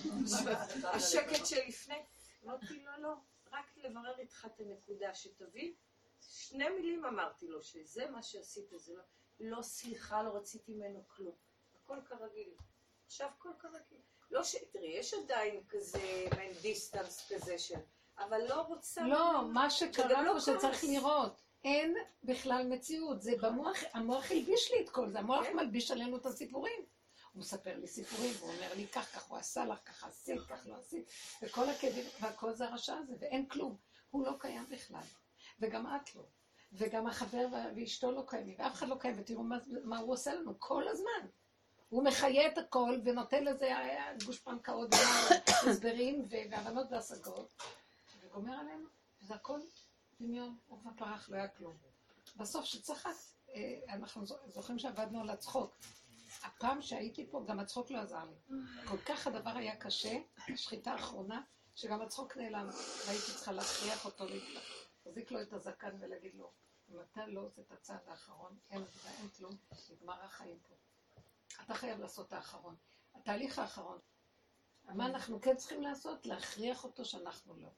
השקט שלפני. אמרתי לו, לא. רק לברר איתך את הנקודה שתבין. שני מילים אמרתי לו, שזה מה שעשית, זה לא, לא סליחה, לא רציתי ממנו כלום. הכל כרגיל. עכשיו הכל כרגיל. לא ש... תראי, יש עדיין כזה, מעין דיסטנס כזה של... אבל לא רוצה... לא, מה שקרה פה שצריך לראות. אין בכלל מציאות. זה במוח, המוח הלביש לי את כל זה. המוח מלביש עלינו את הסיפורים. הוא מספר לי סיפורים, הוא אומר לי כך, כך הוא עשה לך, כך עשית, כך לא עשית, וכל הכאבים, והכל זה הרשע הזה, ואין כלום. הוא לא קיים בכלל, וגם את לא, וגם החבר ואשתו לא קיימים, ואף אחד לא קיים, ותראו מה, מה הוא עושה לנו כל הזמן. הוא מחיה את הכל, ונותן לזה גושפנקאות, הסברים, והבנות והשגות, וגומר עלינו, וזה הכל דמיון, הוא כבר פרח, לא היה כלום. בסוף שצחק, אנחנו זוכרים שעבדנו על הצחוק, הפעם שהייתי פה, גם הצחוק לא עזר לי. כל כך הדבר היה קשה, השחיטה האחרונה, שגם הצחוק נעלם, והייתי צריכה להכריח אותו, להחזיק לו את הזקן ולהגיד לו, אם אתה לא עושה את הצעד האחרון, אין עבודה, אין כלום, נגמר החיים פה. אתה חייב לעשות את האחרון. התהליך האחרון. מה אנחנו כן צריכים לעשות? להכריח אותו שאנחנו לא.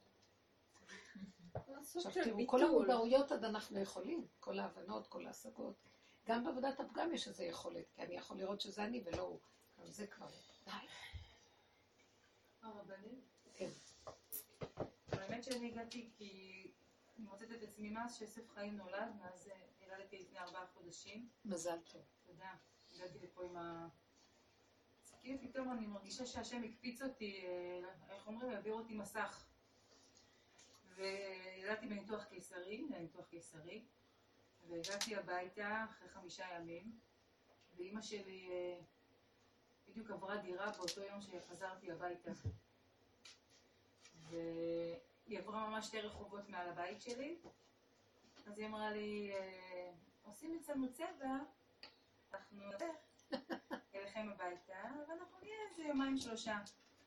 עכשיו תראו, כל המודעויות עד אנחנו יכולים, כל ההבנות, כל ההשגות. גם בעבודת הפגם יש איזו יכולת, כי אני יכול לראות שזה אני ולא הוא. גם זה כבר די. הרבנים? כן. האמת שאני הגעתי כי אני מוצאת את עצמי מאז שיוסף חיים נולד, מאז ילדתי לפני ארבעה חודשים. מזל טוב. תודה. הגעתי לפה עם ה... כאילו פתאום אני מרגישה שהשם הקפיץ אותי, איך אומרים, העביר אותי מסך. וילדתי בניתוח קיסרי, בניתוח קיסרי. והגעתי הביתה אחרי חמישה ימים, ואימא שלי בדיוק עברה דירה באותו יום שחזרתי הביתה. היא עברה ממש שתי רחובות מעל הבית שלי, אז היא אמרה לי, עושים אצלנו צבע, אנחנו נלך אליכם הביתה, ואנחנו נהיה איזה יומיים שלושה.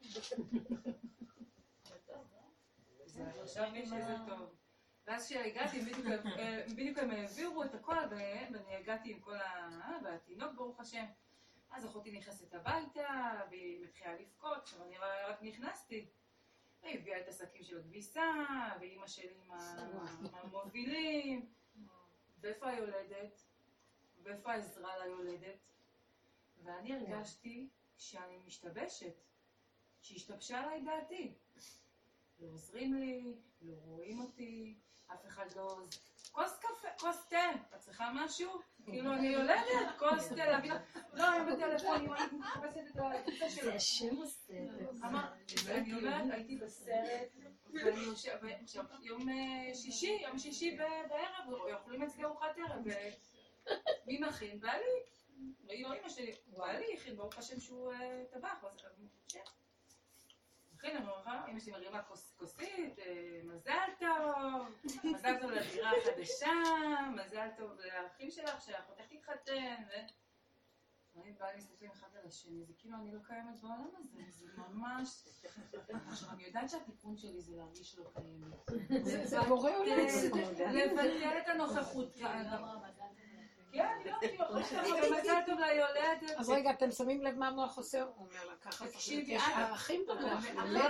חשבתי שזה טוב. ואז כשהגעתי, בדיוק הם העבירו את הכל, ואני הגעתי עם כל ה... והתינוק ברוך השם. אז אחותי נכנסת הביתה, והיא מתחילה לבכות, עכשיו אני רק נכנסתי. היא הביאה את השקים של הכביסה, ואימא שלי עם המובילים. ואיפה היולדת? ואיפה העזרה ליולדת? ואני הרגשתי שאני משתבשת, שהשתבשה עליי דעתי. לא עוזרים לי, לא רואים אותי, אף אחד לא... כוס קפה, כוס תה, את צריכה משהו? כאילו אני יולדת, כוס תה, להביא... לא, אני בטלפון, אני מחפשת את הכיסא שלו. זה השם עושה. אני אומרת, הייתי בסרט, ואני יושב... עכשיו, יום שישי, יום שישי בערב, יכולים אצלי ארוחת ערב, ומי מכין? בעלי. לא אמא שלי, בעלי הכין, ברוך השם שהוא טבח, אז אני חושב. הכין, אמא שלי מרימה כוסית, מזל טוב, מזל טוב לדירה החדשה, מזל טוב לאחים שלך, שהחותך תתחתן, ו... אני באה להסתכלים אחד על השני, זה כאילו אני לא קיימת בעולם הזה, זה ממש... עכשיו, אני יודעת שהתיקון שלי זה להרגיש לא קיימת. זה בורא עולם. לבטל את הנוכחות כאן. כן, לא, כאילו, מזל טוב ליולדת. אז רגע, אתם שמים לב מה המוח עושה? הוא אומר לה ככה, יש ערכים במוח,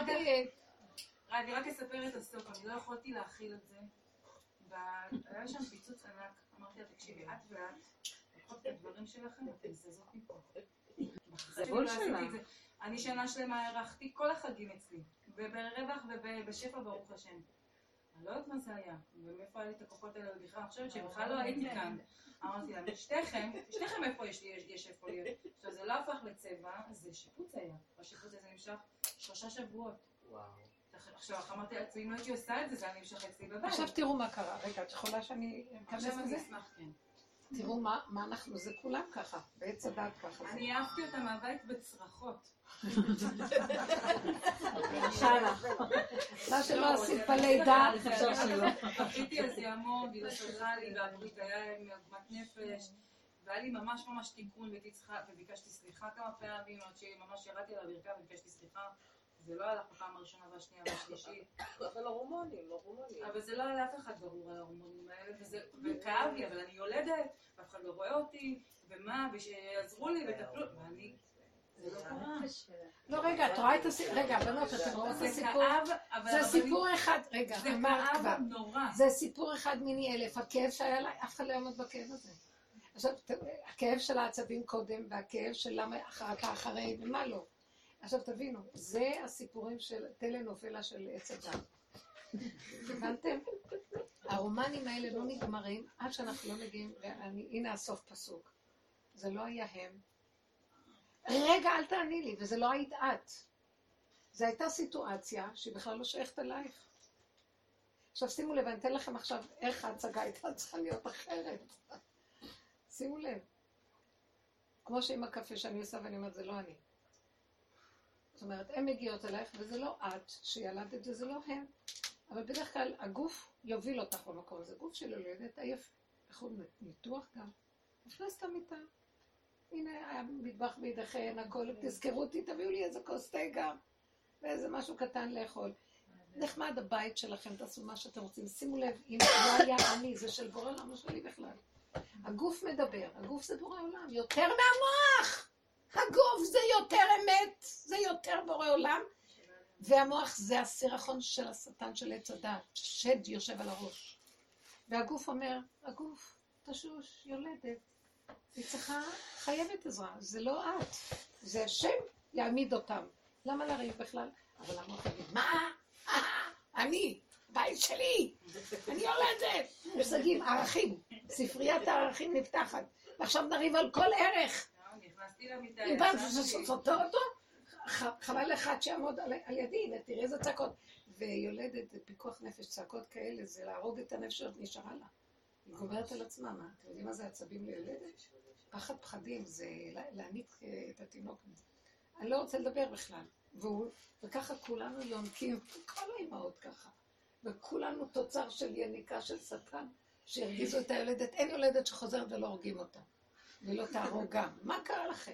אני רק אספר את הסוף, אני לא יכולתי להכיל את זה. היה שם פיצוץ ענק, אמרתי לה, תקשיבי, את ואת, לפחות את הדברים שלכם, אתם זזות מפה. זה בול שלה. אני שנה שלמה הערכתי כל החגים אצלי, וברווח ובשפע ברוך השם. אני לא יודעת מה זה היה, ומאיפה היה לי את הכוחות האלה בכלל, אני חושבת שבכלל לא הייתי כאן. אמרתי להם, שתיכם, שתיכם איפה יש לי, יש איפה להיות. עכשיו זה לא הפך לצבע, זה שיפוץ היה. השיפוץ הזה נמשך שלושה שבועות. עכשיו אמרתי לעצמי, אם לא הייתי עושה את זה, זה היה נמשך אצלי בבית. עכשיו תראו מה קרה, רגע, את יכולה שאני אכנס עכשיו אני לזה? אשמח, כן. תראו מה אנחנו, זה כולם ככה, בעץ הדת ככה. אני אהבתי אותה מהבית בצרחות. מה שלא עשית בלידה. עשיתי אז המון, היא לא סגרה לי, והברית היה עם עגמת נפש, והיה לי ממש ממש תיקון, וביקשתי סליחה כמה פעמים, עד שממש ירדתי על הברכיים וביקשתי סליחה. זה לא הלך בפעם הראשונה והשנייה והשלישית. אבל הרומונים, הרומונים. אבל זה לא היה לאף אחד ברור על הרומונים האלה, וכאב לי, אבל אני יולדת, ואף אחד לא רואה אותי, ומה, ושיעזרו לי וטפלו, ואני... זה לא קרה. לא, רגע, את רואה את הסיפור, רגע, בנות, אתם רואות את הסיפור? זה סיפור אחד, רגע, אמרת כבר. זה סיפור אחד מיני אלף, הכאב שהיה לה, אף אחד לא יעמוד בכאב הזה. עכשיו, הכאב של העצבים קודם, והכאב של למה אתה אחרי, ומה לא. עכשיו תבינו, זה הסיפורים של טלנובלה של עץ הדת. הבנתם? הרומנים האלה לא נגמרים עד שאנחנו לא מגיעים, והנה הסוף פסוק. זה לא היה הם. רגע, אל תעני לי, וזה לא היית את. זו הייתה סיטואציה שהיא בכלל לא שייכת אלייך. עכשיו שימו לב, אני אתן לכם עכשיו איך ההצגה הייתה צריכה להיות אחרת. שימו לב. כמו שעם הקפה שאני עושה ואני אומרת, זה לא אני. זאת אומרת, הן מגיעות אלייך, וזה לא את שילדת את זה, זה לא הם. אבל בדרך כלל הגוף יוביל אותך במקום הזה. גוף של יולדת עייף, יכול ניתוח גם. נכנסת למיטה. הנה, היה מטבח בידיכן, הכל, תזכרו אותי, תביאו לי איזה כוס תה גם, ואיזה משהו קטן לאכול. נחמד הבית שלכם, תעשו מה שאתם רוצים. שימו לב, אם לא היה אני, זה של בורא עולם, לא שלי בכלל. הגוף מדבר, הגוף זה בורא עולם, יותר מהמוח! הגוף זה יותר אמת, זה יותר בורא עולם, והמוח זה הסירחון של השטן של עץ הדת, שד יושב על הראש. והגוף אומר, הגוף, תשוש, יולדת, היא צריכה, חייבת עזרה, זה לא את, זה השם יעמיד אותם. למה לריב בכלל? אבל המוח יגיד, מה? אני, בית שלי, אני יולדת. מושגים, ערכים, ספריית הערכים נפתחת, ועכשיו נריב על כל ערך. אם פעם שסוטו אותו, חבל אחד שיעמוד על ידי, ותראי איזה צעקות. ויולדת, זה פיקוח נפש, צעקות כאלה, זה להרוג את הנפש שעוד נשארה לה. היא גומרת על עצמה, מה? אתם יודעים מה זה עצבים ליולדת? פחד פחדים, זה להעניק את התינוק. אני לא רוצה לדבר בכלל. וככה כולנו יונקים, כל האימהות ככה. וכולנו תוצר של יניקה של שטן, שהרגיזו את היולדת. אין יולדת שחוזרת ולא הורגים אותה, ולא תהרוג גם. מה קרה לכם?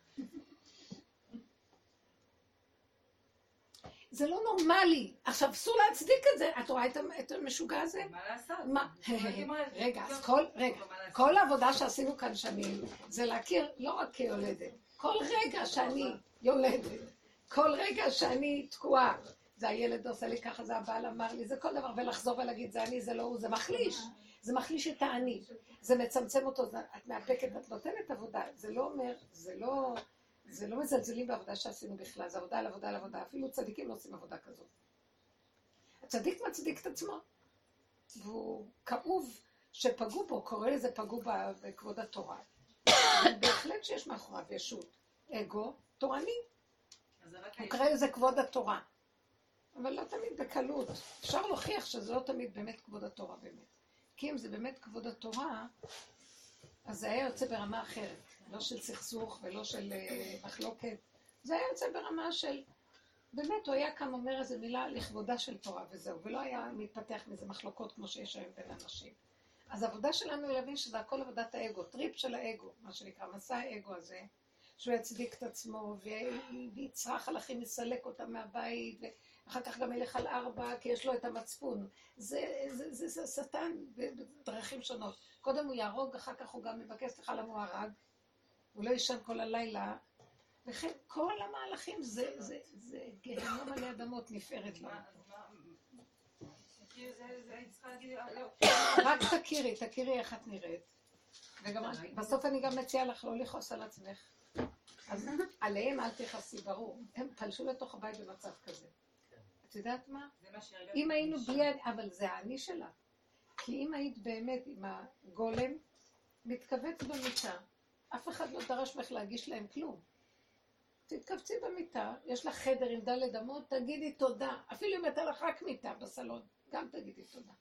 זה לא נורמלי. עכשיו, אסור להצדיק את זה. את רואה את המשוגע הזה? מה לעשות? מה? רגע, אז כל, רגע, כל העבודה שעשינו כאן שנים, זה להכיר לא רק כיולדת. כל רגע שאני יולדת, כל רגע שאני תקועה, זה הילד עושה לי ככה, זה הבעל אמר לי, זה כל דבר, ולחזור ולהגיד, זה אני, זה לא הוא, זה מחליש. זה מחליש את האני. זה מצמצם אותו, את מאפקת, את נותנת עבודה. זה לא אומר, זה לא... זה לא מזלזלים בעבודה שעשינו בכלל, זה עבודה על עבודה על עבודה, אפילו צדיקים לא עושים עבודה כזאת. הצדיק מצדיק את עצמו, והוא כאוב שפגעו בו, קורא לזה פגעו בכבוד התורה. בהחלט שיש מאחוריו ישות, אגו, תורני. הוא קורא לזה כבוד התורה. אבל לא תמיד בקלות. אפשר להוכיח שזה לא תמיד באמת כבוד התורה באמת. כי אם זה באמת כבוד התורה, אז זה היה יוצא ברמה אחרת. לא של סכסוך ולא של uh, מחלוקת. זה היה יוצא ברמה של... באמת, הוא היה כאן אומר איזו מילה לכבודה של תורה וזהו, ולא היה מתפתח מזה מחלוקות כמו שיש היום בין אנשים. אז העבודה שלנו היא להבין שזה הכל עבודת האגו, טריפ של האגו, מה שנקרא, מסע האגו הזה, שהוא יצדיק את עצמו ויצרח על אחים, יסלק אותם מהבית, ואחר כך גם ילך על ארבע, כי יש לו את המצפון. זה, זה, זה, זה שטן בדרכים שונות. קודם הוא יהרוג, אחר כך הוא גם מבקש לך למה הוא הרג. הוא לא ישן כל הלילה, וכן כל המהלכים זה, זה, זה גהנום עלי אדמות נפארת לנו. רק תכירי, תכירי איך את נראית. וגם בסוף אני גם מציעה לך לא לכעוס על עצמך. אז עליהם אל תכעסי, ברור. הם פלשו לתוך הבית במצב כזה. את יודעת מה? אם היינו בלי... אבל זה האני שלה. כי אם היית באמת עם הגולם, מתכווץ במיטה, אף אחד לא דרש ממך להגיש להם כלום. תתכווצי במיטה, יש לך חדר עם דלת אמות, תגידי תודה. אפילו אם אתה לך רק מיטה בסלון, גם תגידי תודה.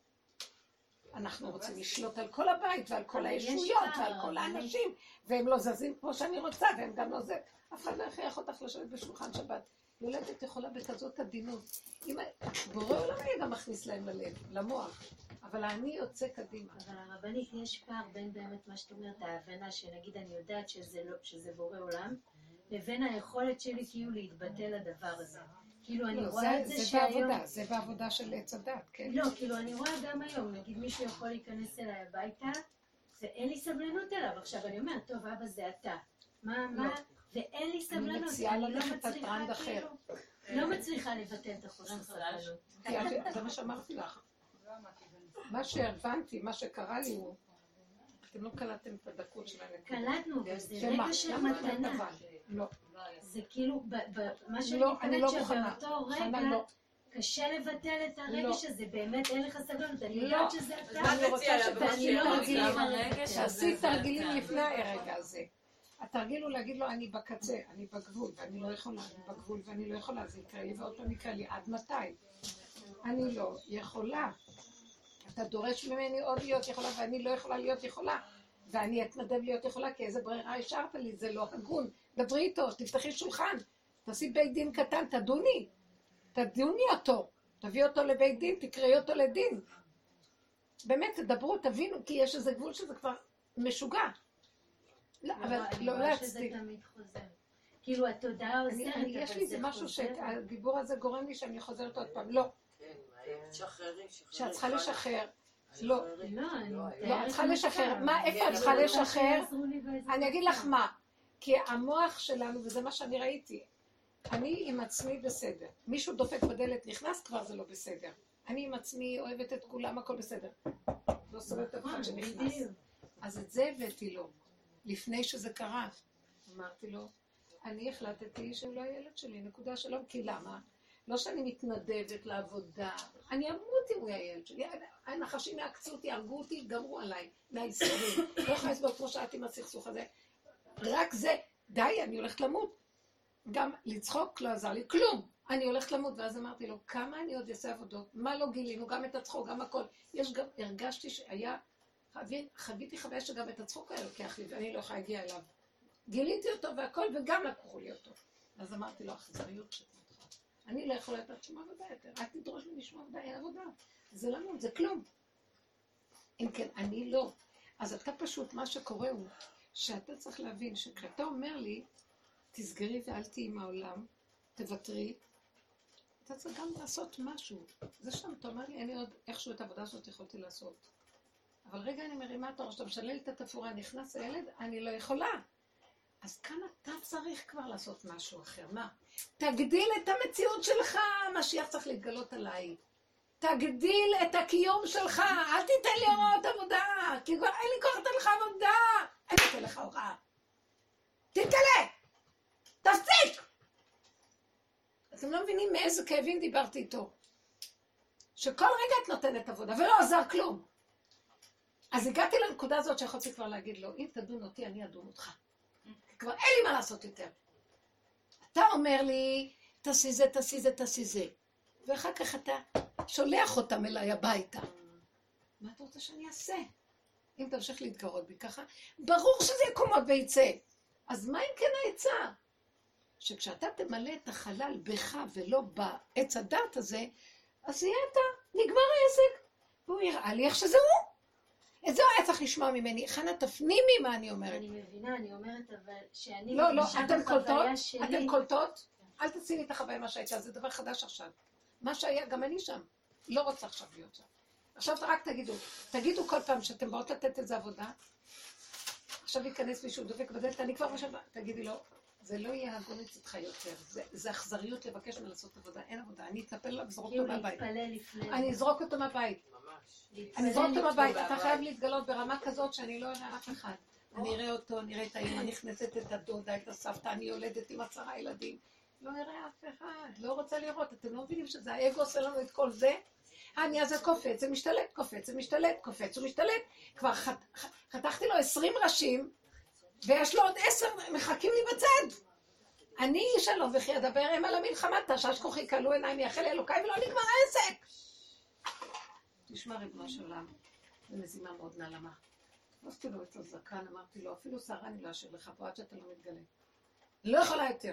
אנחנו רוצים לשלוט על כל הבית ועל כל הישויות ועל כל האנשים, והם לא זזים כמו שאני רוצה, והם גם לא זה. אף אחד לא יכריח אותך לשבת בשולחן שבת. יולדת יכולה בכזאת עדינות. בורא עולם היה גם מכניס להם ללב, למוח. אבל אני יוצא קדימה. אבל הרבנית, יש פער בין באמת מה שאת אומרת, ההבנה שנגיד אני יודעת שזה, לא, שזה בורא עולם, לבין היכולת שלי כאילו להתבטא לדבר הזה. כאילו אני רואה את זה שהיום... זה בעבודה של עץ הדת, כן? לא, כאילו אני רואה גם היום, נגיד מישהו יכול להיכנס אליי הביתה, ואין לי סבלנות אליו. עכשיו אני אומרת, טוב, אבא זה אתה. מה, מה? ואין לי סבלנות. אני מציעה ללכת על טרנד אחר. לא מצליחה לבטל את החוסר סבלנות. זה מה שאמרתי לך. מה שהבנתי, מה שקרה לי הוא, אתם לא קלטתם את הדקות של הנקודה. קלטנו, זה רגע של מתנה. לא. זה כאילו, מה שאני מתכוונת שבאותו רגע, קשה לבטל את הרגש הזה, באמת אין לך סבלנות, אני יודעת שזה אתה. אני רוצה שתעשי תרגילים, שעשי תרגילים לפני הרגע הזה. התרגיל הוא להגיד לו, אני בקצה, אני בגבול, ואני לא יכולה, אני בגבול, ואני לא יכולה, זה יקרה לי, ועוד פעם יקרה לי, עד מתי? אני לא יכולה. אתה דורש ממני עוד להיות יכולה, ואני לא יכולה להיות יכולה. ואני אתנדב להיות יכולה, כי איזה ברירה השארת לי, זה לא הגון. דברי איתו, תפתחי שולחן, תעשי בית דין קטן, תדוני. תדוני אותו, תביא אותו לבית דין, תקראי אותו לדין. באמת, תדברו, תבינו, כי יש איזה גבול שזה כבר משוגע. לא, אבל לא להצדיק. שזה תמיד חוזר. כאילו, התודעה עוזרת, אבל זה חוזר. יש לי איזה משהו שהדיבור הזה גורם לי שאני חוזרת עוד פעם. לא. שחררי, שחררי. שאת צריכה לשחרר. לא. לא, לא, את צריכה לשחרר. מה, איפה את צריכה לשחרר? אני אגיד לך מה. כי המוח שלנו, וזה מה שאני ראיתי, אני עם עצמי בסדר. מישהו דופק בדלת, נכנס, כבר זה לא בסדר. אני עם עצמי אוהבת את כולם, הכל בסדר. לא סובבת את אחד שנכנס. אז את זה הבאתי לו. לפני שזה קרה, אמרתי לו, אני החלטתי שהוא לא הילד שלי, נקודה שלום, כי למה? לא שאני מתנדבת לעבודה, אני אמות אם הוא הילד שלי, הנחשים יעקצו אותי, הרגו אותי, גמרו עליי, מהיסורים, לא יכולה לסבור כמו שאת עם הסכסוך הזה, רק זה, די, אני הולכת למות, גם לצחוק לא עזר לי, כלום, אני הולכת למות, ואז אמרתי לו, כמה אני עוד אעשה עבודות, מה לא גילינו, גם את הצחוק, גם הכל, יש גם, הרגשתי שהיה, חוויתי חוויה שגם את הצחוק היה לוקח לי, ואני לא יכולה להגיע אליו. גיליתי אותו והכל, וגם לקחו לי אותו. אז אמרתי לו, אכזריות שתמותך. אני לא יכולה לתת שום עבודה יותר, אל תדרוש ממני שום עבודה, אין עבודה. זה לא מאוד, זה כלום. אם כן, אני לא. אז אתה פשוט, מה שקורה הוא, שאתה צריך להבין שכשאתה אומר לי, תסגרי ואל תהי עם העולם, תוותרי, אתה צריך גם לעשות משהו. זה שם, אתה אומר לי, אין לי עוד איכשהו את העבודה הזאת יכולתי לעשות. אבל רגע אני מרימה את הראש, אתה משלל את התפאורה, נכנס הילד, אני לא יכולה. אז כאן אתה צריך כבר לעשות משהו אחר. מה? תגדיל את המציאות שלך, המשיח צריך להתגלות עליי. תגדיל את הקיום שלך, אל תיתן לי הוראות עבודה, כי כבר אין לי כוח לתת לך עבודה. אני אתן לך הוראה. תתגלה! תפסיק! אתם לא מבינים מאיזה כאבים דיברתי איתו. שכל רגע את נותנת עבודה, ולא עזר כלום. אז הגעתי לנקודה הזאת שיכולתי כבר להגיד לו, אם תדון אותי, אני אדון אותך. כבר אין לי מה לעשות יותר. אתה אומר לי, תעשי זה, תעשי זה, תעשי זה. ואחר כך אתה שולח אותם אליי הביתה. מה אתה רוצה שאני אעשה? אם תמשיך להתגרות בי ככה, ברור שזה יקום עוד ויצא. אז מה אם כן העצה? שכשאתה תמלא את החלל בך ולא בעץ הדת הזה, אז יהיה אתה, נגמר העסק. והוא יראה לי איך שזה הוא. את זה הוא היה צריך לשמוע ממני. חנה, תפנימי מה אני אומרת. אני מבינה, אני אומרת, אבל שאני... לא, לא, אתם קולטות? אתם קולטות? אל תצילי את החוויה מה שהייתה, זה דבר חדש עכשיו. מה שהיה, גם אני שם. לא רוצה עכשיו להיות שם. עכשיו רק תגידו, תגידו כל פעם שאתם באות לתת איזה עבודה, עכשיו ייכנס מישהו דופק בדלת, אני כבר משהו, תגידי לו, זה לא יהיה הגון אצלך יותר, זה אכזריות לבקש ממנו לעשות עבודה, אין עבודה, אני אטפל לו, אזרוק אותו מהבית. אני אזרוק אותו מהבית. אני אזרוק אותו מהבית, אתה חייב להתגלות ברמה כזאת שאני לא אראה אף אחד. אני אראה אותו, אני אראה את האמא נכנסת, את הדודה, את הסבתא, אני יולדת עם עשרה ילדים. לא אראה אף אחד, לא רוצה לראות, אתם לא מבינים שזה האגו עושה לנו את כל זה? אני אז זה קופץ, זה משתלט, קופץ, זה משתלט, קופץ, הוא משתלט. כבר חתכתי לו עשרים ראשים, ויש לו עוד עשר, מחכים לי בצד. אני שלום וכי אדבר הם על המלחמה, תשש כוחי, קלו עיניים, יחל אלוקיי, ולא נגמר העסק. תשמע ריבונו של עולם, במזימה מאוד נעלמה. עשיתי לו את הזקן, אמרתי לו, אפילו שערה אני לא אשאיר לך פה עד שאתה לא מתגלה. לא יכולה יותר.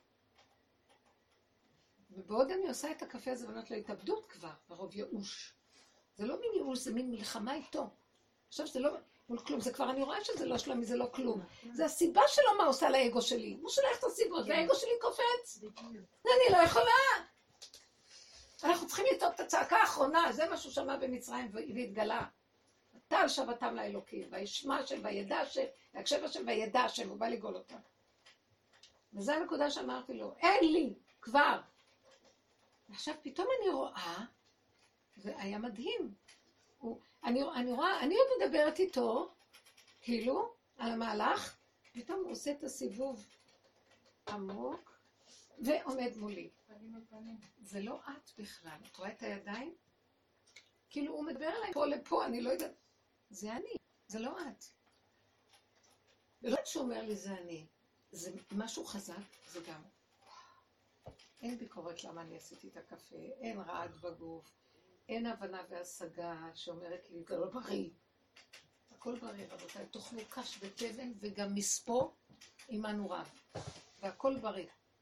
ובעוד אני עושה את הקפה הזה, ואומרת לו, התאבדות כבר, ברוב ייאוש. זה לא מין ייאוש, זה מין מלחמה איתו. עכשיו זה לא מול כלום, זה כבר אני רואה שזה לא שלמי, זה לא כלום. זה הסיבה שלו מה עושה לאגו שלי. הוא שולח את הסיבות, והאגו שלי קופץ. אני לא יכולה. אנחנו צריכים לצעוק את הצעקה האחרונה, זה מה שהוא שמע במצרים והתגלה. אתה על שבתם לאלוקים, וישמע השם, וידע השם, ויקשב השם, וידע השם, הוא בא לגאול אותה. וזו הנקודה שאמרתי לו, אין לי, כבר. ועכשיו פתאום אני רואה, זה היה מדהים. הוא, אני, אני רואה, אני עוד מדברת איתו, כאילו, על המהלך, פתאום הוא עושה את הסיבוב עמוק, ועומד מולי. זה לא את בכלל, את רואה את הידיים? כאילו הוא מדבר עליי פה לפה, אני לא יודעת. זה אני, זה לא את. ולא את שאומר לי זה אני, זה משהו חזק, זה גם. אין ביקורת למה אני עשיתי את הקפה, אין רעד בגוף, אין הבנה והשגה שאומרת לי, זה לא בריא. הכל בריא, רבותיי, תאכלו קש ותבן וגם מספו עמנו רב. והכל בריא.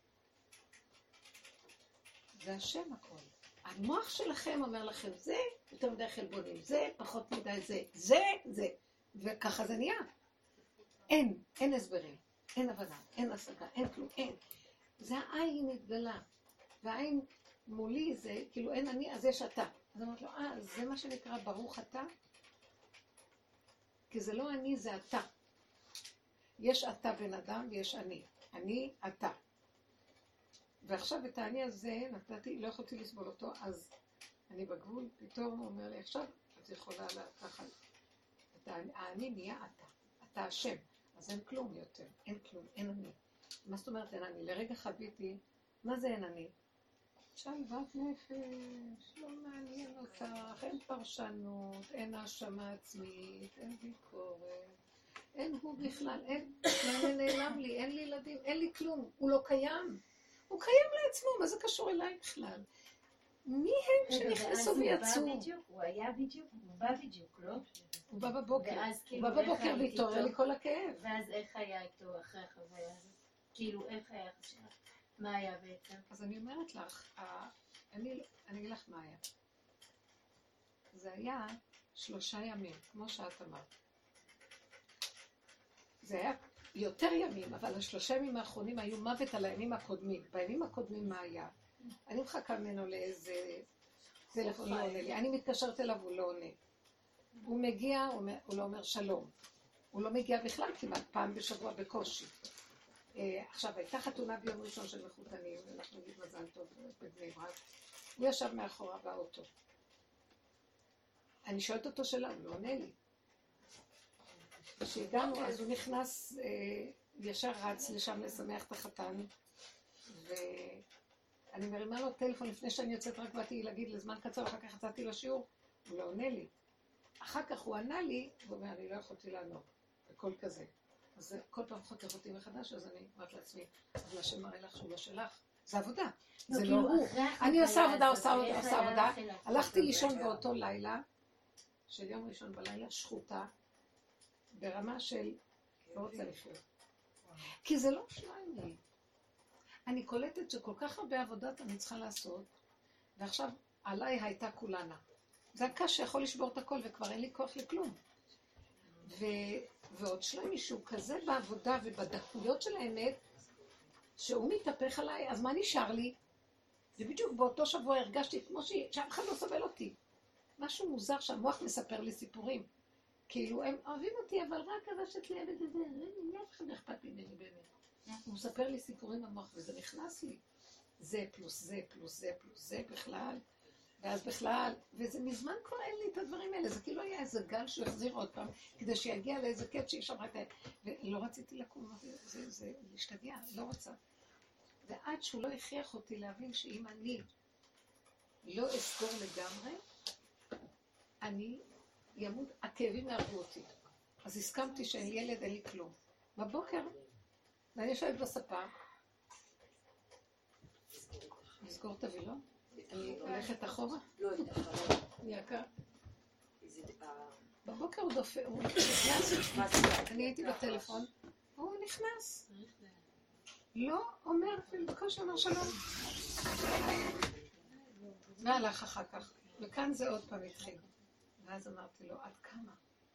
זה השם הכל. המוח שלכם אומר לכם, זה יותר מדי חלבונים, זה פחות מדי זה, זה, זה. וככה זה נהיה. אין, אין הסברים, אין הבנה, אין השגה, אין כלום, אין. זה העין נתגלה. והעין מולי זה, כאילו אין אני, אז יש אתה. אז אמרת לו, אה, זה מה שנקרא ברוך אתה? כי זה לא אני, זה אתה. יש אתה בן אדם ויש אני. אני, אתה. ועכשיו את העני הזה נתתי, לא יכולתי לסבול אותו, אז אני בגבול, פתאום הוא אומר לי, עכשיו את יכולה לקחת. העני נהיה אתה. אתה השם. אז אין כלום יותר. אין כלום, אין אני. מה זאת אומרת אין אני? לרגע חוויתי, מה זה אין אני? שלוות נפש, לא מעניין אותך, אין פרשנות, אין האשמה עצמית, אין ביקורת, אין הוא בכלל, אין, נעלם לי, אין לי ילדים, אין לי כלום, הוא לא קיים. הוא קיים לעצמו, מה זה קשור אליי בכלל? מי הם שנכנסו ויצאו? הוא היה בדיוק, הוא בא בדיוק, לא? הוא בא בבוקר, הוא בא בבוקר והתעורר לי כל הכאב. ואז איך היה איתו אחרי החוויה הזאת? כאילו, איך היה שלך? מה היה בעצם? אז אני אומרת לך, אני אגיד לך מה היה. זה היה שלושה ימים, כמו שאת אמרת. זה היה יותר ימים, אבל השלושה ימים האחרונים היו מוות על הימים הקודמים. בימים הקודמים מה היה? אני מחכה ממנו לאיזה טלפון, לא עונה לי. אני מתקשרת אליו, הוא לא עונה. הוא מגיע, הוא לא אומר שלום. הוא לא מגיע בכלל כמעט פעם בשבוע בקושי. עכשיו, הייתה חתונה ביום ראשון של מחותנים, ואנחנו נגיד מזל טוב בבני ברק. הוא ישב מאחורה באוטו. אני שואלת אותו שאלה, הוא לא עונה לי. כשהגענו, אז הוא נכנס, ישר רץ לשם לשמח את החתן, ואני מרימה לו טלפון לפני שאני יוצאת, רק באתי להגיד לזמן קצר, אחר כך יצאתי לשיעור, הוא לא עונה לי. אחר כך הוא ענה לי, הוא אומר, אני לא יכולתי לענות, בכל כזה. אז כל פעם חותך אותי מחדש, אז אני אומרת לעצמי, אבל השם מראה לך שהוא לא שלך, זה עבודה, זה לא הוא. אני עושה עבודה, עושה עבודה, עושה עבודה. הלכתי לישון באותו לילה, של יום ראשון בלילה, שחוטה, ברמה של לא רוצה לחיות. כי זה לא שלנו. אני קולטת שכל כך הרבה עבודות אני צריכה לעשות, ועכשיו עליי הייתה כולנה. זה הקש שיכול לשבור את הכל, וכבר אין לי כוח לכלום. ו... ועוד שלא מישהו כזה בעבודה ובדקויות של האמת, שהוא מתהפך עליי, אז מה נשאר לי? ובדיוק באותו שבוע הרגשתי כמו ש... שאף אחד לא סבל אותי. משהו מוזר שהמוח מספר לי סיפורים. כאילו, הם אוהבים אותי, אבל רק הרשת לי, אף אחד לא אכפת ממני באמת. הוא מספר לי סיפורים במוח, וזה נכנס לי. זה פלוס זה, פלוס זה, פלוס זה בכלל. ואז בכלל, וזה מזמן כבר אין לי את הדברים האלה. זה כאילו היה איזה גל שהוא יחזיר עוד פעם, כדי שיגיע לאיזה קט שיש שם רק... ולא רציתי לקום, זה, זה להשתגע, לא רוצה. ועד שהוא לא הכריח אותי להבין שאם אני לא אסגור לגמרי, אני ימות, הכאבים יהרגו אותי. אז הסכמתי שאין ילד, אין לי כלום. בבוקר, ואני יושבת בספה, לסגור את הווילון, אני הולכת אחורה. לא יודעת, אבל... יקר. בבוקר הוא דופק, הוא נכנס, אני הייתי בטלפון, הוא נכנס. לא אומר, בקושי אומר שלום. והלך אחר כך, וכאן זה עוד פעם התחיל. ואז אמרתי לו, עד כמה?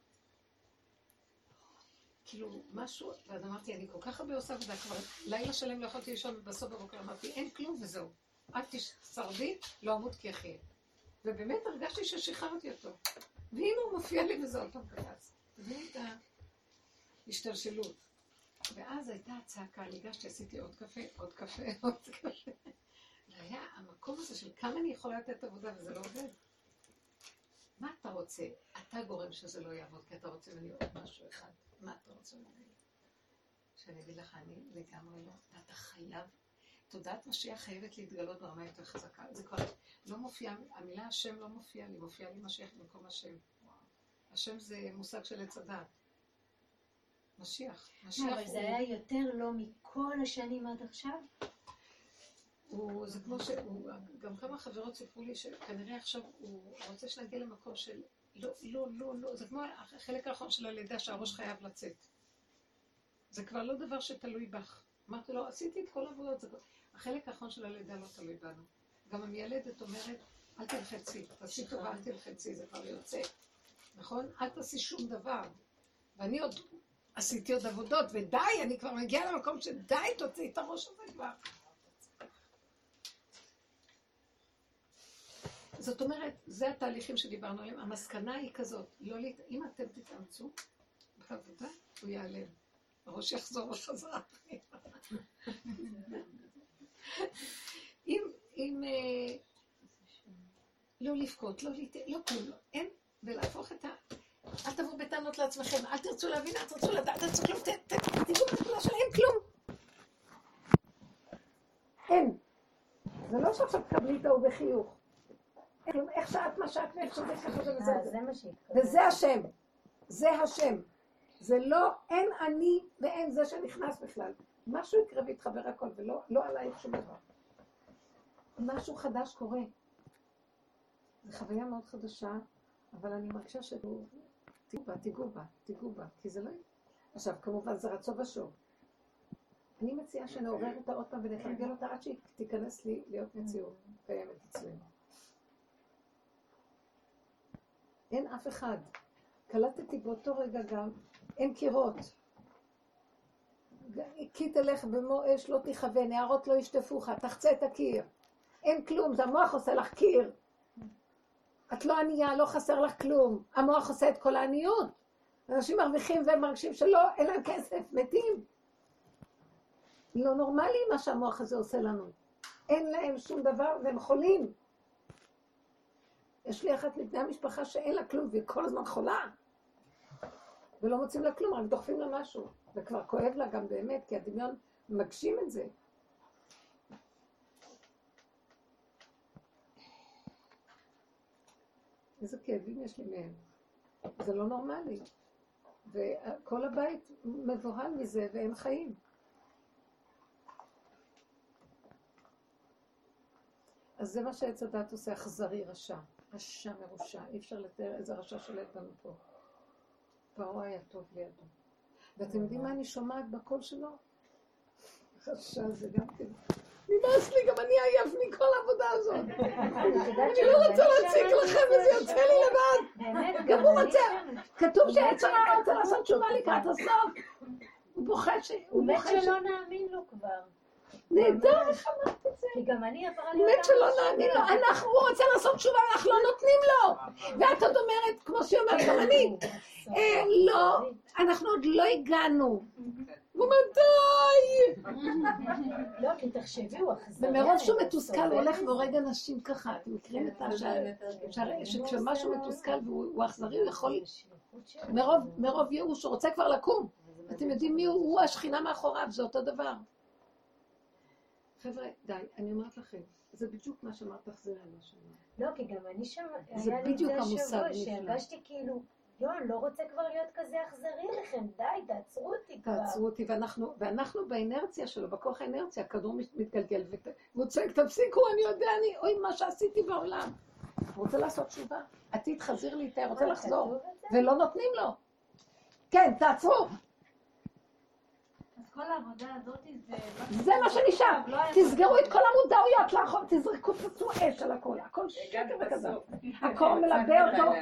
כאילו, משהו, ואז אמרתי, אני כל כך הרבה עושה עבודה, כבר לילה שלם לא יכולתי לישון, ובסוף בבוקר אמרתי, אין כלום וזהו. אל תשרדי, לא אמות כי אחיה. ובאמת הרגשתי ששחררתי אותו. והנה הוא מופיע לי וזה עוד פעם קפץ. וזה הייתה השתלשלות. ואז הייתה הצעקה, ניגשתי, עשיתי עוד קפה, עוד קפה, עוד קפה. והיה המקום הזה של כמה אני יכולה לתת עבודה וזה לא עובד. מה אתה רוצה? אתה גורם שזה לא יעבוד, כי אתה רוצה ממני עוד משהו אחד. מה אתה רוצה ממני? שאני אגיד לך, אני לגמרי לא. אתה חייב. תודעת משיח חייבת להתגלות ברמה יותר חזקה. זה כבר לא מופיע, המילה השם לא מופיע לי, מופיע לי משיח במקום השם. השם זה מושג של עץ הדעת. משיח. משיח אבל זה היה יותר לא מכל השנים עד עכשיו? הוא, זה כמו שהוא, גם כמה חברות סיפרו לי שכנראה עכשיו הוא רוצה שנגיע למקום של לא, לא, לא, לא, זה כמו החלק האחרון של הלידה שהראש חייב לצאת. זה כבר לא דבר שתלוי בך. אמרתי לו, עשיתי את כל העבודות, זה... החלק האחרון של הלידה לא תלוי בנו. גם המיילדת אומרת, אל תלחצי, תעשי טובה, אל תלחצי, זה כבר יוצא. נכון? אל תעשי שום דבר. ואני עוד עשיתי עוד עבודות, ודי, אני כבר מגיעה למקום שדי, תוציא את הראש הזה כבר. זאת אומרת, זה התהליכים שדיברנו עליהם. המסקנה היא כזאת, לא להת... אם אתם תתאמצו בעבודה, הוא ייעלם. הראש יחזור בחזרה. אם, אם, לא לבכות, לא להת... לא כלום, אין, ולהפוך את ה... אל תבואו בטענות לעצמכם, אל תרצו להבין, אל תרצו לדעת, אל תרצו כלום, תראו בתמונה של אין כלום. אין. זה לא שעכשיו תקבלי את ההוא בחיוך. איך שאת מה שאת ואיך שזה ככה זה וזה. וזה השם. זה השם. זה לא, אין אני ואין זה שנכנס בכלל. משהו יקרה ויתחבר הכל, ולא לא עלייך שום דבר. משהו חדש קורה. זו חוויה מאוד חדשה, אבל אני מרגישה שתיגעו בה, תיגעו בה, תיגעו בה, כי זה לא... עכשיו, כמובן זה רצו ושוב. אני מציעה שנעורר אותה עוד פעם ונתרגל אותה עד שהיא תיכנס לי להיות מציאות קיימת אצלנו. אין אף אחד. קלטתי באותו רגע גם, אין קירות. כי תלך במו אש לא תכוון, נערות לא ישטפוך, תחצה את הקיר. אין כלום, זה המוח עושה לך קיר. את לא ענייה, לא חסר לך כלום. המוח עושה את כל העניות. אנשים מרוויחים והם מרגישים שלא, אין להם כסף, מתים. לא נורמלי מה שהמוח הזה עושה לנו. אין להם שום דבר והם חולים. יש לי אחת מבני המשפחה שאין לה כלום והיא כל הזמן חולה. ולא מוצאים לה כלום, רק דוחפים לה משהו. וכבר כואב לה גם באמת, כי הדמיון מגשים את זה. איזה כאבים יש לי מהם. זה לא נורמלי. וכל הבית מבוהל מזה ואין חיים. אז זה מה שעץ הדת עושה, אכזרי, רשע. רשע מרושע. אי אפשר לתאר איזה רשע שולט לנו פה. פרעה היה טוב לידו. ואתם יודעים מה אני שומעת בקול שלו? רשע זה גם כן. נמאס לי, גם אני עייף מכל העבודה הזאת. אני לא רוצה להציג לכם וזה יוצא לי לבד. גם הוא רוצה. כתוב שעץ הרע רוצה לעשות תשובה לקראת הסוף. הוא בוכה ש... הוא מת שלא נאמין לו כבר. נהדר, איך אמרת את זה? כי גם אני עברה לי... הוא מת שלא נאמין לו. אנחנו, הוא רוצה לעשות תשובה, אנחנו לא נותנים לו. ואת עוד אומרת, כמו שהיא אומרת, גם אני. לא, אנחנו עוד לא הגענו. הוא אומר, די! לא, כי תחשבי, הוא אכזרי. ומרוב שהוא מתוסכל, הוא הולך והורג אנשים ככה. אתם מכירים את זה, שכשמשהו מתוסכל והוא אכזרי, הוא יכול... מרוב ייאוש, הוא רוצה כבר לקום. אתם יודעים מי הוא? הוא השכינה מאחוריו, זה אותו דבר. חבר'ה, די, אני אומרת לכם, זה בדיוק מה שאמרת, תחזיר על מה שאמרת. לא, כי גם אני שם, זה בדיוק המושג נפלא. שהרגשתי כאילו, לא, אני לא רוצה כבר להיות כזה אכזרי לכם, די, תעצרו אותי כבר. תעצרו אותי, ואנחנו, ואנחנו באנרציה שלו, בכוח האנרציה, הכדור מתגלגל, והוא צועק, תפסיקו, אני יודע, אני, אוי, מה שעשיתי בעולם. הוא רוצה לעשות תשובה, עתיד חזיר לי, אתה רוצה לחזור, ולא נותנים לו. כן, תעצרו. כל העבודה הזאת זה... זה מה שנשאר. תסגרו את כל המודעויות לאחור, תזרקו תצאו אש על הכל. הכל שקר וכזה. הכל מלבה אותו.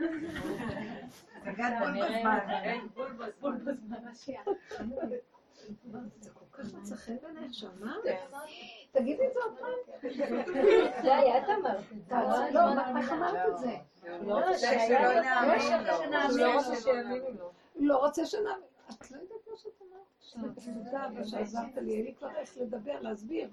הגעת בול בזמן. בול בזמן. זה כל כך מצא חן בעינייך שאמרת? תגידי את זה עוד פעם. זה היה, את אמרת את זה. לא, איך אמרת את זה? לא רוצה שלא נאמין לו. לא רוצה שנאמין. את לא יודעת מה שאת אמרת? תודה, אבל שעזרת לי, אין לי כבר איך לדבר, להסביר.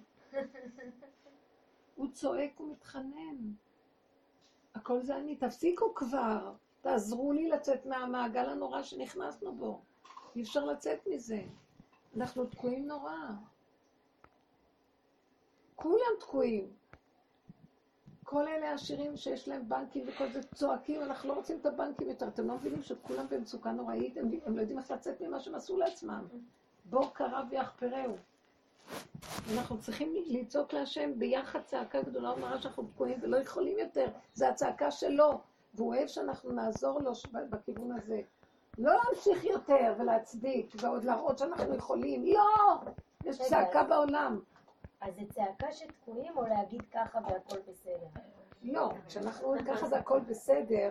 הוא צועק ומתחנן. הכל זה אני, תפסיקו כבר. תעזרו לי לצאת מהמעגל הנורא שנכנסנו בו. אי אפשר לצאת מזה. אנחנו תקועים נורא. כולם תקועים. כל אלה העשירים שיש להם בנקים וכל זה צועקים, אנחנו לא רוצים את הבנקים יותר. אתם לא מבינים שכולם במצוקה נוראית, הם, הם לא יודעים איך לצאת ממה שהם עשו לעצמם. בור קרב ויחפרהו. אנחנו צריכים לצעוק להשם ביחד צעקה גדולה ומראה שאנחנו תקועים ולא יכולים יותר. זה הצעקה שלו, והוא אוהב שאנחנו נעזור לו בכיוון הזה. לא להמשיך יותר ולהצדיק ועוד להראות שאנחנו יכולים. לא! יש צעקה בעולם. אז זה צעקה שתקועים או להגיד ככה והכל בסדר? לא, כשאנחנו אומרים ככה זה הכל בסדר,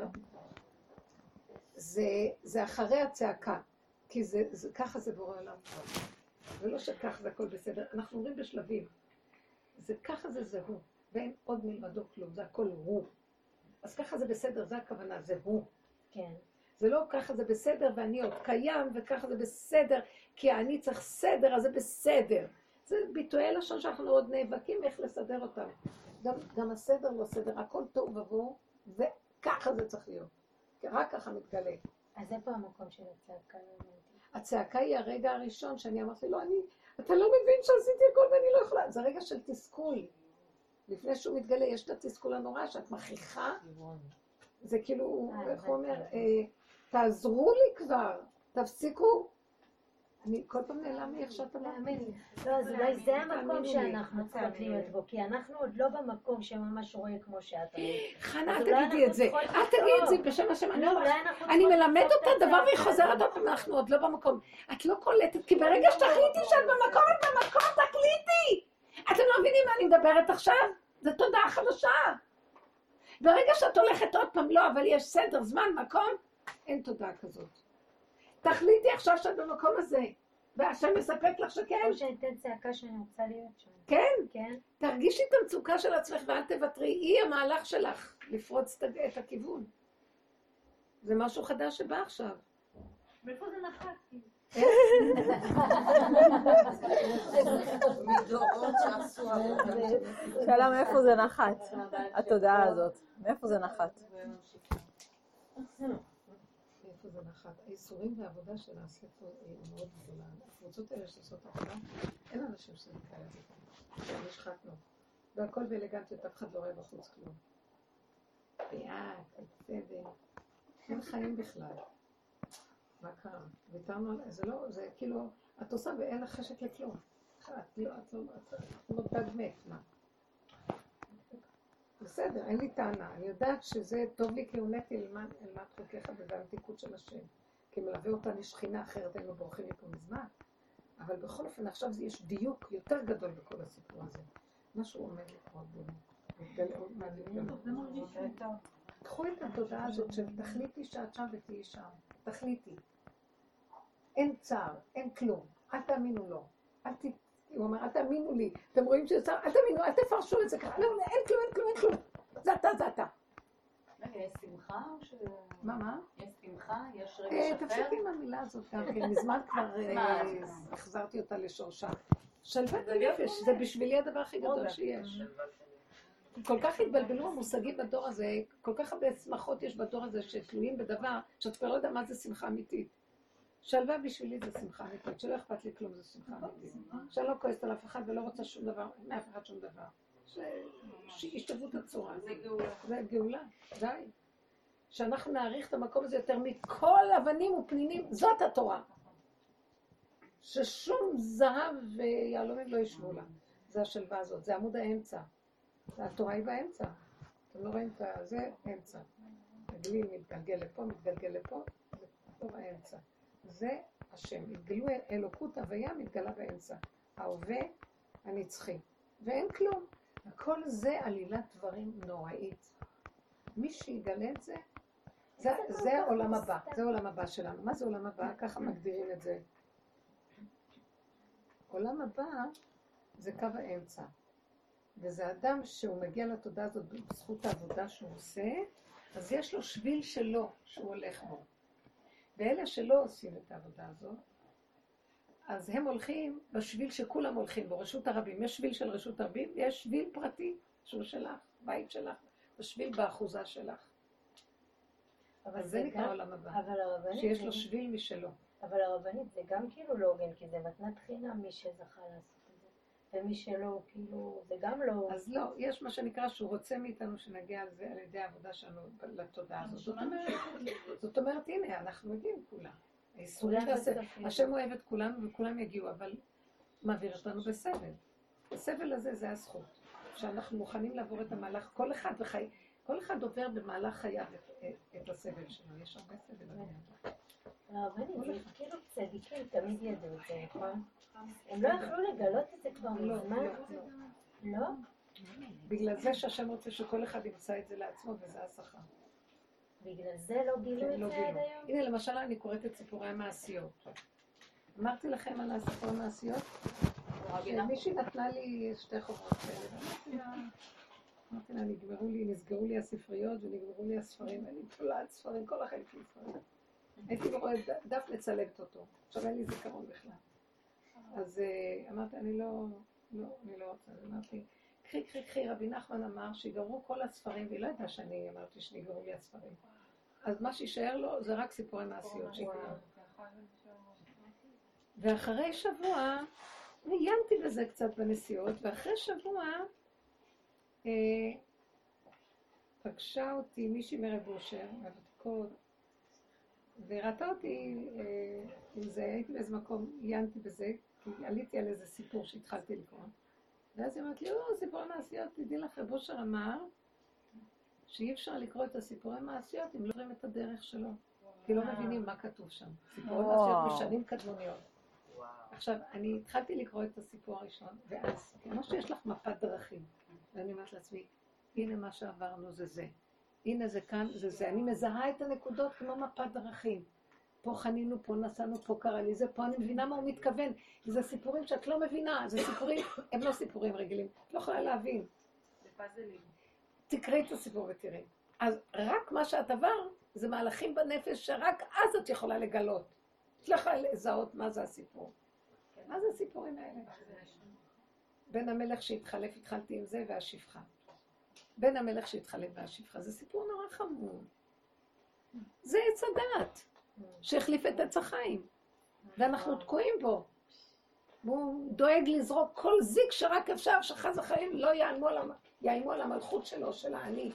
זה, זה אחרי הצעקה, כי זה, זה, ככה זה בורא עולם. ולא שכך זה הכל בסדר, אנחנו אומרים בשלבים. זה ככה זה זה הוא, ואין עוד מלבדו כלום, זה הכל הוא. אז ככה זה בסדר, זה הכוונה, זה הוא. כן. זה לא ככה זה בסדר ואני עוד קיים, וככה זה בסדר, כי אני צריך סדר, אז זה בסדר. זה ביטויי לשון שאנחנו עוד נאבקים איך לסדר אותם. גם, גם הסדר לא סדר, הכל טוב ובוא, וככה זה צריך להיות. כי רק ככה מתגלה. אז איפה המקום של הצעקה? הצעקה היא הרגע הראשון שאני אמרתי לו, אני, אתה לא מבין שעשיתי הכל ואני לא יכולה. זה רגע של תסכול. לפני שהוא מתגלה, יש את התסכול הנורא שאת מכריחה. זה כאילו, איך הוא אומר, תעזרו לי כבר, תפסיקו אני כל פעם נעלם לי איך שאתה תאמין לי. לא, אז אולי זה המקום שאנחנו צריכות להיות בו, כי אנחנו עוד לא במקום שממש רואה כמו שאת רואה. חנה, אל תגידי את זה. אל תגידי את זה בשם השם. אני מלמד אותה דבר והיא חוזרת עוד פעם, אנחנו עוד לא במקום. את לא קולטת, כי ברגע שתחליטי שאת במקום, את במקום, תקליטי. אתם לא מבינים מה אני מדברת עכשיו? זו תודעה חדשה. ברגע שאת הולכת עוד פעם, לא, אבל יש סדר, זמן, מקום, אין תודעה כזאת. תחליטי עכשיו שאת במקום הזה, והשם מספק לך שכן. או שניתן צעקה שאני רוצה להיות שם. כן? כן. תרגישי את המצוקה של עצמך ואל תוותרי, היא המהלך שלך לפרוץ את הכיוון. זה משהו חדש שבא עכשיו. מאיפה זה נחת? מדורות שעשו עבודה. שאלה מאיפה זה נחת, התודעה הזאת, מאיפה זה נחת? מאיפה זה נחת? האיסורים והעבודה של הספר היא מאוד גדולה. הקבוצות האלה שעושות עבודה, אין אנשים שנקרא את זה. נשחקנו. והכל באלגנטיות, אף אחד לא רואה בחוץ כלום. ביאת, בסדר. אין חיים בכלל. מה קרה? ויתרנו על זה, לא, זה כאילו, את עושה ואין לך חשק לכלום. את לא, את לא, את לא דג מת, מה? בסדר, אין לי טענה. אני יודעת שזה טוב לי כי הונאתי אלמד חוקיך ובאנתיקות של השם. כי מלווה אותה לשכינה אחרת, היינו בורחים מפה מזמן. אבל בכל אופן, עכשיו יש דיוק יותר גדול בכל הסיפור הזה. מה שהוא אומר לי פה, קחו את התודעה הזאת של תחליטי שאת שם ותהיי שם. תחליטי. אין צער, אין כלום. אל תאמינו לו. אל ת... הוא אומר, אל תאמינו לי. אתם רואים שזה צער? אל תאמינו, אל תפרשו את זה ככה. לא, אין כלום, אין כלום, אין כלום. זה אתה, זה אתה. רגע, יש שמחה או ש... מה, מה? יש שמחה? יש רגש אחר? תפסיקי עם המילה הזאת גם כן. מזמן כבר החזרתי אותה לשורשה. שלוות הנפש, זה בשבילי הדבר הכי גדול שיש. כל כך התבלבלו המושגים בדור הזה, כל כך הרבה שמחות יש בדור הזה שתלויים בדבר, שאת כבר לא יודע מה זה שמחה אמיתית. שלווה בשבילי זה שמחה אמיתית, שלא אכפת לי כלום זה שמחה אמיתית. שאני לא כועסת על אף אחד ולא רוצה שום דבר, מאף אחד שום דבר. שישתוות הצורה. זה גאולה. זה גאולה, די. שאנחנו נעריך את המקום הזה יותר מכל אבנים ופנינים, זאת התורה. ששום זהב ויהלומים לא ישבו לה. זה השלווה הזאת, זה עמוד האמצע. התורה היא באמצע. אתם לא רואים את זה? אמצע. הגליל מתגלגל לפה, מתגלגל לפה, זה פה באמצע. זה השם. התגלו אלוקות הוויה, מתגלה באמצע. ההווה הנצחי. ואין כלום. הכל זה עלילת דברים נוראית. מי שיגלה את זה, זה, זה העולם הבא. זה העולם הבא שלנו. מה זה עולם הבא? ככה מגדירים את זה. עולם הבא זה קו האמצע. וזה אדם שהוא מגיע לתודעה הזאת בזכות העבודה שהוא עושה, אז יש לו שביל שלו שהוא הולך בו. ואלה שלא עושים את העבודה הזאת, אז הם הולכים בשביל שכולם הולכים בו, רשות הרבים. יש שביל של רשות הרבים, יש שביל פרטי שהוא שלך, בית שלך, בשביל באחוזה שלך. אבל זה נקרא עולם הבא, שיש לו שביל משלו. אבל הרבנית זה גם כאילו לא הוגן, כי זה מתנת חינם מי שזכה לעשות את זה. ומי שלא, כאילו, זה גם לא... אז לא, יש מה שנקרא שהוא רוצה מאיתנו שנגיע על זה, על ידי העבודה שלנו לתודעה הזאת. זאת אומרת, זאת אומרת, הנה, אנחנו יודעים כולם. השם אוהב את כולנו וכולם יגיעו, אבל מעביר אותנו בסבל. הסבל הזה זה הזכות. שאנחנו מוכנים לעבור את המהלך, כל אחד וחי, כל אחד עובר במהלך חייו את הסבל שלו. יש הרבה סבל. הרבנית, זה כאילו צדיקים תמיד ידעו את זה, נכון? הם לא יכלו לגלות את זה כבר מזמן? לא? בגלל זה שהשם רוצה שכל אחד ימצא את זה לעצמו, וזה השכר. בגלל זה לא גילו את זה עד היום? הנה, למשל, אני קוראת את סיפורי המעשיות. אמרתי לכם על הסיפורי המעשיות? מישהי נתנה לי שתי חוברות כאלה. אמרתי לה, נגמרו לי, נסגרו לי הספריות ונגמרו לי הספרים, אני תולעת ספרים, כל החיים שלי ספרים. הייתי רואה דף מצלבת אותו, עכשיו אין לי זיכרון בכלל. אז אמרתי, אני לא, לא, אני לא רוצה, אמרתי, קחי, קחי, קחי, רבי נחמן אמר שיגמרו כל הספרים, והיא לא ידעה שאני אמרתי שנגמרו לי הספרים. אז מה שישאר לו זה רק סיפורי מעשיות שיגמרו. ואחרי שבוע, עיינתי בזה קצת בנסיעות, ואחרי שבוע אה, פגשה אותי מישהי מרב אושר, מהוותיקות, וראתה אותי עם זה, הייתי באיזה מקום, עיינתי בזה, כי עליתי על איזה סיפור שהתחלתי לקרוא. ואז היא אמרת לי, או, סיפורי מעשיות, תדעי לך, רב אושר אמר, שאי אפשר לקרוא את הסיפורי מעשיות אם לא רואים את הדרך שלו. כי לא מבינים מה כתוב שם. סיפורי מעשיות משנים קדמוניות. עכשיו, אני התחלתי לקרוא את הסיפור הראשון, ואז, כמו שיש לך מפת דרכים, ואני אומרת לעצמי, הנה מה שעברנו זה זה. הנה זה כאן, זה זה. אני מזהה את הנקודות כמו מפת דרכים. פה חנינו, פה נסענו, פה קרה לי זה, פה אני מבינה מה הוא מתכוון. זה סיפורים שאת לא מבינה, זה סיפורים, הם לא סיפורים רגילים. את לא יכולה להבין. זה פאזלים. תקראי את הסיפור ותראי. אז רק מה שאת עבר, זה מהלכים בנפש שרק אז את יכולה לגלות. את לא יכולה לזהות מה זה הסיפור. מה זה הסיפורים האלה? בין המלך שהתחלף, התחלתי עם זה, והשפחה. בין המלך שהתחלף והשפחה. זה סיפור נורא חמור. זה עץ הדעת, שהחליף את עץ החיים. ואנחנו תקועים בו. והוא דואג לזרוק כל זיק שרק אפשר, שחז החיים לא יעיימו על, יעיימו על המלכות שלו, של העני.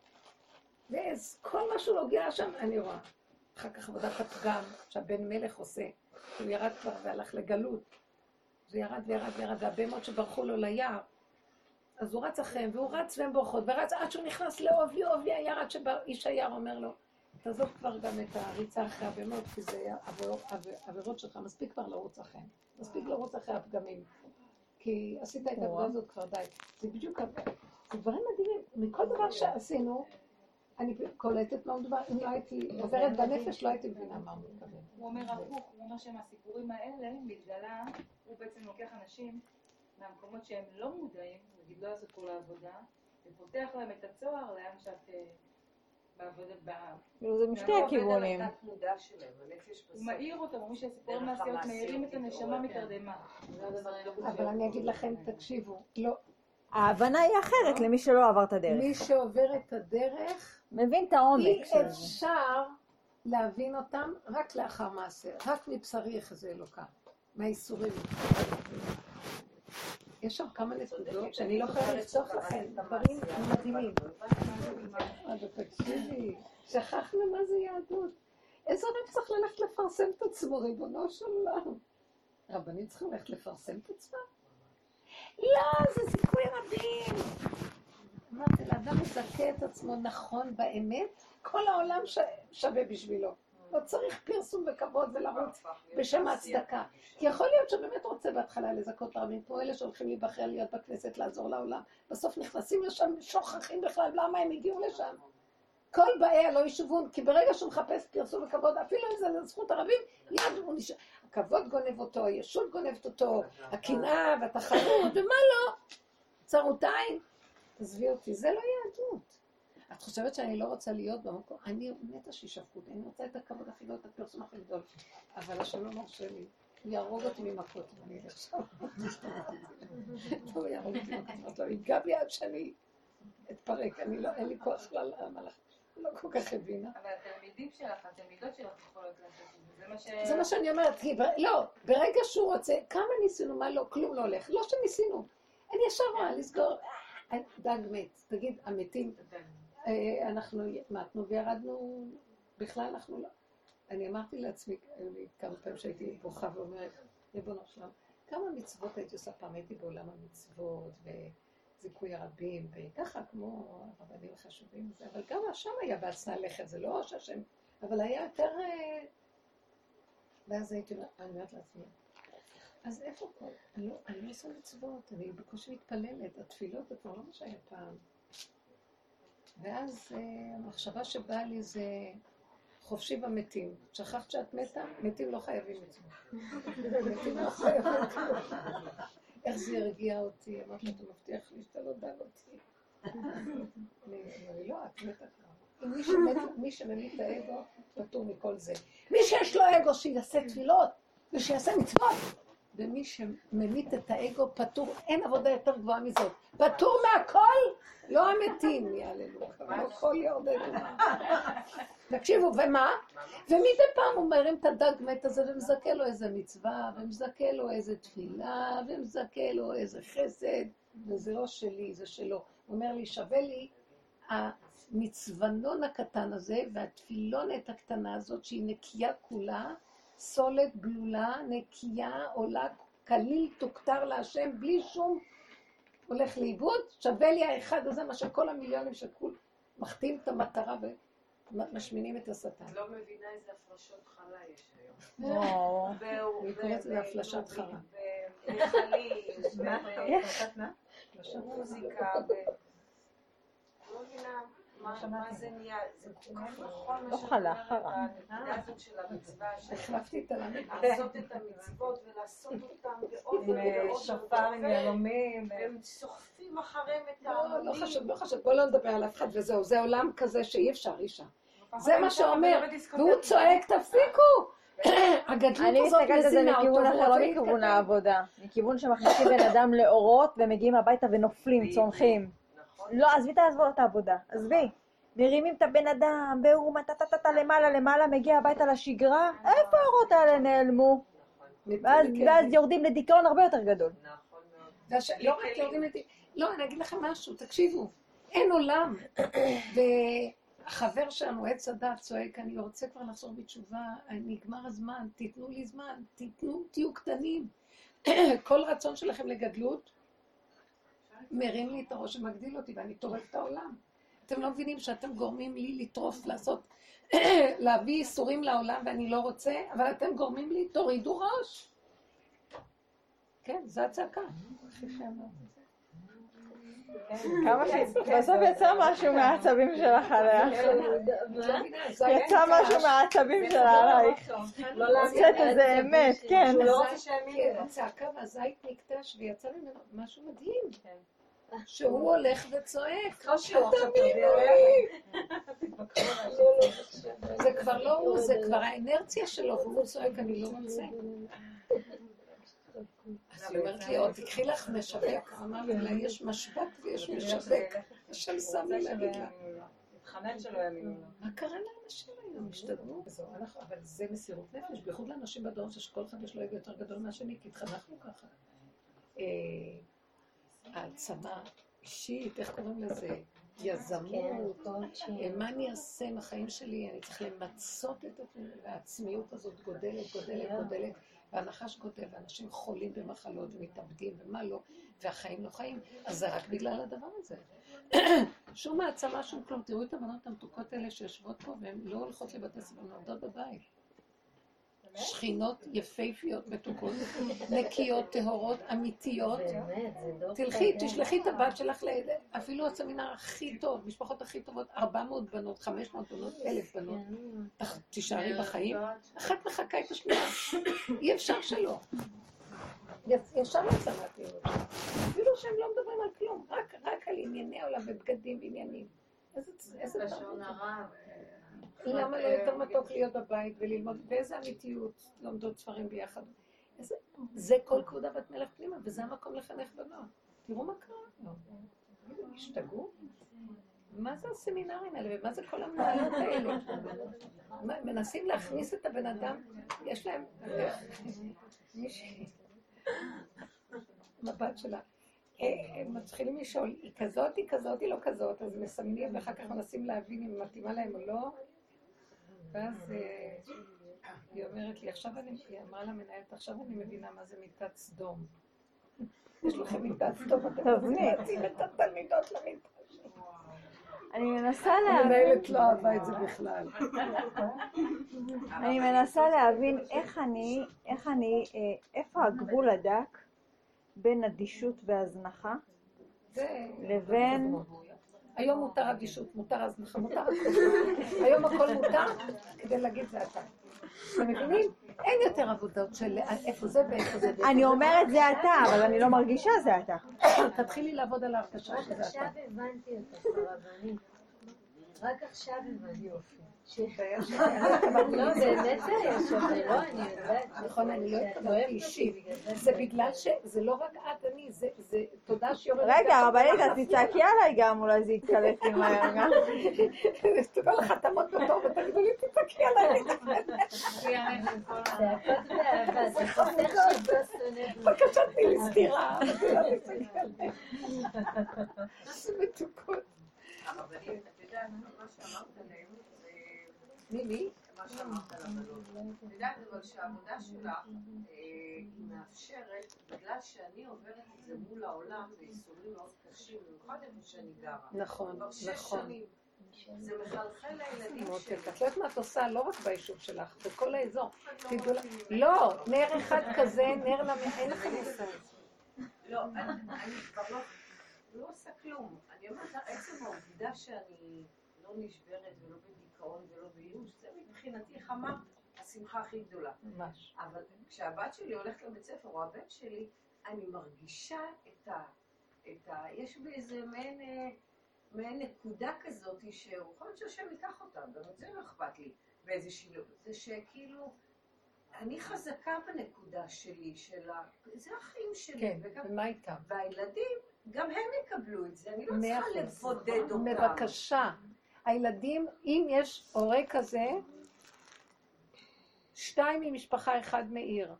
וכל מה שהוא לא גילה שם, אני רואה. אחר כך עבודת הפגם שהבן מלך עושה. הוא ירד כבר והלך לגלות. זה ירד וירד וירד, והבהמות שברחו לו ליער. אז הוא רץ אחריהם, והוא רץ והם בורחות, ורץ עד שהוא נכנס לעובי עובי היער, עד שאיש היער אומר לו, תעזוב כבר גם את הריצה אחרי הבהמות, כי זה עבירות שלך, מספיק כבר לרוץ אחריהם. מספיק לרוץ אחרי הפגמים. כי עשית את העבודה הזאת כבר די. זה בדיוק, זה דברים מדהימים. מכל דבר שעשינו, אני קולטת מה מדובר, אם לא הייתי עוברת בנפש, לא הייתי מבינה מה הוא מתכוון. הוא אומר הפוך, הוא אומר שמהסיפורים האלה מתגלה, הוא בעצם לוקח אנשים מהמקומות שהם לא מודעים, נגיד לא עשו כל העבודה, ופותח להם את הצוהר לאן שאת בעבודה, זה משתי הכיוונים. הוא מאיר אותם, הוא שהסיפור מעשיות מאירים את הנשמה מתרדמה. אבל אני אגיד לכם, תקשיבו, לא. ההבנה היא אחרת למי שלא עבר את הדרך. מי שעובר את הדרך, מבין את העומק של זה. אי אפשר להבין אותם רק לאחר מעשה, רק מבשרי יחזה אלוקה, מהאיסורים. יש שם כמה נקודות שאני לא יכולה לפתוח לכם, דברים מדהימים. אבל תקשיבי, שכחנו מה זה יהדות. איזה רב צריך ללכת לפרסם את עצמו, ריבונו של עולם. רבנים צריכים ללכת לפרסם את עצמם? לא, זה סיכוי רבים. אמרתי, לאדם מזכה את עצמו נכון באמת, כל העולם שווה בשבילו. לא צריך פרסום וכבוד ולרוץ בשם ההצדקה. כי יכול להיות שבאמת רוצה בהתחלה לזכות לרבים. פה אלה שהולכים להיבחר להיות בכנסת, לעזור לעולם. בסוף נכנסים לשם, שוכחים בכלל למה הם הגיעו לשם. כל באי הלא ישובון, כי ברגע שהוא מחפש פרסום וכבוד, אפילו אם זה לזכות הרבים, יד הוא נשאר. הכבוד גונב אותו, הישות גונבת אותו, הקנאה והתחרות, ומה לא? צרות עין. תעזבי אותי, זה לא יהדות. את חושבת שאני לא רוצה להיות במקום? אני מתה שישפכו אותי, אני רוצה את הכבוד הכי גדול, את הפרסום הכי גדול. אבל השלום מרשה לי, הוא יהרוג אותי ממכות, ואני אלך שם. הוא יהרוג אותי ממכות, לא ייגע בי עד שאני אתפרק, אני לא, אין לי כוח למלאך. לא כל כך הבינה. אבל התלמידים שלך, התלמידות שלך יכולות לעשות את זה, זה מה ש... זה מה שאני אומרת, לא, ברגע שהוא רוצה, כמה ניסינו, מה לא, כלום לא הולך, לא שניסינו. אני ישר רואה לסגור, דג מת, תגיד, המתים, אנחנו מתנו וירדנו, בכלל אנחנו לא. אני אמרתי לעצמי, כמה פעמים שהייתי בוכה ואומרת, ריבונו שלם, כמה מצוות הייתי עושה פעם, הייתי בעולם המצוות, זיכוי הרבים, וככה כמו הרבנים החשובים וזה, אבל גם השם היה בעצנה לכת, זה לא שהשם, אבל היה יותר... ואז הייתי אומרת לעצמי, אז איפה כל? אני לא, אני לא עושה מצוות, אני בקושי מתפללת, התפילות זה כבר לא מה שהיה פעם. ואז המחשבה שבאה לי זה חופשי במתים. שכחת שאת מתה? מתים לא חייבים מצוות. מתים לא חייבים מצוות. איך זה הרגיע אותי? אמרת לי, אתה מבטיח לי שאתה לא דל אותי. אני לא, את מתה כבר. מי שממית האגו, פטור מכל זה. מי שיש לו אגו, שיעשה תפילות, ושיעשה מצוות. ומי שממית את האגו, פטור, אין עבודה יותר גבוהה מזאת. פטור מהכל, לא המתים, יעללו. לא כל יורדנו. תקשיבו, ומה? ומדי פעם הוא מרים את הדג מת הזה ומזכה לו איזה מצווה, ומזכה לו איזה תפילה, ומזכה לו איזה חסד, וזה לא שלי, זה שלו. הוא אומר לי, שווה לי המצוונון הקטן הזה, והתפילונת הקטנה הזאת, שהיא נקייה כולה, סולת גלולה, נקייה, עולה, כליל תוכתר להשם, בלי שום הולך לאיבוד, שווה לי האחד הזה, מה שכל המיליונים שכול מחטאים את המטרה ומשמינים את השטן. את לא מבינה איזה הפרשות חלה יש היום. אני קוראת לזה הפלשת חרה. ומחלים, ומוזיקה, לא מבינה מה זה נהיה, זה כל כך נכון מה שאומרת, הנקודה הזאת של המצווה, החלפתי את הלמד. לעשות את המצוות ולעשות אותם בעוד עם שופר, עם יהלומים. והם סוחפים אחריהם את העמודים. לא חשוב, לא חשוב, בוא לא נדבר על אף אחד וזהו, זה עולם כזה שאי אפשר, אישה. זה מה שאומר, והוא צועק, תפסיקו! הגדלות אני הזאת מסתכלת על זה מזינה אותו. מכיוון אחר, לא מכיוון העבודה. מכיוון שמכניסים בן אדם לאורות ומגיעים הביתה ונופלים, צונחים. לא, עזבי תעזבו את העבודה, עזבי. מרימים את הבן אדם, באומה, טטטטה למעלה למעלה, מגיע הביתה לשגרה, איפה האורות האלה נעלמו? ואז יורדים לדיכאון הרבה יותר גדול. לא רק יורדים לדיכאון, לא, אני אגיד לכם משהו, תקשיבו, אין עולם. והחבר שלנו, עץ הדת, צועק, אני רוצה כבר לחזור בתשובה, נגמר הזמן, תיתנו לי זמן, תיתנו, תהיו קטנים. כל רצון שלכם לגדלות, מרים לי את הראש ומגדיל אותי, ואני טורף את העולם. אתם לא מבינים שאתם גורמים לי לטרוף, לעשות, להביא איסורים לעולם ואני לא רוצה, אבל אתם גורמים לי, תורידו ראש. כן, זה הצעקה. כמה ש... בסוף יצא משהו מהעצבים שלך עלייך. יצא משהו מהעצבים שלה עלייך. יצאת איזה אמת, כן. הצעקה והזית נקטש ויצא ממנו משהו מדהים. שהוא הולך וצועק, תאמינו לי. זה כבר לא הוא, זה כבר האנרציה שלו, והוא צועק, אני לא רוצה. אז היא אומרת לי, עוד תקחי לך משווק, אמרתי לה, יש משבק ויש משווק, השם שם לי להגיד לה. התחנן שלא יאמינו. מה קרה לאנשים היום? השתדרו? אבל זה מסירות נפש, בייחוד לאנשים בדור שכל אחד יש לו אגו יותר גדול מהשני, כי התחנכנו ככה. העצמה אישית, איך קוראים לזה? יזמות, מה אני אעשה עם החיים שלי? אני צריך למצות את העצמיות הזאת, גודלת, גודלת, גודלת, והנחש גודל, ואנשים חולים במחלות ומתאבדים ומה לא, והחיים לא חיים, אז זה רק בגלל הדבר הזה. שום העצמה, שום כלום, תראו את הבנות המתוקות האלה שיושבות פה, והן לא הולכות לבתי ספר, הן עובדות בבית. שכינות יפהפיות מתוקות, נקיות, טהורות, אמיתיות. תלכי, תשלחי את הבת שלך, אפילו הסמינר הכי טוב, משפחות הכי טובות, ארבע מאות בנות, חמש מאות בנות, אלף בנות. תישארי בחיים, אחת מחכה את השנייה. אי אפשר שלא. ישר לצמת להיות. אפילו שהם לא מדברים על כלום, רק על ענייני העולם ובגדים ועניינים. איזה תרבות. למה לא יותר מתוק להיות בבית וללמוד, ואיזה אמיתיות לומדות ספרים ביחד. זה כל כבודה בת מלך פנימה, וזה המקום לחנך בנות. תראו מה קרה. השתגעו? מה זה הסמינרים האלה, ומה זה כל המנהלות האלה? מנסים להכניס את הבן אדם, יש להם מישהי, מבט שלה. הם מתחילים לשאול, היא כזאת, היא כזאת, היא לא כזאת, אז מסמנים, ואחר כך מנסים להבין אם היא מתאימה להם או לא. ואז היא אומרת לי, עכשיו אני, היא אמרה למנהלת, עכשיו אני מבינה מה זה מיטת סדום. יש לכם מיטת סדום, אתם רוצים להתאים את התלמידות למיטה שלו. אני מנסה להבין... המנהלת לא אהבה את זה בכלל. אני מנסה להבין איך אני, איך אני, איפה הגבול הדק בין אדישות והזנחה לבין... היום מותר אדישות, מותר הזנחה, מותר הכל. היום הכל מותר כדי להגיד זה אתה. אתם מבינים? אין יותר עבודות של איפה זה ואיפה זה. אני אומרת זה אתה, אבל אני לא מרגישה זה אתה. תתחילי לעבוד על ההרגשה שזה אתה. רק עכשיו הבנתי אותך, הרבנית. רק עכשיו הבנתי אותך. לא, באמת זה היה שווה, לא, אני יודעת. נכון, אני לא התכוונתי אישית. זה בגלל שזה לא רק את, אני, זה תודה שיורדת. רגע, הרבנית, אז תצעקי עליי גם, אולי זה יתקלט לי מהר גם. תודה לך, תעמוד בתור ותגידו לי, תצעקי עליי. זה הכל באהבה, זה חוסך שאתה שונא. בבקשה, תני לי סתירה. זה מתוקות. הרבנית, את יודעת, מי, מי? מה שאמרת על הבנות. אני יודעת אבל שהעבודה שלך היא מאפשרת, בגלל שאני עוברת את זה מול העולם, ואיסורים מאוד קשים, במיוחד איפה שאני גרה. נכון, כבר שש נכון. שנים. זה מחלחל לילדים מותק, שלי. את יודעת מה את עושה? לא רק ביישוב שלך, בכל האזור. תדעו לה- לא, נר אחד כזה, נר למ... אין לך מושג. לא, אני אני כבר לא, לא עושה כלום. אני אומרת, עצם העובדה שאני לא נשברת ולא בדיכאון ולא בייאוש, זה מבחינתי חמה השמחה הכי גדולה. ממש. אבל כשהבת שלי הולכת לבית ספר, או הבן שלי, אני מרגישה את ה... את ה... יש בי איזה מעין, אה, מעין נקודה כזאת, שיכול להיות שהשם ייקח אותה, גם את זה לא אכפת לי, באיזה שילוב. זה שכאילו, אני חזקה בנקודה שלי, של ה... זה החיים שלי. כן, וגם... ומה איתם? והילדים, גם הם יקבלו את זה, אני לא מאה צריכה אחוז. לבודד אותם. בבקשה. הילדים, אם יש הורה כזה, שתיים ממשפחה, אחד מעיר.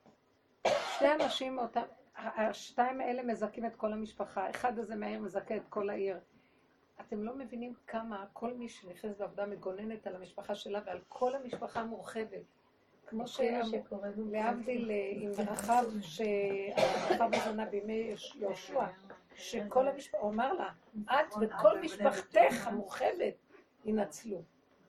שני אנשים מאותם, השתיים האלה מזכים את כל המשפחה, אחד הזה מהעיר מזכה את כל העיר. אתם לא מבינים כמה כל מי שנכנס לעבודה מגוננת על המשפחה שלה ועל כל המשפחה מורחבת. כמו שלהבדיל עם רחב, שהרחב הזנה בימי יהושע, שכל המשפחה, הוא אמר לה, את וכל משפחתך המורחבת ינצלו.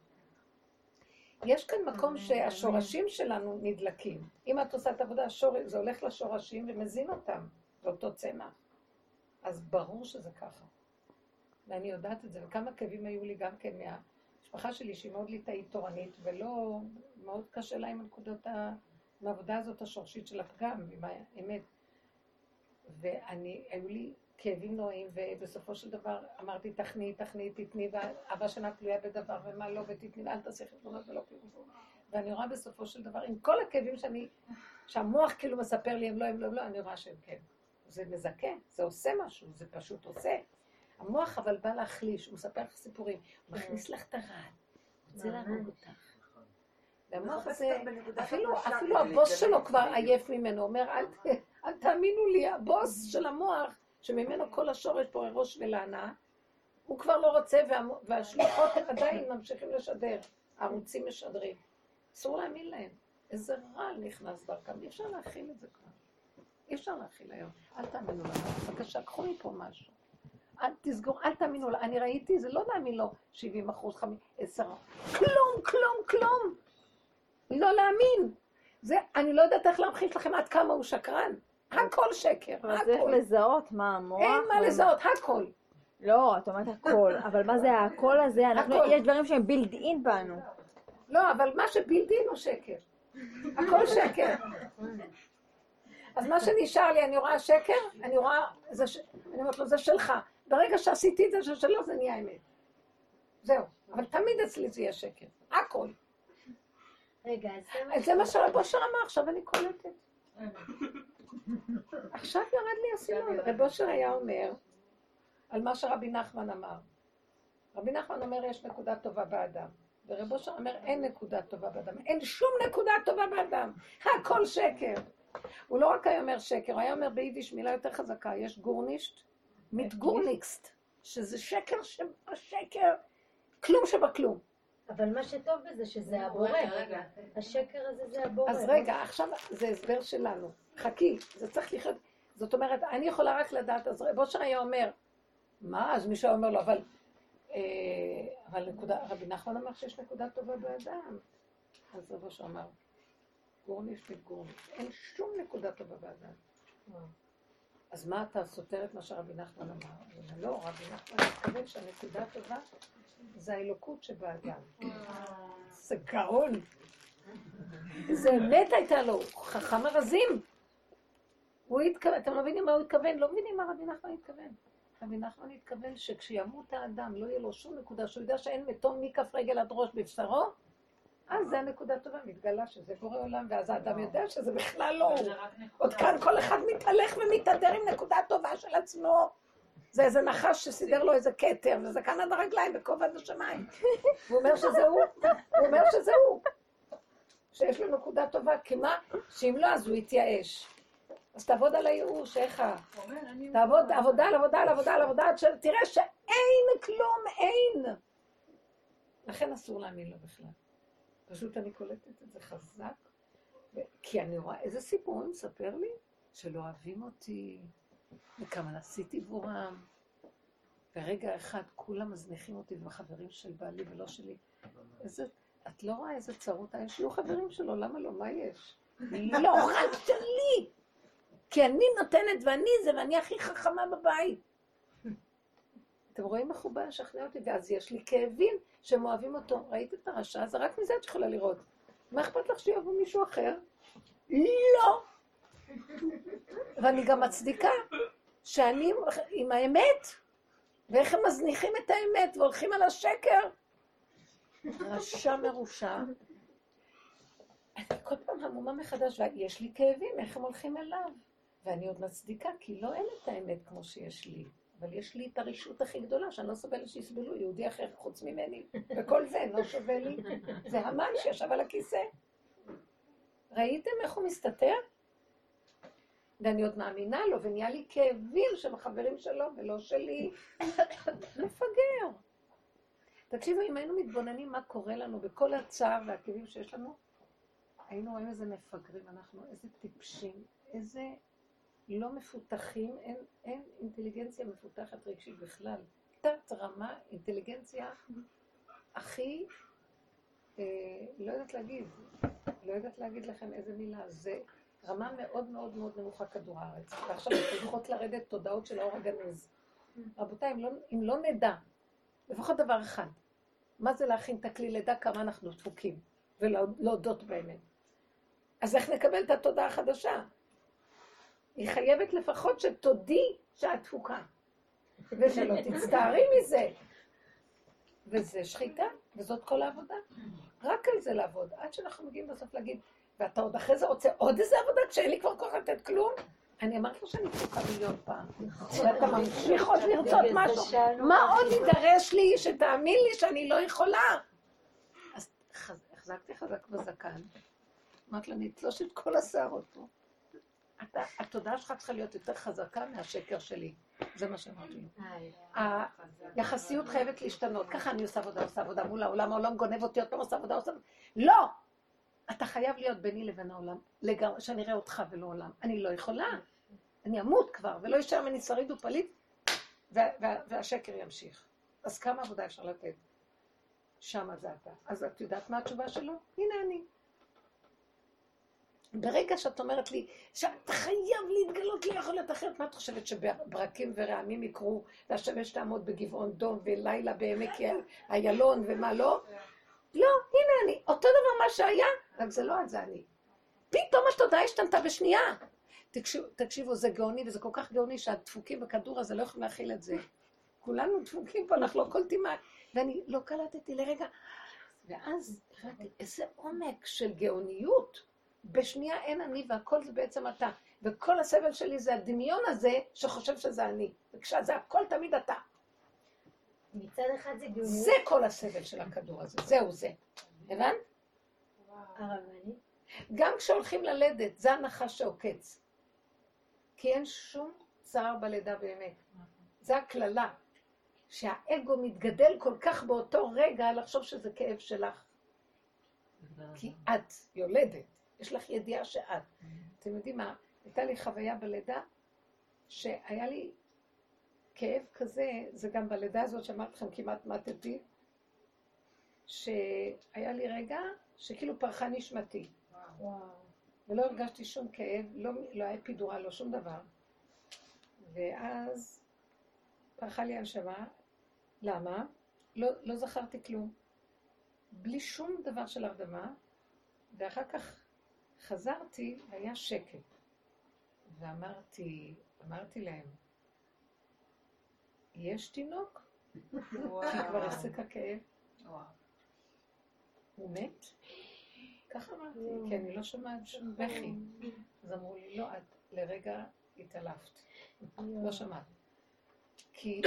יש כאן מקום שהשורשים שלנו נדלקים. אם את עושה את העבודה, זה הולך לשורשים ומזין אותם, באותו צמח. אז ברור שזה ככה. ואני יודעת את זה, וכמה כאבים היו לי גם כן מהמשפחה שלי, שהיא מאוד ליטאית תורנית, ולא, מאוד קשה לה עם הנקודות, מהעבודה הזאת השורשית של הפגם, עם האמת. ואני, היו לי כאבים נועים, ובסופו של דבר אמרתי, תכני, תכני, תתני, ואהבה שנה תלויה בדבר, ומה לא, ותתני, ואל תעשי חשבונות ולא פירושות. ואני רואה בסופו של דבר, עם כל הכאבים שאני, שהמוח כאילו מספר לי, הם לא, הם לא, הם לא, אני רואה שהם כן. זה מזכה, זה עושה משהו, זה פשוט עושה. המוח אבל בא להחליש, הוא מספר לך סיפורים, הוא מכניס לך את הרעד, הוא רוצה להרוג אותך. והמוח הזה, אפילו, אפילו הבוס שלו כבר עייף ממנו, אומר, אל, אל תאמינו לי, הבוס של המוח, שממנו כל השורש פה ראש ולענה, הוא כבר לא רוצה, וה, והשליחות עדיין ממשיכים לשדר, הערוצים משדרים. אסור להאמין להם. איזה רעל נכנס דרכם, אי אפשר להכיל את זה כבר. אי אפשר להכיל היום. אל תאמינו לנו, בבקשה, קחו לי פה משהו. אל תסגור, אל תאמינו לו. אני ראיתי, זה לא להאמין לו שבעים אחוז, עשר אחוז. כלום, כלום, כלום. לא להאמין. זה, אני לא יודעת איך להמחיש לכם עד כמה הוא שקרן. הכל שקר, הכל. אבל צריך לזהות מה המוח. אין מה לזהות, הכל. לא, את אומרת הכל, אבל מה זה הכל הזה? יש דברים שהם בילד אין בנו. לא, אבל מה שבילד אין הוא שקר. הכל שקר. אז מה שנשאר לי, אני רואה שקר, אני רואה, אני אומרת לו, זה שלך. ברגע שעשיתי את זה שלו, זה נהיה אמת. זהו. אבל תמיד אצלי זה יהיה שקר. הכל. רגע, אז זה מה שרב אושר אמר, עכשיו אני קולטת. עכשיו ירד לי הסימון. רב אושר היה אומר, על מה שרבי נחמן אמר. רבי נחמן אומר, יש נקודה טובה באדם. ורב אושר אומר, אין נקודה טובה באדם. אין שום נקודה טובה באדם. הכל שקר. הוא לא רק היה אומר שקר, הוא היה אומר ביידיש מילה יותר חזקה, יש גורנישט, מתגורניקסט, שזה שקר שבשקר, כלום שבכלום. אבל מה שטוב בזה שזה הבורא. השקר הזה זה הבורא. אז רגע, עכשיו זה הסבר שלנו. חכי, זה צריך לחיות. זאת אומרת, אני יכולה רק לדעת, אז רב אושר היה אומר, מה? אז מישהו אומר לו, אבל, אבל נקודה, רבי נחמן אמר שיש נקודה טובה באדם. אז רב אושר אמר, גורניש מתגורניש. אין שום נקודה טובה באדם. אז מה אתה סותר את מה שרבי נחמן אמר? לא, רבי נחמן מתכוון שהנקודה הטובה זה האלוקות שבאדם. זה גאון. זה אמת הייתה לו, חכם הרזים. הוא התכוון, אתם לא מבינים מה הוא התכוון? לא מבינים מה רבי נחמן התכוון. רבי נחמן התכוון שכשימות האדם לא יהיה לו שום נקודה, שהוא יודע שאין מתום מכף רגל עד ראש בבשרו, אז זה הנקודה טובה, מתגלה שזה בורא עולם, ואז האדם יודע שזה בכלל לא הוא. עוד כאן כל אחד מתהלך ומתהדר עם נקודה טובה של עצמו. זה איזה נחש שסידר לו איזה כתר, וזה כאן עד הרגליים בכובע עד השמיים. הוא אומר שזה הוא, הוא אומר שזה הוא. שיש לו נקודה טובה, כי מה? שאם לא, אז הוא יתייאש. אז תעבוד על הייאוש, איך? תעבוד עבודה על עבודה על עבודה על עבודה, עד שתראה שאין כלום, אין. לכן אסור להאמין לו בכלל. פשוט אני קולטת את זה חזק, כי אני רואה איזה סיפור הוא מספר לי, שלא אוהבים אותי, וכמה עשיתי עבורם. ברגע אחד כולם מזניחים אותי בחברים של בעלי ולא שלי. איזה, את לא רואה איזה צרות, יש שיהיו חברים שלו, למה לא? מה יש? לא, רק שלי! כי אני נותנת ואני זה, ואני הכי חכמה בבית. אתם רואים איך הוא בא לשכנע אותי, ואז יש לי כאבים שהם אוהבים אותו. ראית את הרשע? זה רק מזה את יכולה לראות. מה אכפת לך שיאהבו מישהו אחר? לא! ואני גם מצדיקה שאני עם האמת, ואיך הם מזניחים את האמת והולכים על השקר. רשע מרושע. אני כל פעם המומה מחדש, ויש לי כאבים, איך הם הולכים אליו? ואני עוד מצדיקה, כי לא אין את האמת כמו שיש לי. אבל יש לי את הרשות הכי גדולה, שאני לא סובלת שיסבלו יהודי אחר חוץ ממני. וכל זה לא שווה לי. זה המן שישב על הכיסא. ראיתם איך הוא מסתתר? ואני עוד מאמינה לו, ונהיה לי כאבים של החברים שלו ולא שלי. מפגר. תקשיבו, אם היינו מתבוננים מה קורה לנו בכל הצער והכאבים שיש לנו, היינו רואים איזה מפגרים אנחנו, איזה טיפשים, איזה לא מפותחים, אין, אין אינטליגנציה מפותחת רגשית בכלל. תת רמה, אינטליגנציה הכי, אה, לא יודעת להגיד, לא יודעת להגיד לכם איזה מילה, זה רמה מאוד מאוד מאוד נמוכה כדור הארץ. ועכשיו הולכות לרדת תודעות של האור הגנוז. רבותיי, אם לא, אם לא נדע, לפחות דבר אחד, מה זה להכין את הכלי לידה, כמה אנחנו דפוקים, ולהודות באמת. אז איך נקבל את התודעה החדשה? היא חייבת לפחות שתודי שאת דפוקה, ושלא תצטערי מזה. וזה שחיטה, וזאת כל העבודה. רק על זה לעבוד, עד שאנחנו מגיעים בסוף להגיד, ואתה עוד אחרי זה רוצה עוד איזה עבודה, כשאין לי כבר כוח לתת כלום? אני אמרת לו שאני דפוקה מיליון פעם. ואתה ממשיך עוד לרצות משהו. מה עוד יידרש לי שתאמין לי שאני לא יכולה? אז החזקתי חזק בזקן. אמרת לה, אני אתלוש את כל השערות פה. התודעה שלך צריכה להיות יותר חזקה מהשקר שלי. זה מה שאמרתי לי. היחסיות חייבת להשתנות. ככה אני עושה עבודה, עושה עבודה מול העולם, העולם גונב אותי, עוד פעם עושה עבודה, עושה עבודה. לא! אתה חייב להיות ביני לבין העולם, לגמרי, שאני אראה אותך ולא עולם. אני לא יכולה. אני אמות כבר, ולא יישאר ממני שריד ופליט, והשקר ימשיך. אז כמה עבודה אפשר לתת? שמה זה אתה. אז את יודעת מה התשובה שלו? הנה אני. ברגע שאת אומרת לי, שאתה חייב להתגלות לי יכול להיות אחרת, מה את חושבת שברקים ורעמים יקרו, והשמש תעמוד בגבעון דום, ולילה בעמק איילון ומה לא? לא, הנה אני. אותו דבר מה שהיה, רק זה לא, זה אני. פתאום התודעה השתנתה בשנייה. תקשיבו, תקשיבו, זה גאוני, וזה כל כך גאוני שהדפוקים בכדור הזה לא יכולים להכיל את זה. כולנו דפוקים פה, אנחנו לא קולטים מה. ואני לא קלטתי לרגע. ואז ראיתי איזה עומק של גאוניות. בשנייה אין אני, והכל זה בעצם אתה. וכל הסבל שלי זה הדמיון הזה שחושב שזה אני. וכשזה הכל תמיד אתה. מצד אחד זה גאוניות. זה כל הסבל של הכדור הזה, זהו זה. הבנת? הרבנית. גם כשהולכים ללדת, זה הנחש שעוקץ. כי אין שום צער בלידה באמת. זה הכללה. שהאגו מתגדל כל כך באותו רגע לחשוב שזה כאב שלך. כי את יולדת. יש לך ידיעה שאת. אתם יודעים מה? הייתה לי חוויה בלידה שהיה לי כאב כזה, זה גם בלידה הזאת שאמרתי לכם כמעט מתתי, שהיה לי רגע שכאילו פרחה נשמתי. וואו. ולא הרגשתי שום כאב, לא, לא היה פידורה, לא שום דבר. ואז פרחה לי הנשמה. למה? לא, לא זכרתי כלום. בלי שום דבר של הרדמה, ואחר כך חזרתי, והיה שקט. ואמרתי, אמרתי להם, יש תינוק? כי כבר הפסיק הכאב. הוא מת? ככה אמרתי, כי אני לא שומעת שום בכי. אז אמרו לי, לא, את לרגע התעלפת. לא שמעת. כי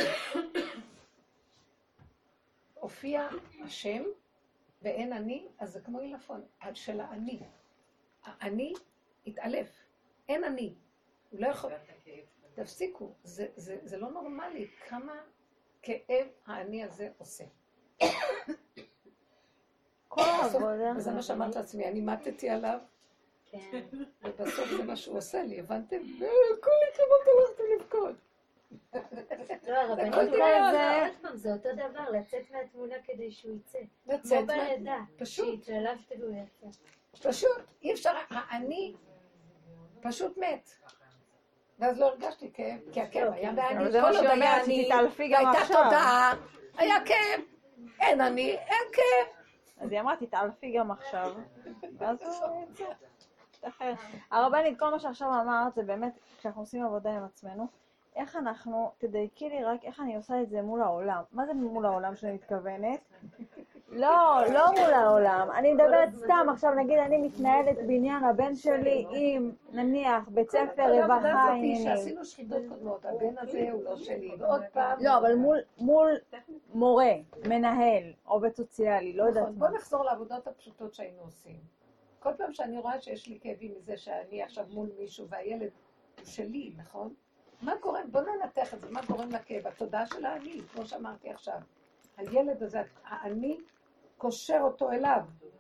הופיע השם ואין אני, אז זה כמו אילפון, של האני. האני התעלף, אין אני. הוא לא יכול... תפסיקו, זה, זה, זה לא נורמלי כמה כאב האני הזה עושה. כל העבודה. וזה מה שאמרת לעצמי, אני מתתי עליו, ובסוף זה מה שהוא עושה לי, הבנתם? כולי כמות הלכתי לבכות. לא, הרבנית אומרת, זה אותו דבר, לצאת מהתמונה כדי שהוא יצא. כמו בלידה, שהתעלפת והוא יצא. פשוט, אי אפשר, אני פשוט מת. ואז לא הרגשתי כאב, כי הכאב היה בעני, כל עוד היה אני, והייתה תודעה, היה כאב, אין אני, אין כאב. אז היא אמרה, תתעלפי גם עכשיו. ואז הוא יצא. הרבנית, כל מה שעכשיו אמרת, זה באמת, כשאנחנו עושים עבודה עם עצמנו, איך אנחנו, תדייקי לי רק איך אני עושה את זה מול העולם. מה זה מול העולם שאני מתכוונת? לא, לא מול העולם. אני מדברת סתם, עכשיו נגיד אני מתנהלת בעניין הבן שלי עם, נניח, בית ספר, רווחה, עניינים. שעשינו שחידות קודמות, הבן הזה הוא לא שלי, ועוד פעם... לא, אבל מול מורה, מנהל, עובד סוציאלי, לא יודעת מה. בוא נחזור לעבודות הפשוטות שהיינו עושים. כל פעם שאני רואה שיש לי כאבים מזה שאני עכשיו מול מישהו והילד הוא שלי, נכון? מה גורם? בוא ננתח את זה, מה גורם לכאב? התודעה של האני, כמו שאמרתי עכשיו. הילד הזה, האני קושר אותו אליו,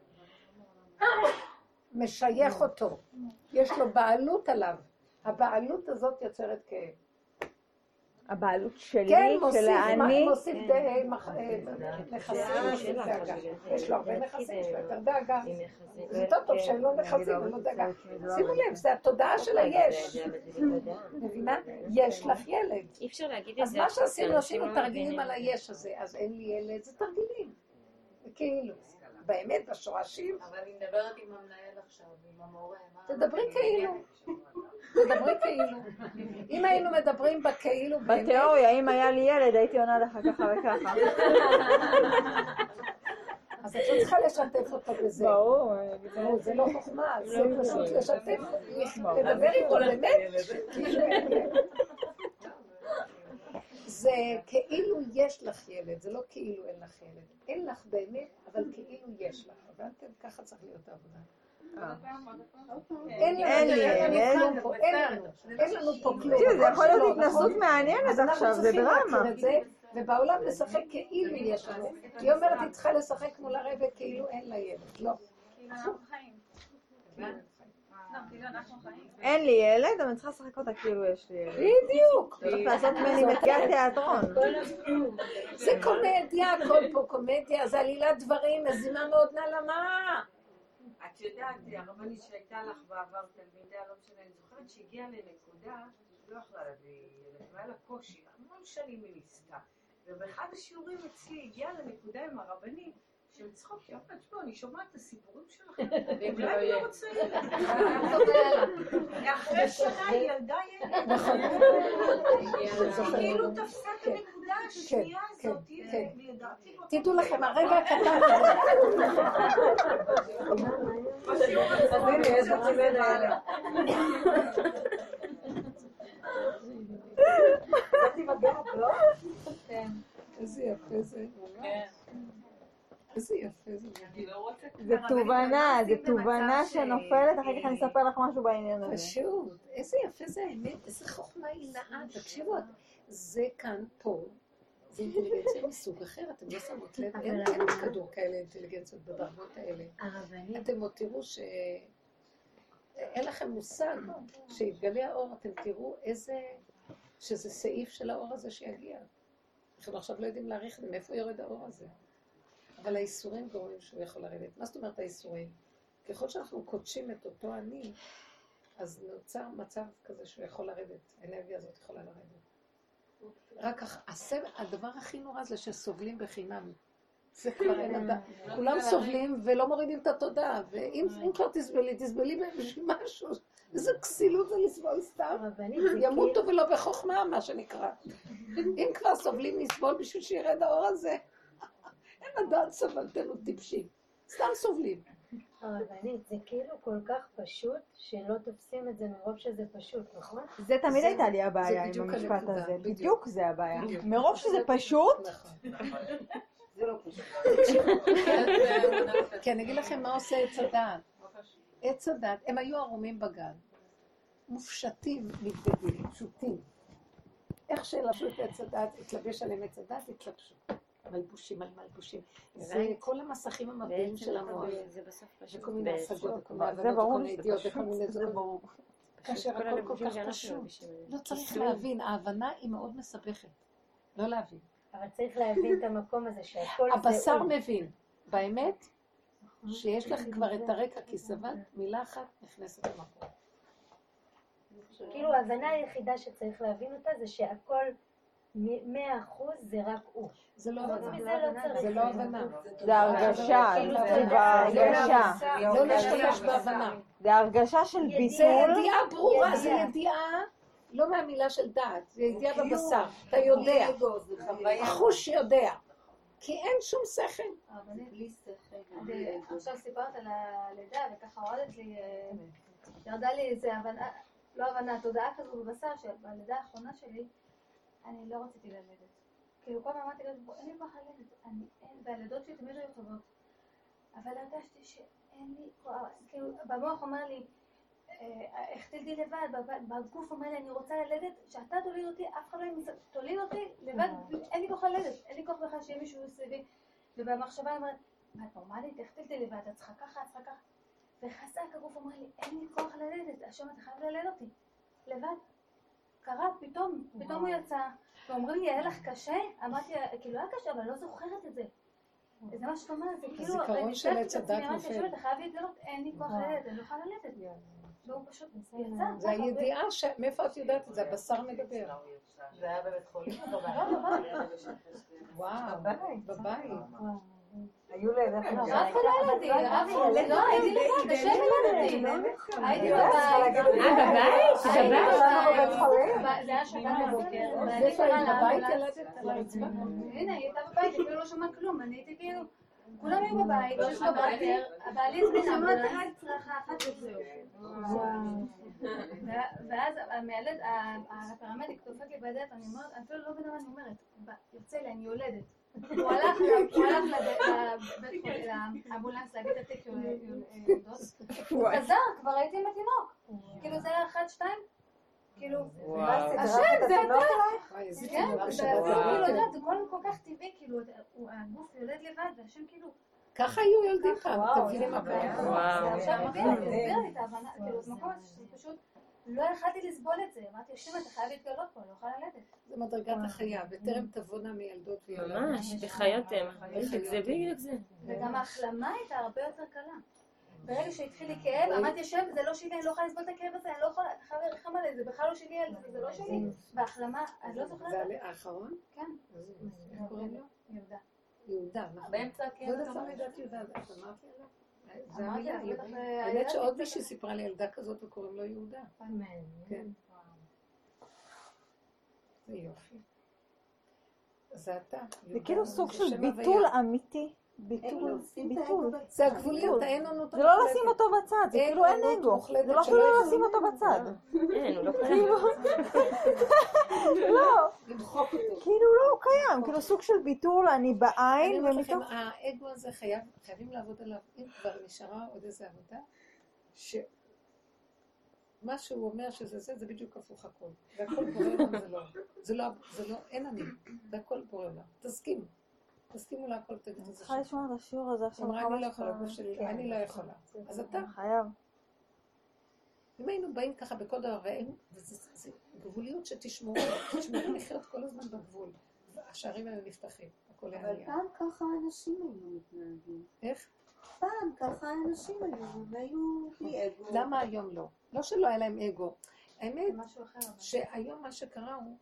משייך אותו, יש לו בעלות עליו. הבעלות הזאת יוצרת כאב. הבעלות שלי, כן, של האני. כן, מוסיף נכסים, מוסיף דאגה. יש לו הרבה נכסים, יש לו יותר דאגה. זה יותר טוב שאין לו נכסים, אין לו דאגה. שימו לב, זה התודעה של היש. מבינה? יש לך ילד. אי אפשר להגיד את זה. אז מה שעשינו, עשינו תרגילים על היש הזה, אז אין לי ילד, זה תרגילים. כאילו, באמת, בשורשים. אבל אני מדברת עם המנהל עכשיו, עם המורה. תדברי כאילו. תדברי כאילו. אם היינו מדברים בכאילו באמת... בתיאוריה, אם היה לי ילד, הייתי עונה לך ככה וככה. אז את לא צריכה לשתף אותו בזה. ברור. זה לא חוכמה, זה פשוט לשתף, לדבר איתו באמת. זה כאילו יש לך ילד, זה לא כאילו אין לך ילד. אין לך באמת, אבל כאילו יש לך. הבנתם? ככה צריך להיות העבודה. אין לי ילד, אין לנו פה כלום. זה יכול להיות התנסות מעניינת עכשיו, זה דרמה. ובעולם לשחק כאילו יש לנו. היא אומרת, היא צריכה לשחק מול הרבה כאילו אין לה ילד. לא. אין לי ילד, אבל אני צריכה לשחק אותה כאילו יש לי ילד. בדיוק. צריך לעשות ממני מציאת תיאטרון. זה קומדיה, הכל פה קומדיה, זה עלילת דברים, מזימה מאוד נעלמה. את יודעת, הרבנית שהייתה לך בעבר תלמידה, לא משנה, אני זוכרת שהגיעה לנקודה, לא יכלה להביא ילד, והיה לה קושי, המון שנים היא ניסתה. ובאחד השיעורים אצלי הגיעה לנקודה עם הרבנים, שהם צחוק, שאומרת, תשמעו, אני שומעת את הסיפורים שלכם, ואולי אני לא רוצה ילד. אחרי שנה היא ילדה ילד. נכון. היא כאילו תפסה את הנקודה השנייה הזאת, לדעתי. תדעו לכם, הרגע הקטן הזה. אז הנה, איזה צבע. באתי מגעת, לא? כן. איזה יפה זה. איזה יפה זה. זה תובנה, זה תובנה שנופלת, אחר כך אני אספר לך משהו בעניין הזה. פשוט, איזה יפה זה האמת, איזה חוכמה היא נאה. תקשיבו, זה כאן פה. זה אינטליגנציה מסוג אחר, אתם לא שמות לב, אין כדור כאלה אינטליגנציות בדרגות האלה. אתם עוד תראו שאין לכם מושג, שיתגלה האור, אתם תראו איזה, שזה סעיף של האור הזה שיגיע. אנחנו עכשיו לא יודעים להעריך מאיפה יורד האור הזה. אבל האיסורים גורמים שהוא יכול לרדת. מה זאת אומרת האיסורים? ככל שאנחנו קודשים את אותו אני, אז נוצר מצב כזה שהוא יכול לרדת, האנרגיה הזאת יכולה לרדת. רק הדבר הכי נורא זה שסובלים בחינם. זה כבר אין אדם. כולם סובלים ולא מורידים את התודעה. ואם כבר תסבלי, תסבלי בשביל משהו. איזה כסילות זה לסבול סתם. ימותו ולא בחוכמה, מה שנקרא. אם כבר סובלים לסבול בשביל שירד האור הזה, אין אדם סבלתנו טיפשים. סתם סובלים. הרבנית, זה כאילו כל כך פשוט שלא תופסים את זה מרוב שזה פשוט, נכון? זה תמיד הייתה לי הבעיה עם המשפט הזה. בדיוק זה הבעיה. מרוב שזה פשוט... זה לא פשוט. כי אני אגיד לכם מה עושה עץ הדעת. עץ הדעת, הם היו ערומים בגן. מופשטים, מתבדים, פשוטים. איך שלבשו את עץ הדעת, התלבש עליהם עץ הדעת, התלבשו. מלבושים על מלבושים. זה כל המסכים המבדילים של המוח. זה כל מיני השגות, כל מיני הבנות, כל מיני ידיעות וכל מיני זה ברור. כאשר הכל כל כך פשוט. לא צריך להבין, ההבנה היא מאוד מסבכת. לא להבין. אבל צריך להבין את המקום הזה שהכל זה... הבשר מבין. באמת, שיש לך כבר את הרקע כסבן, מילה אחת נכנסת למקום. כאילו ההבנה היחידה שצריך להבין אותה זה שהכל מאה אחוז זה רק הוא. זה לא הבנה. זה לא הבנה. זה הרגשה, זה בהרגשה. לא להשתמש בהבנה. זה הרגשה של ביטול. זה ידיעה ברורה, זה ידיעה לא מהמילה של דעת, זה ידיעה בבשר. אתה יודע, החוש יודע. כי אין שום שכל. עכשיו סיפרת על הלידה וככה הורדת לי, ירדה לי איזה הבנה, לא הבנה, תודעה כזו בבשר שבלידה האחרונה שלי אני לא רציתי ללדת. כאילו כל פעם אמרתי לו, אין לי כוח ללדת, והלידות שלי תמיד היו טובות. אבל הרגשתי שאין לי כוח, כאילו במוח אומר לי, החתלתי לבד, בגוף אומר לי, אני רוצה ללדת, שאתה תוליד אותי, אף אחד לא תוליד אותי לבד, אין לי כוח ללדת, אין לי כוח בכלל שיהיה מישהו סביבי. ובמחשבה אני אומרת, מה את נורמלית, החתלתי לבד, את צריכה ככה, את צריכה ככה. וחזק הגוף אומר לי, אין לי כוח ללדת, השם אתה חייב ללד אותי, לבד. קרה, פתאום, פתאום הוא יצא, ואומרים לי, היה לך קשה? אמרתי, כאילו היה קשה, אבל אני לא זוכרת את זה. זה מה שאת אומרת, זה כאילו, הזיכרון של עץ הדת נופל. אתה חייב להתגלות, אין לי כוח ללדת, אני לא יכולה ללדת. והוא פשוט יצא. זה הידיעה, מאיפה את יודעת את זה? הבשר מדבר. זה היה בבית חולים? וואו, בבית. היו לידך. אף אחד לא ילדתי, אף אחד לא, הייתי לבד, השם ילדתי. הייתי בבית. אה, בבית? זה היה שבת בבוקר. זה שהיית בבית ילדת על הרצפה? הנה, היא הייתה בבית, אפילו לא שמעה כלום, אני הייתי כאילו, כולם היו בבית, שש בבוקר, הבעלי הזמין אמבולנס, צרחה אחת וזהו. ואז המיילד, הפרמדיק דופק לי בדלת, אני אומרת, אני אפילו לא מבינה מה אני אומרת, יוצא לי, אני יולדת. הוא הלך לאמבולנס להגיד את התיק יולדות, הוא חזר, כבר הייתי עם התינוק. כאילו זה היה אחת, שתיים, כאילו, השם, זה אתה. כן, זה כל כך טבעי, כאילו, הגוף יולד לבד, והשם כאילו... ככה היו יולדים פעם, תביני מה קרה. וואו. עכשיו מבינה, הוא הסביר לי את ההבנה, כאילו, זה מקום שזה פשוט... לא יכלתי לסבול את זה, אמרתי, השם, אתה חייב להתגלות פה, אני לא יכולה ללדת. זה מדרגת החיה, בטרם תבונה מילדות וילדות. ממש, בחיות הם. זה בדיוק זה. וגם ההחלמה הייתה הרבה יותר קלה. ברגע שהתחיל לי כאב, אמרתי, השם, זה לא שלי, אני לא יכולה לסבול את הכאב הזה, אני לא יכולה, אתה חייב לרחם עליי, זה בכלל לא שלי, זה לא שלי. וההחלמה, אני לא זוכרת. זה האחרון? כן. איך קוראים לו? יהודה. יהודה, נכון. באמצע הכאב. לא דווקא לדעת יהודה, את אמרתי עליו? זה המילה, האמת שעוד מישהי סיפרה לי ילדה כזאת וקוראים לו יהודה. אמן. כן. זה יופי. זה אתה. זה כאילו סוג של ביטול אמיתי. ביטול, ביטול. זה הגבוליות, האין עונות. זה לא לשים אותו בצד, זה כאילו אין אגו. זה לא אפילו לא לשים אותו בצד. אין, הוא לא קיים. לא. כאילו לא, הוא קיים. כאילו סוג של ביטול, אני בעין ומתוך... האגו הזה חייבים לעבוד עליו. אם כבר נשארה עוד איזה עבודה, שמה שהוא אומר שזה זה, זה בדיוק הפוך הכל. והכל בורא עולם זה לא. זה לא, אין אני. זה הכל בורא עולם. תסכימו. תסכימו לה הכל, תגיד את זה. צריכה לשמוע את השיעור הזה עכשיו. אמרה, אני לא יכולה, גוף שלי, אני לא יכולה. אז אתה חייב. אם היינו באים ככה בכל דבר, וזה גבוליות שתשמעו, תשמעו לחיות כל הזמן בגבול. השערים האלה נפתחים, הכל היה אבל נהיה. פעם ככה האנשים היו מתנהגים. איך? פעם ככה האנשים היו, והיו בלי אגו. למה היום לא? לא שלא היה להם אגו. האמת שהיום מה שקרה הוא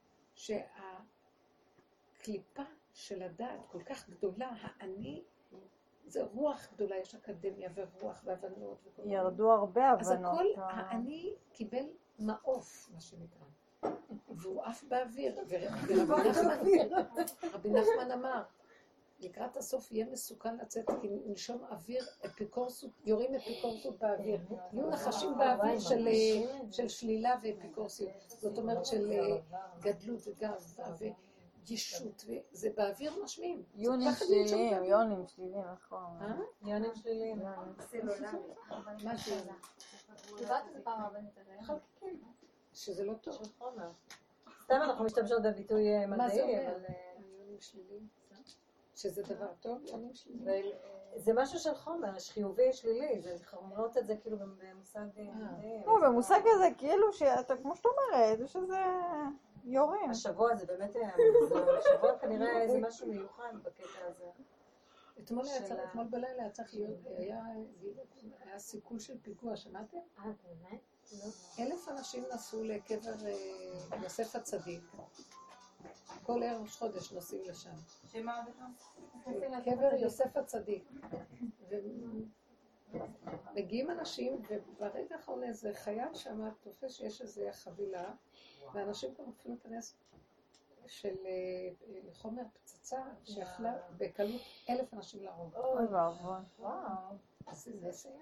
שהקליפה של הדעת כל כך גדולה, האני, זה רוח גדולה, יש אקדמיה ורוח והבנות וכל מיני. ירדו הרבה הבנות. אז הכל, האני קיבל מעוף, מה שנקרא. והוא עף באוויר, ורבי נחמן אמר, לקראת הסוף יהיה מסוכן לצאת עם נשום אוויר, אפיקורסות, יורים אפיקורסות באוויר. יהיו נחשים באוויר של שלילה ואפיקורסיות. זאת אומרת של גדלות וגאווה וישות, וזה באוויר משמיעים. יונים שליליים, יונים שליליים, נכון. יונים שליליים. מה זה? דיברת את זה פעם רבנית עליהם. שזה לא טוב. סתם אנחנו משתמשות בביטוי מדעי, אבל... יונים שליליים. שזה דבר טוב, ימים שלילי. זה משהו של חומר, יש חיובי, שלילי, זה חומרות את זה כאילו במושג... לא, במושג הזה כאילו שאתה, כמו שאת אומרת, יש איזה יורים. השבוע זה באמת היה, השבוע כנראה איזה משהו מיוחד בקטע הזה. אתמול בלילה היה צריך להיות, היה סיכול של פיגוע, שמעתם? אה, באמת? אלף אנשים נסעו לקבר יוסף הצדיק. כל ערב חודש נוסעים לשם. שמה עוד אחד? קבר יוסף הצדיק. מגיעים אנשים, וברגע האחרון איזה חייל שם תופס שיש איזו חבילה, ואנשים כבר מתחילים להיכנס של חומר פצצה שיכלה בקלות אלף אנשים להרוג. אוי ואבוי. וואו. אז זה סייע.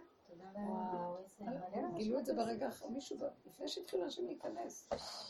גילו את זה ברגע האחרון, מישהו, לפני שהתחילו אנשים להיכנס.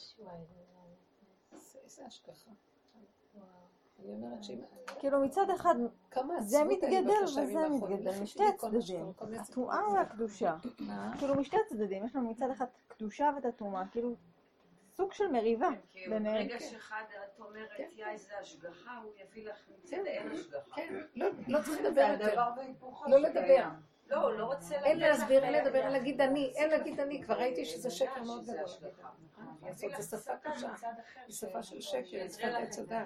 איזה השגחה. אני אומרת שאם... כאילו מצד אחד זה מתגדל וזה מתגדל, משתי הצדדים. התרועה והקדושה. כאילו משתי הצדדים, יש לנו מצד אחד קדושה ואת התרועה, כאילו סוג של מריבה. ברגע שאחד את אומרת, יאי זה השגחה, הוא יביא לך מצד אין השגחה. כן, לא צריך לדבר יותר. לא לדבר. לא, הוא לא רוצה... אין להסביר, אין לדבר, אין להגיד אני, אין להגיד אני. כבר ראיתי שזה שקר מאוד גדול. זה שפה קשה, היא שפה של שקר, היא שפת עץ הדת.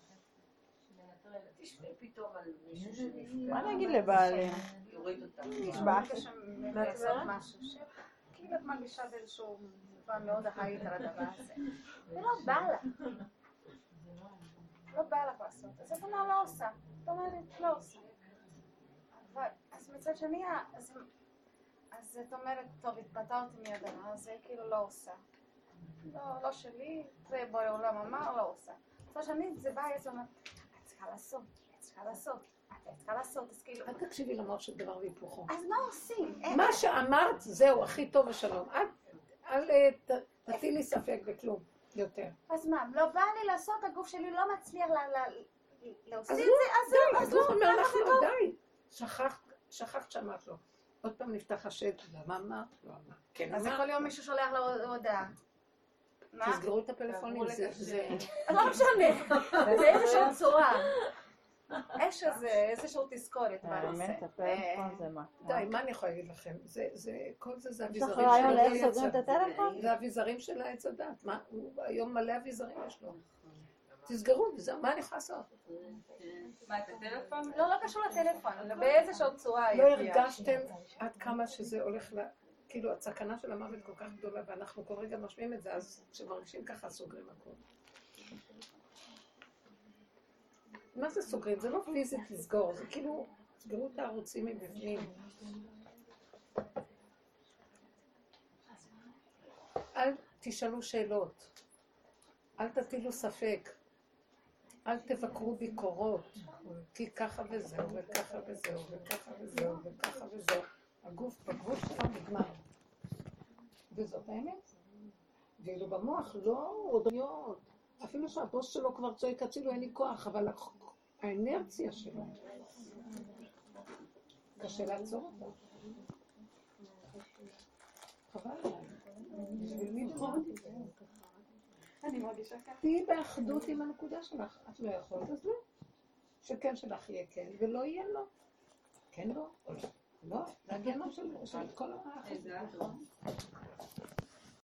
תשמעי פתאום על מישהו שנפגע. מה נגיד לבעלי? יוריד אותה. נשבעת לעשות משהו שכאילו את מרגישה באיזשהו מובן מאוד אחראית על הדבר הזה. ולא בא לה. לא בא לך לעשות. אז את אומרת לא עושה. את אומרת לא עושה. אז מצד שני, אז את אומרת, טוב, התפטרתי מהדבר הזה, כאילו לא עושה. לא, לא שלי, זה בורא עולם אמר, לא עושה. מצד שני, זה בא, יש אומרת, את צריכה לעשות, את צריכה לעשות, את צריכה לעשות, אז כאילו... אל תקשיבי למוח של דבר והיפוכו. אז מה עושים? מה שאמרת, זהו, הכי טוב ושלום. אל תתני לי ספק בכלום, יותר. אז מה, לא בא לי לעשות, הגוף שלי לא מצליח להוסיף את זה, אז לא, אז לא, אומר לך לא, די. שכחת שאמרת לו. עוד פעם נפתח השד, למה אמרת? לא אמרת. אז כל יום מישהו שולח לו הודעה. תסגרו את הפלאפונים, זה... לא משנה, זה איזושהי צורה. יש איזשהו תזכורת בנושא. באמת, הפלאפון זה מה? די, מה אני יכולה להגיד לכם? כל זה זה אביזרים של רעיון איך סוגרים את הטלפון? זה אביזרים של העץ הדת. מה, הוא היום מלא אביזרים יש לו. תסגרו, מה אני יכולה לעשות? מה, את הטלפון? לא, לא קשור לטלפון, באיזושהי צורה. לא הרגשתם עד כמה שזה הולך ל... כאילו, הסכנה של המוות כל כך גדולה, ואנחנו כל רגע משמיעים את זה, אז כשמרגישים ככה סוגרים הכל. מה זה סוגרים? זה לא פיזית לסגור, זה כאילו, סגרו את הערוצים מבפנים. אל תשאלו שאלות, אל תטילו ספק, אל תבקרו ביקורות, כי ככה וזהו, וככה וזהו, וככה וזהו, וככה וזהו. הגוף בגבול שלו נגמר. וזאת האמת. ואילו במוח לא עודיות. אפילו שהבוס שלו כבר צועק הצילו, אין לי כוח, אבל האנרציה שלו קשה לעצור אותה. חבל עליי. בשביל מי דחורת את זה? אני מרגישה ככה. תהיי באחדות עם הנקודה שלך. את לא יכולת, אז לא. שכן שלך יהיה כן, ולא יהיה לא. כן לא, או לא. לא, זה הגיהנום של כל המערכת.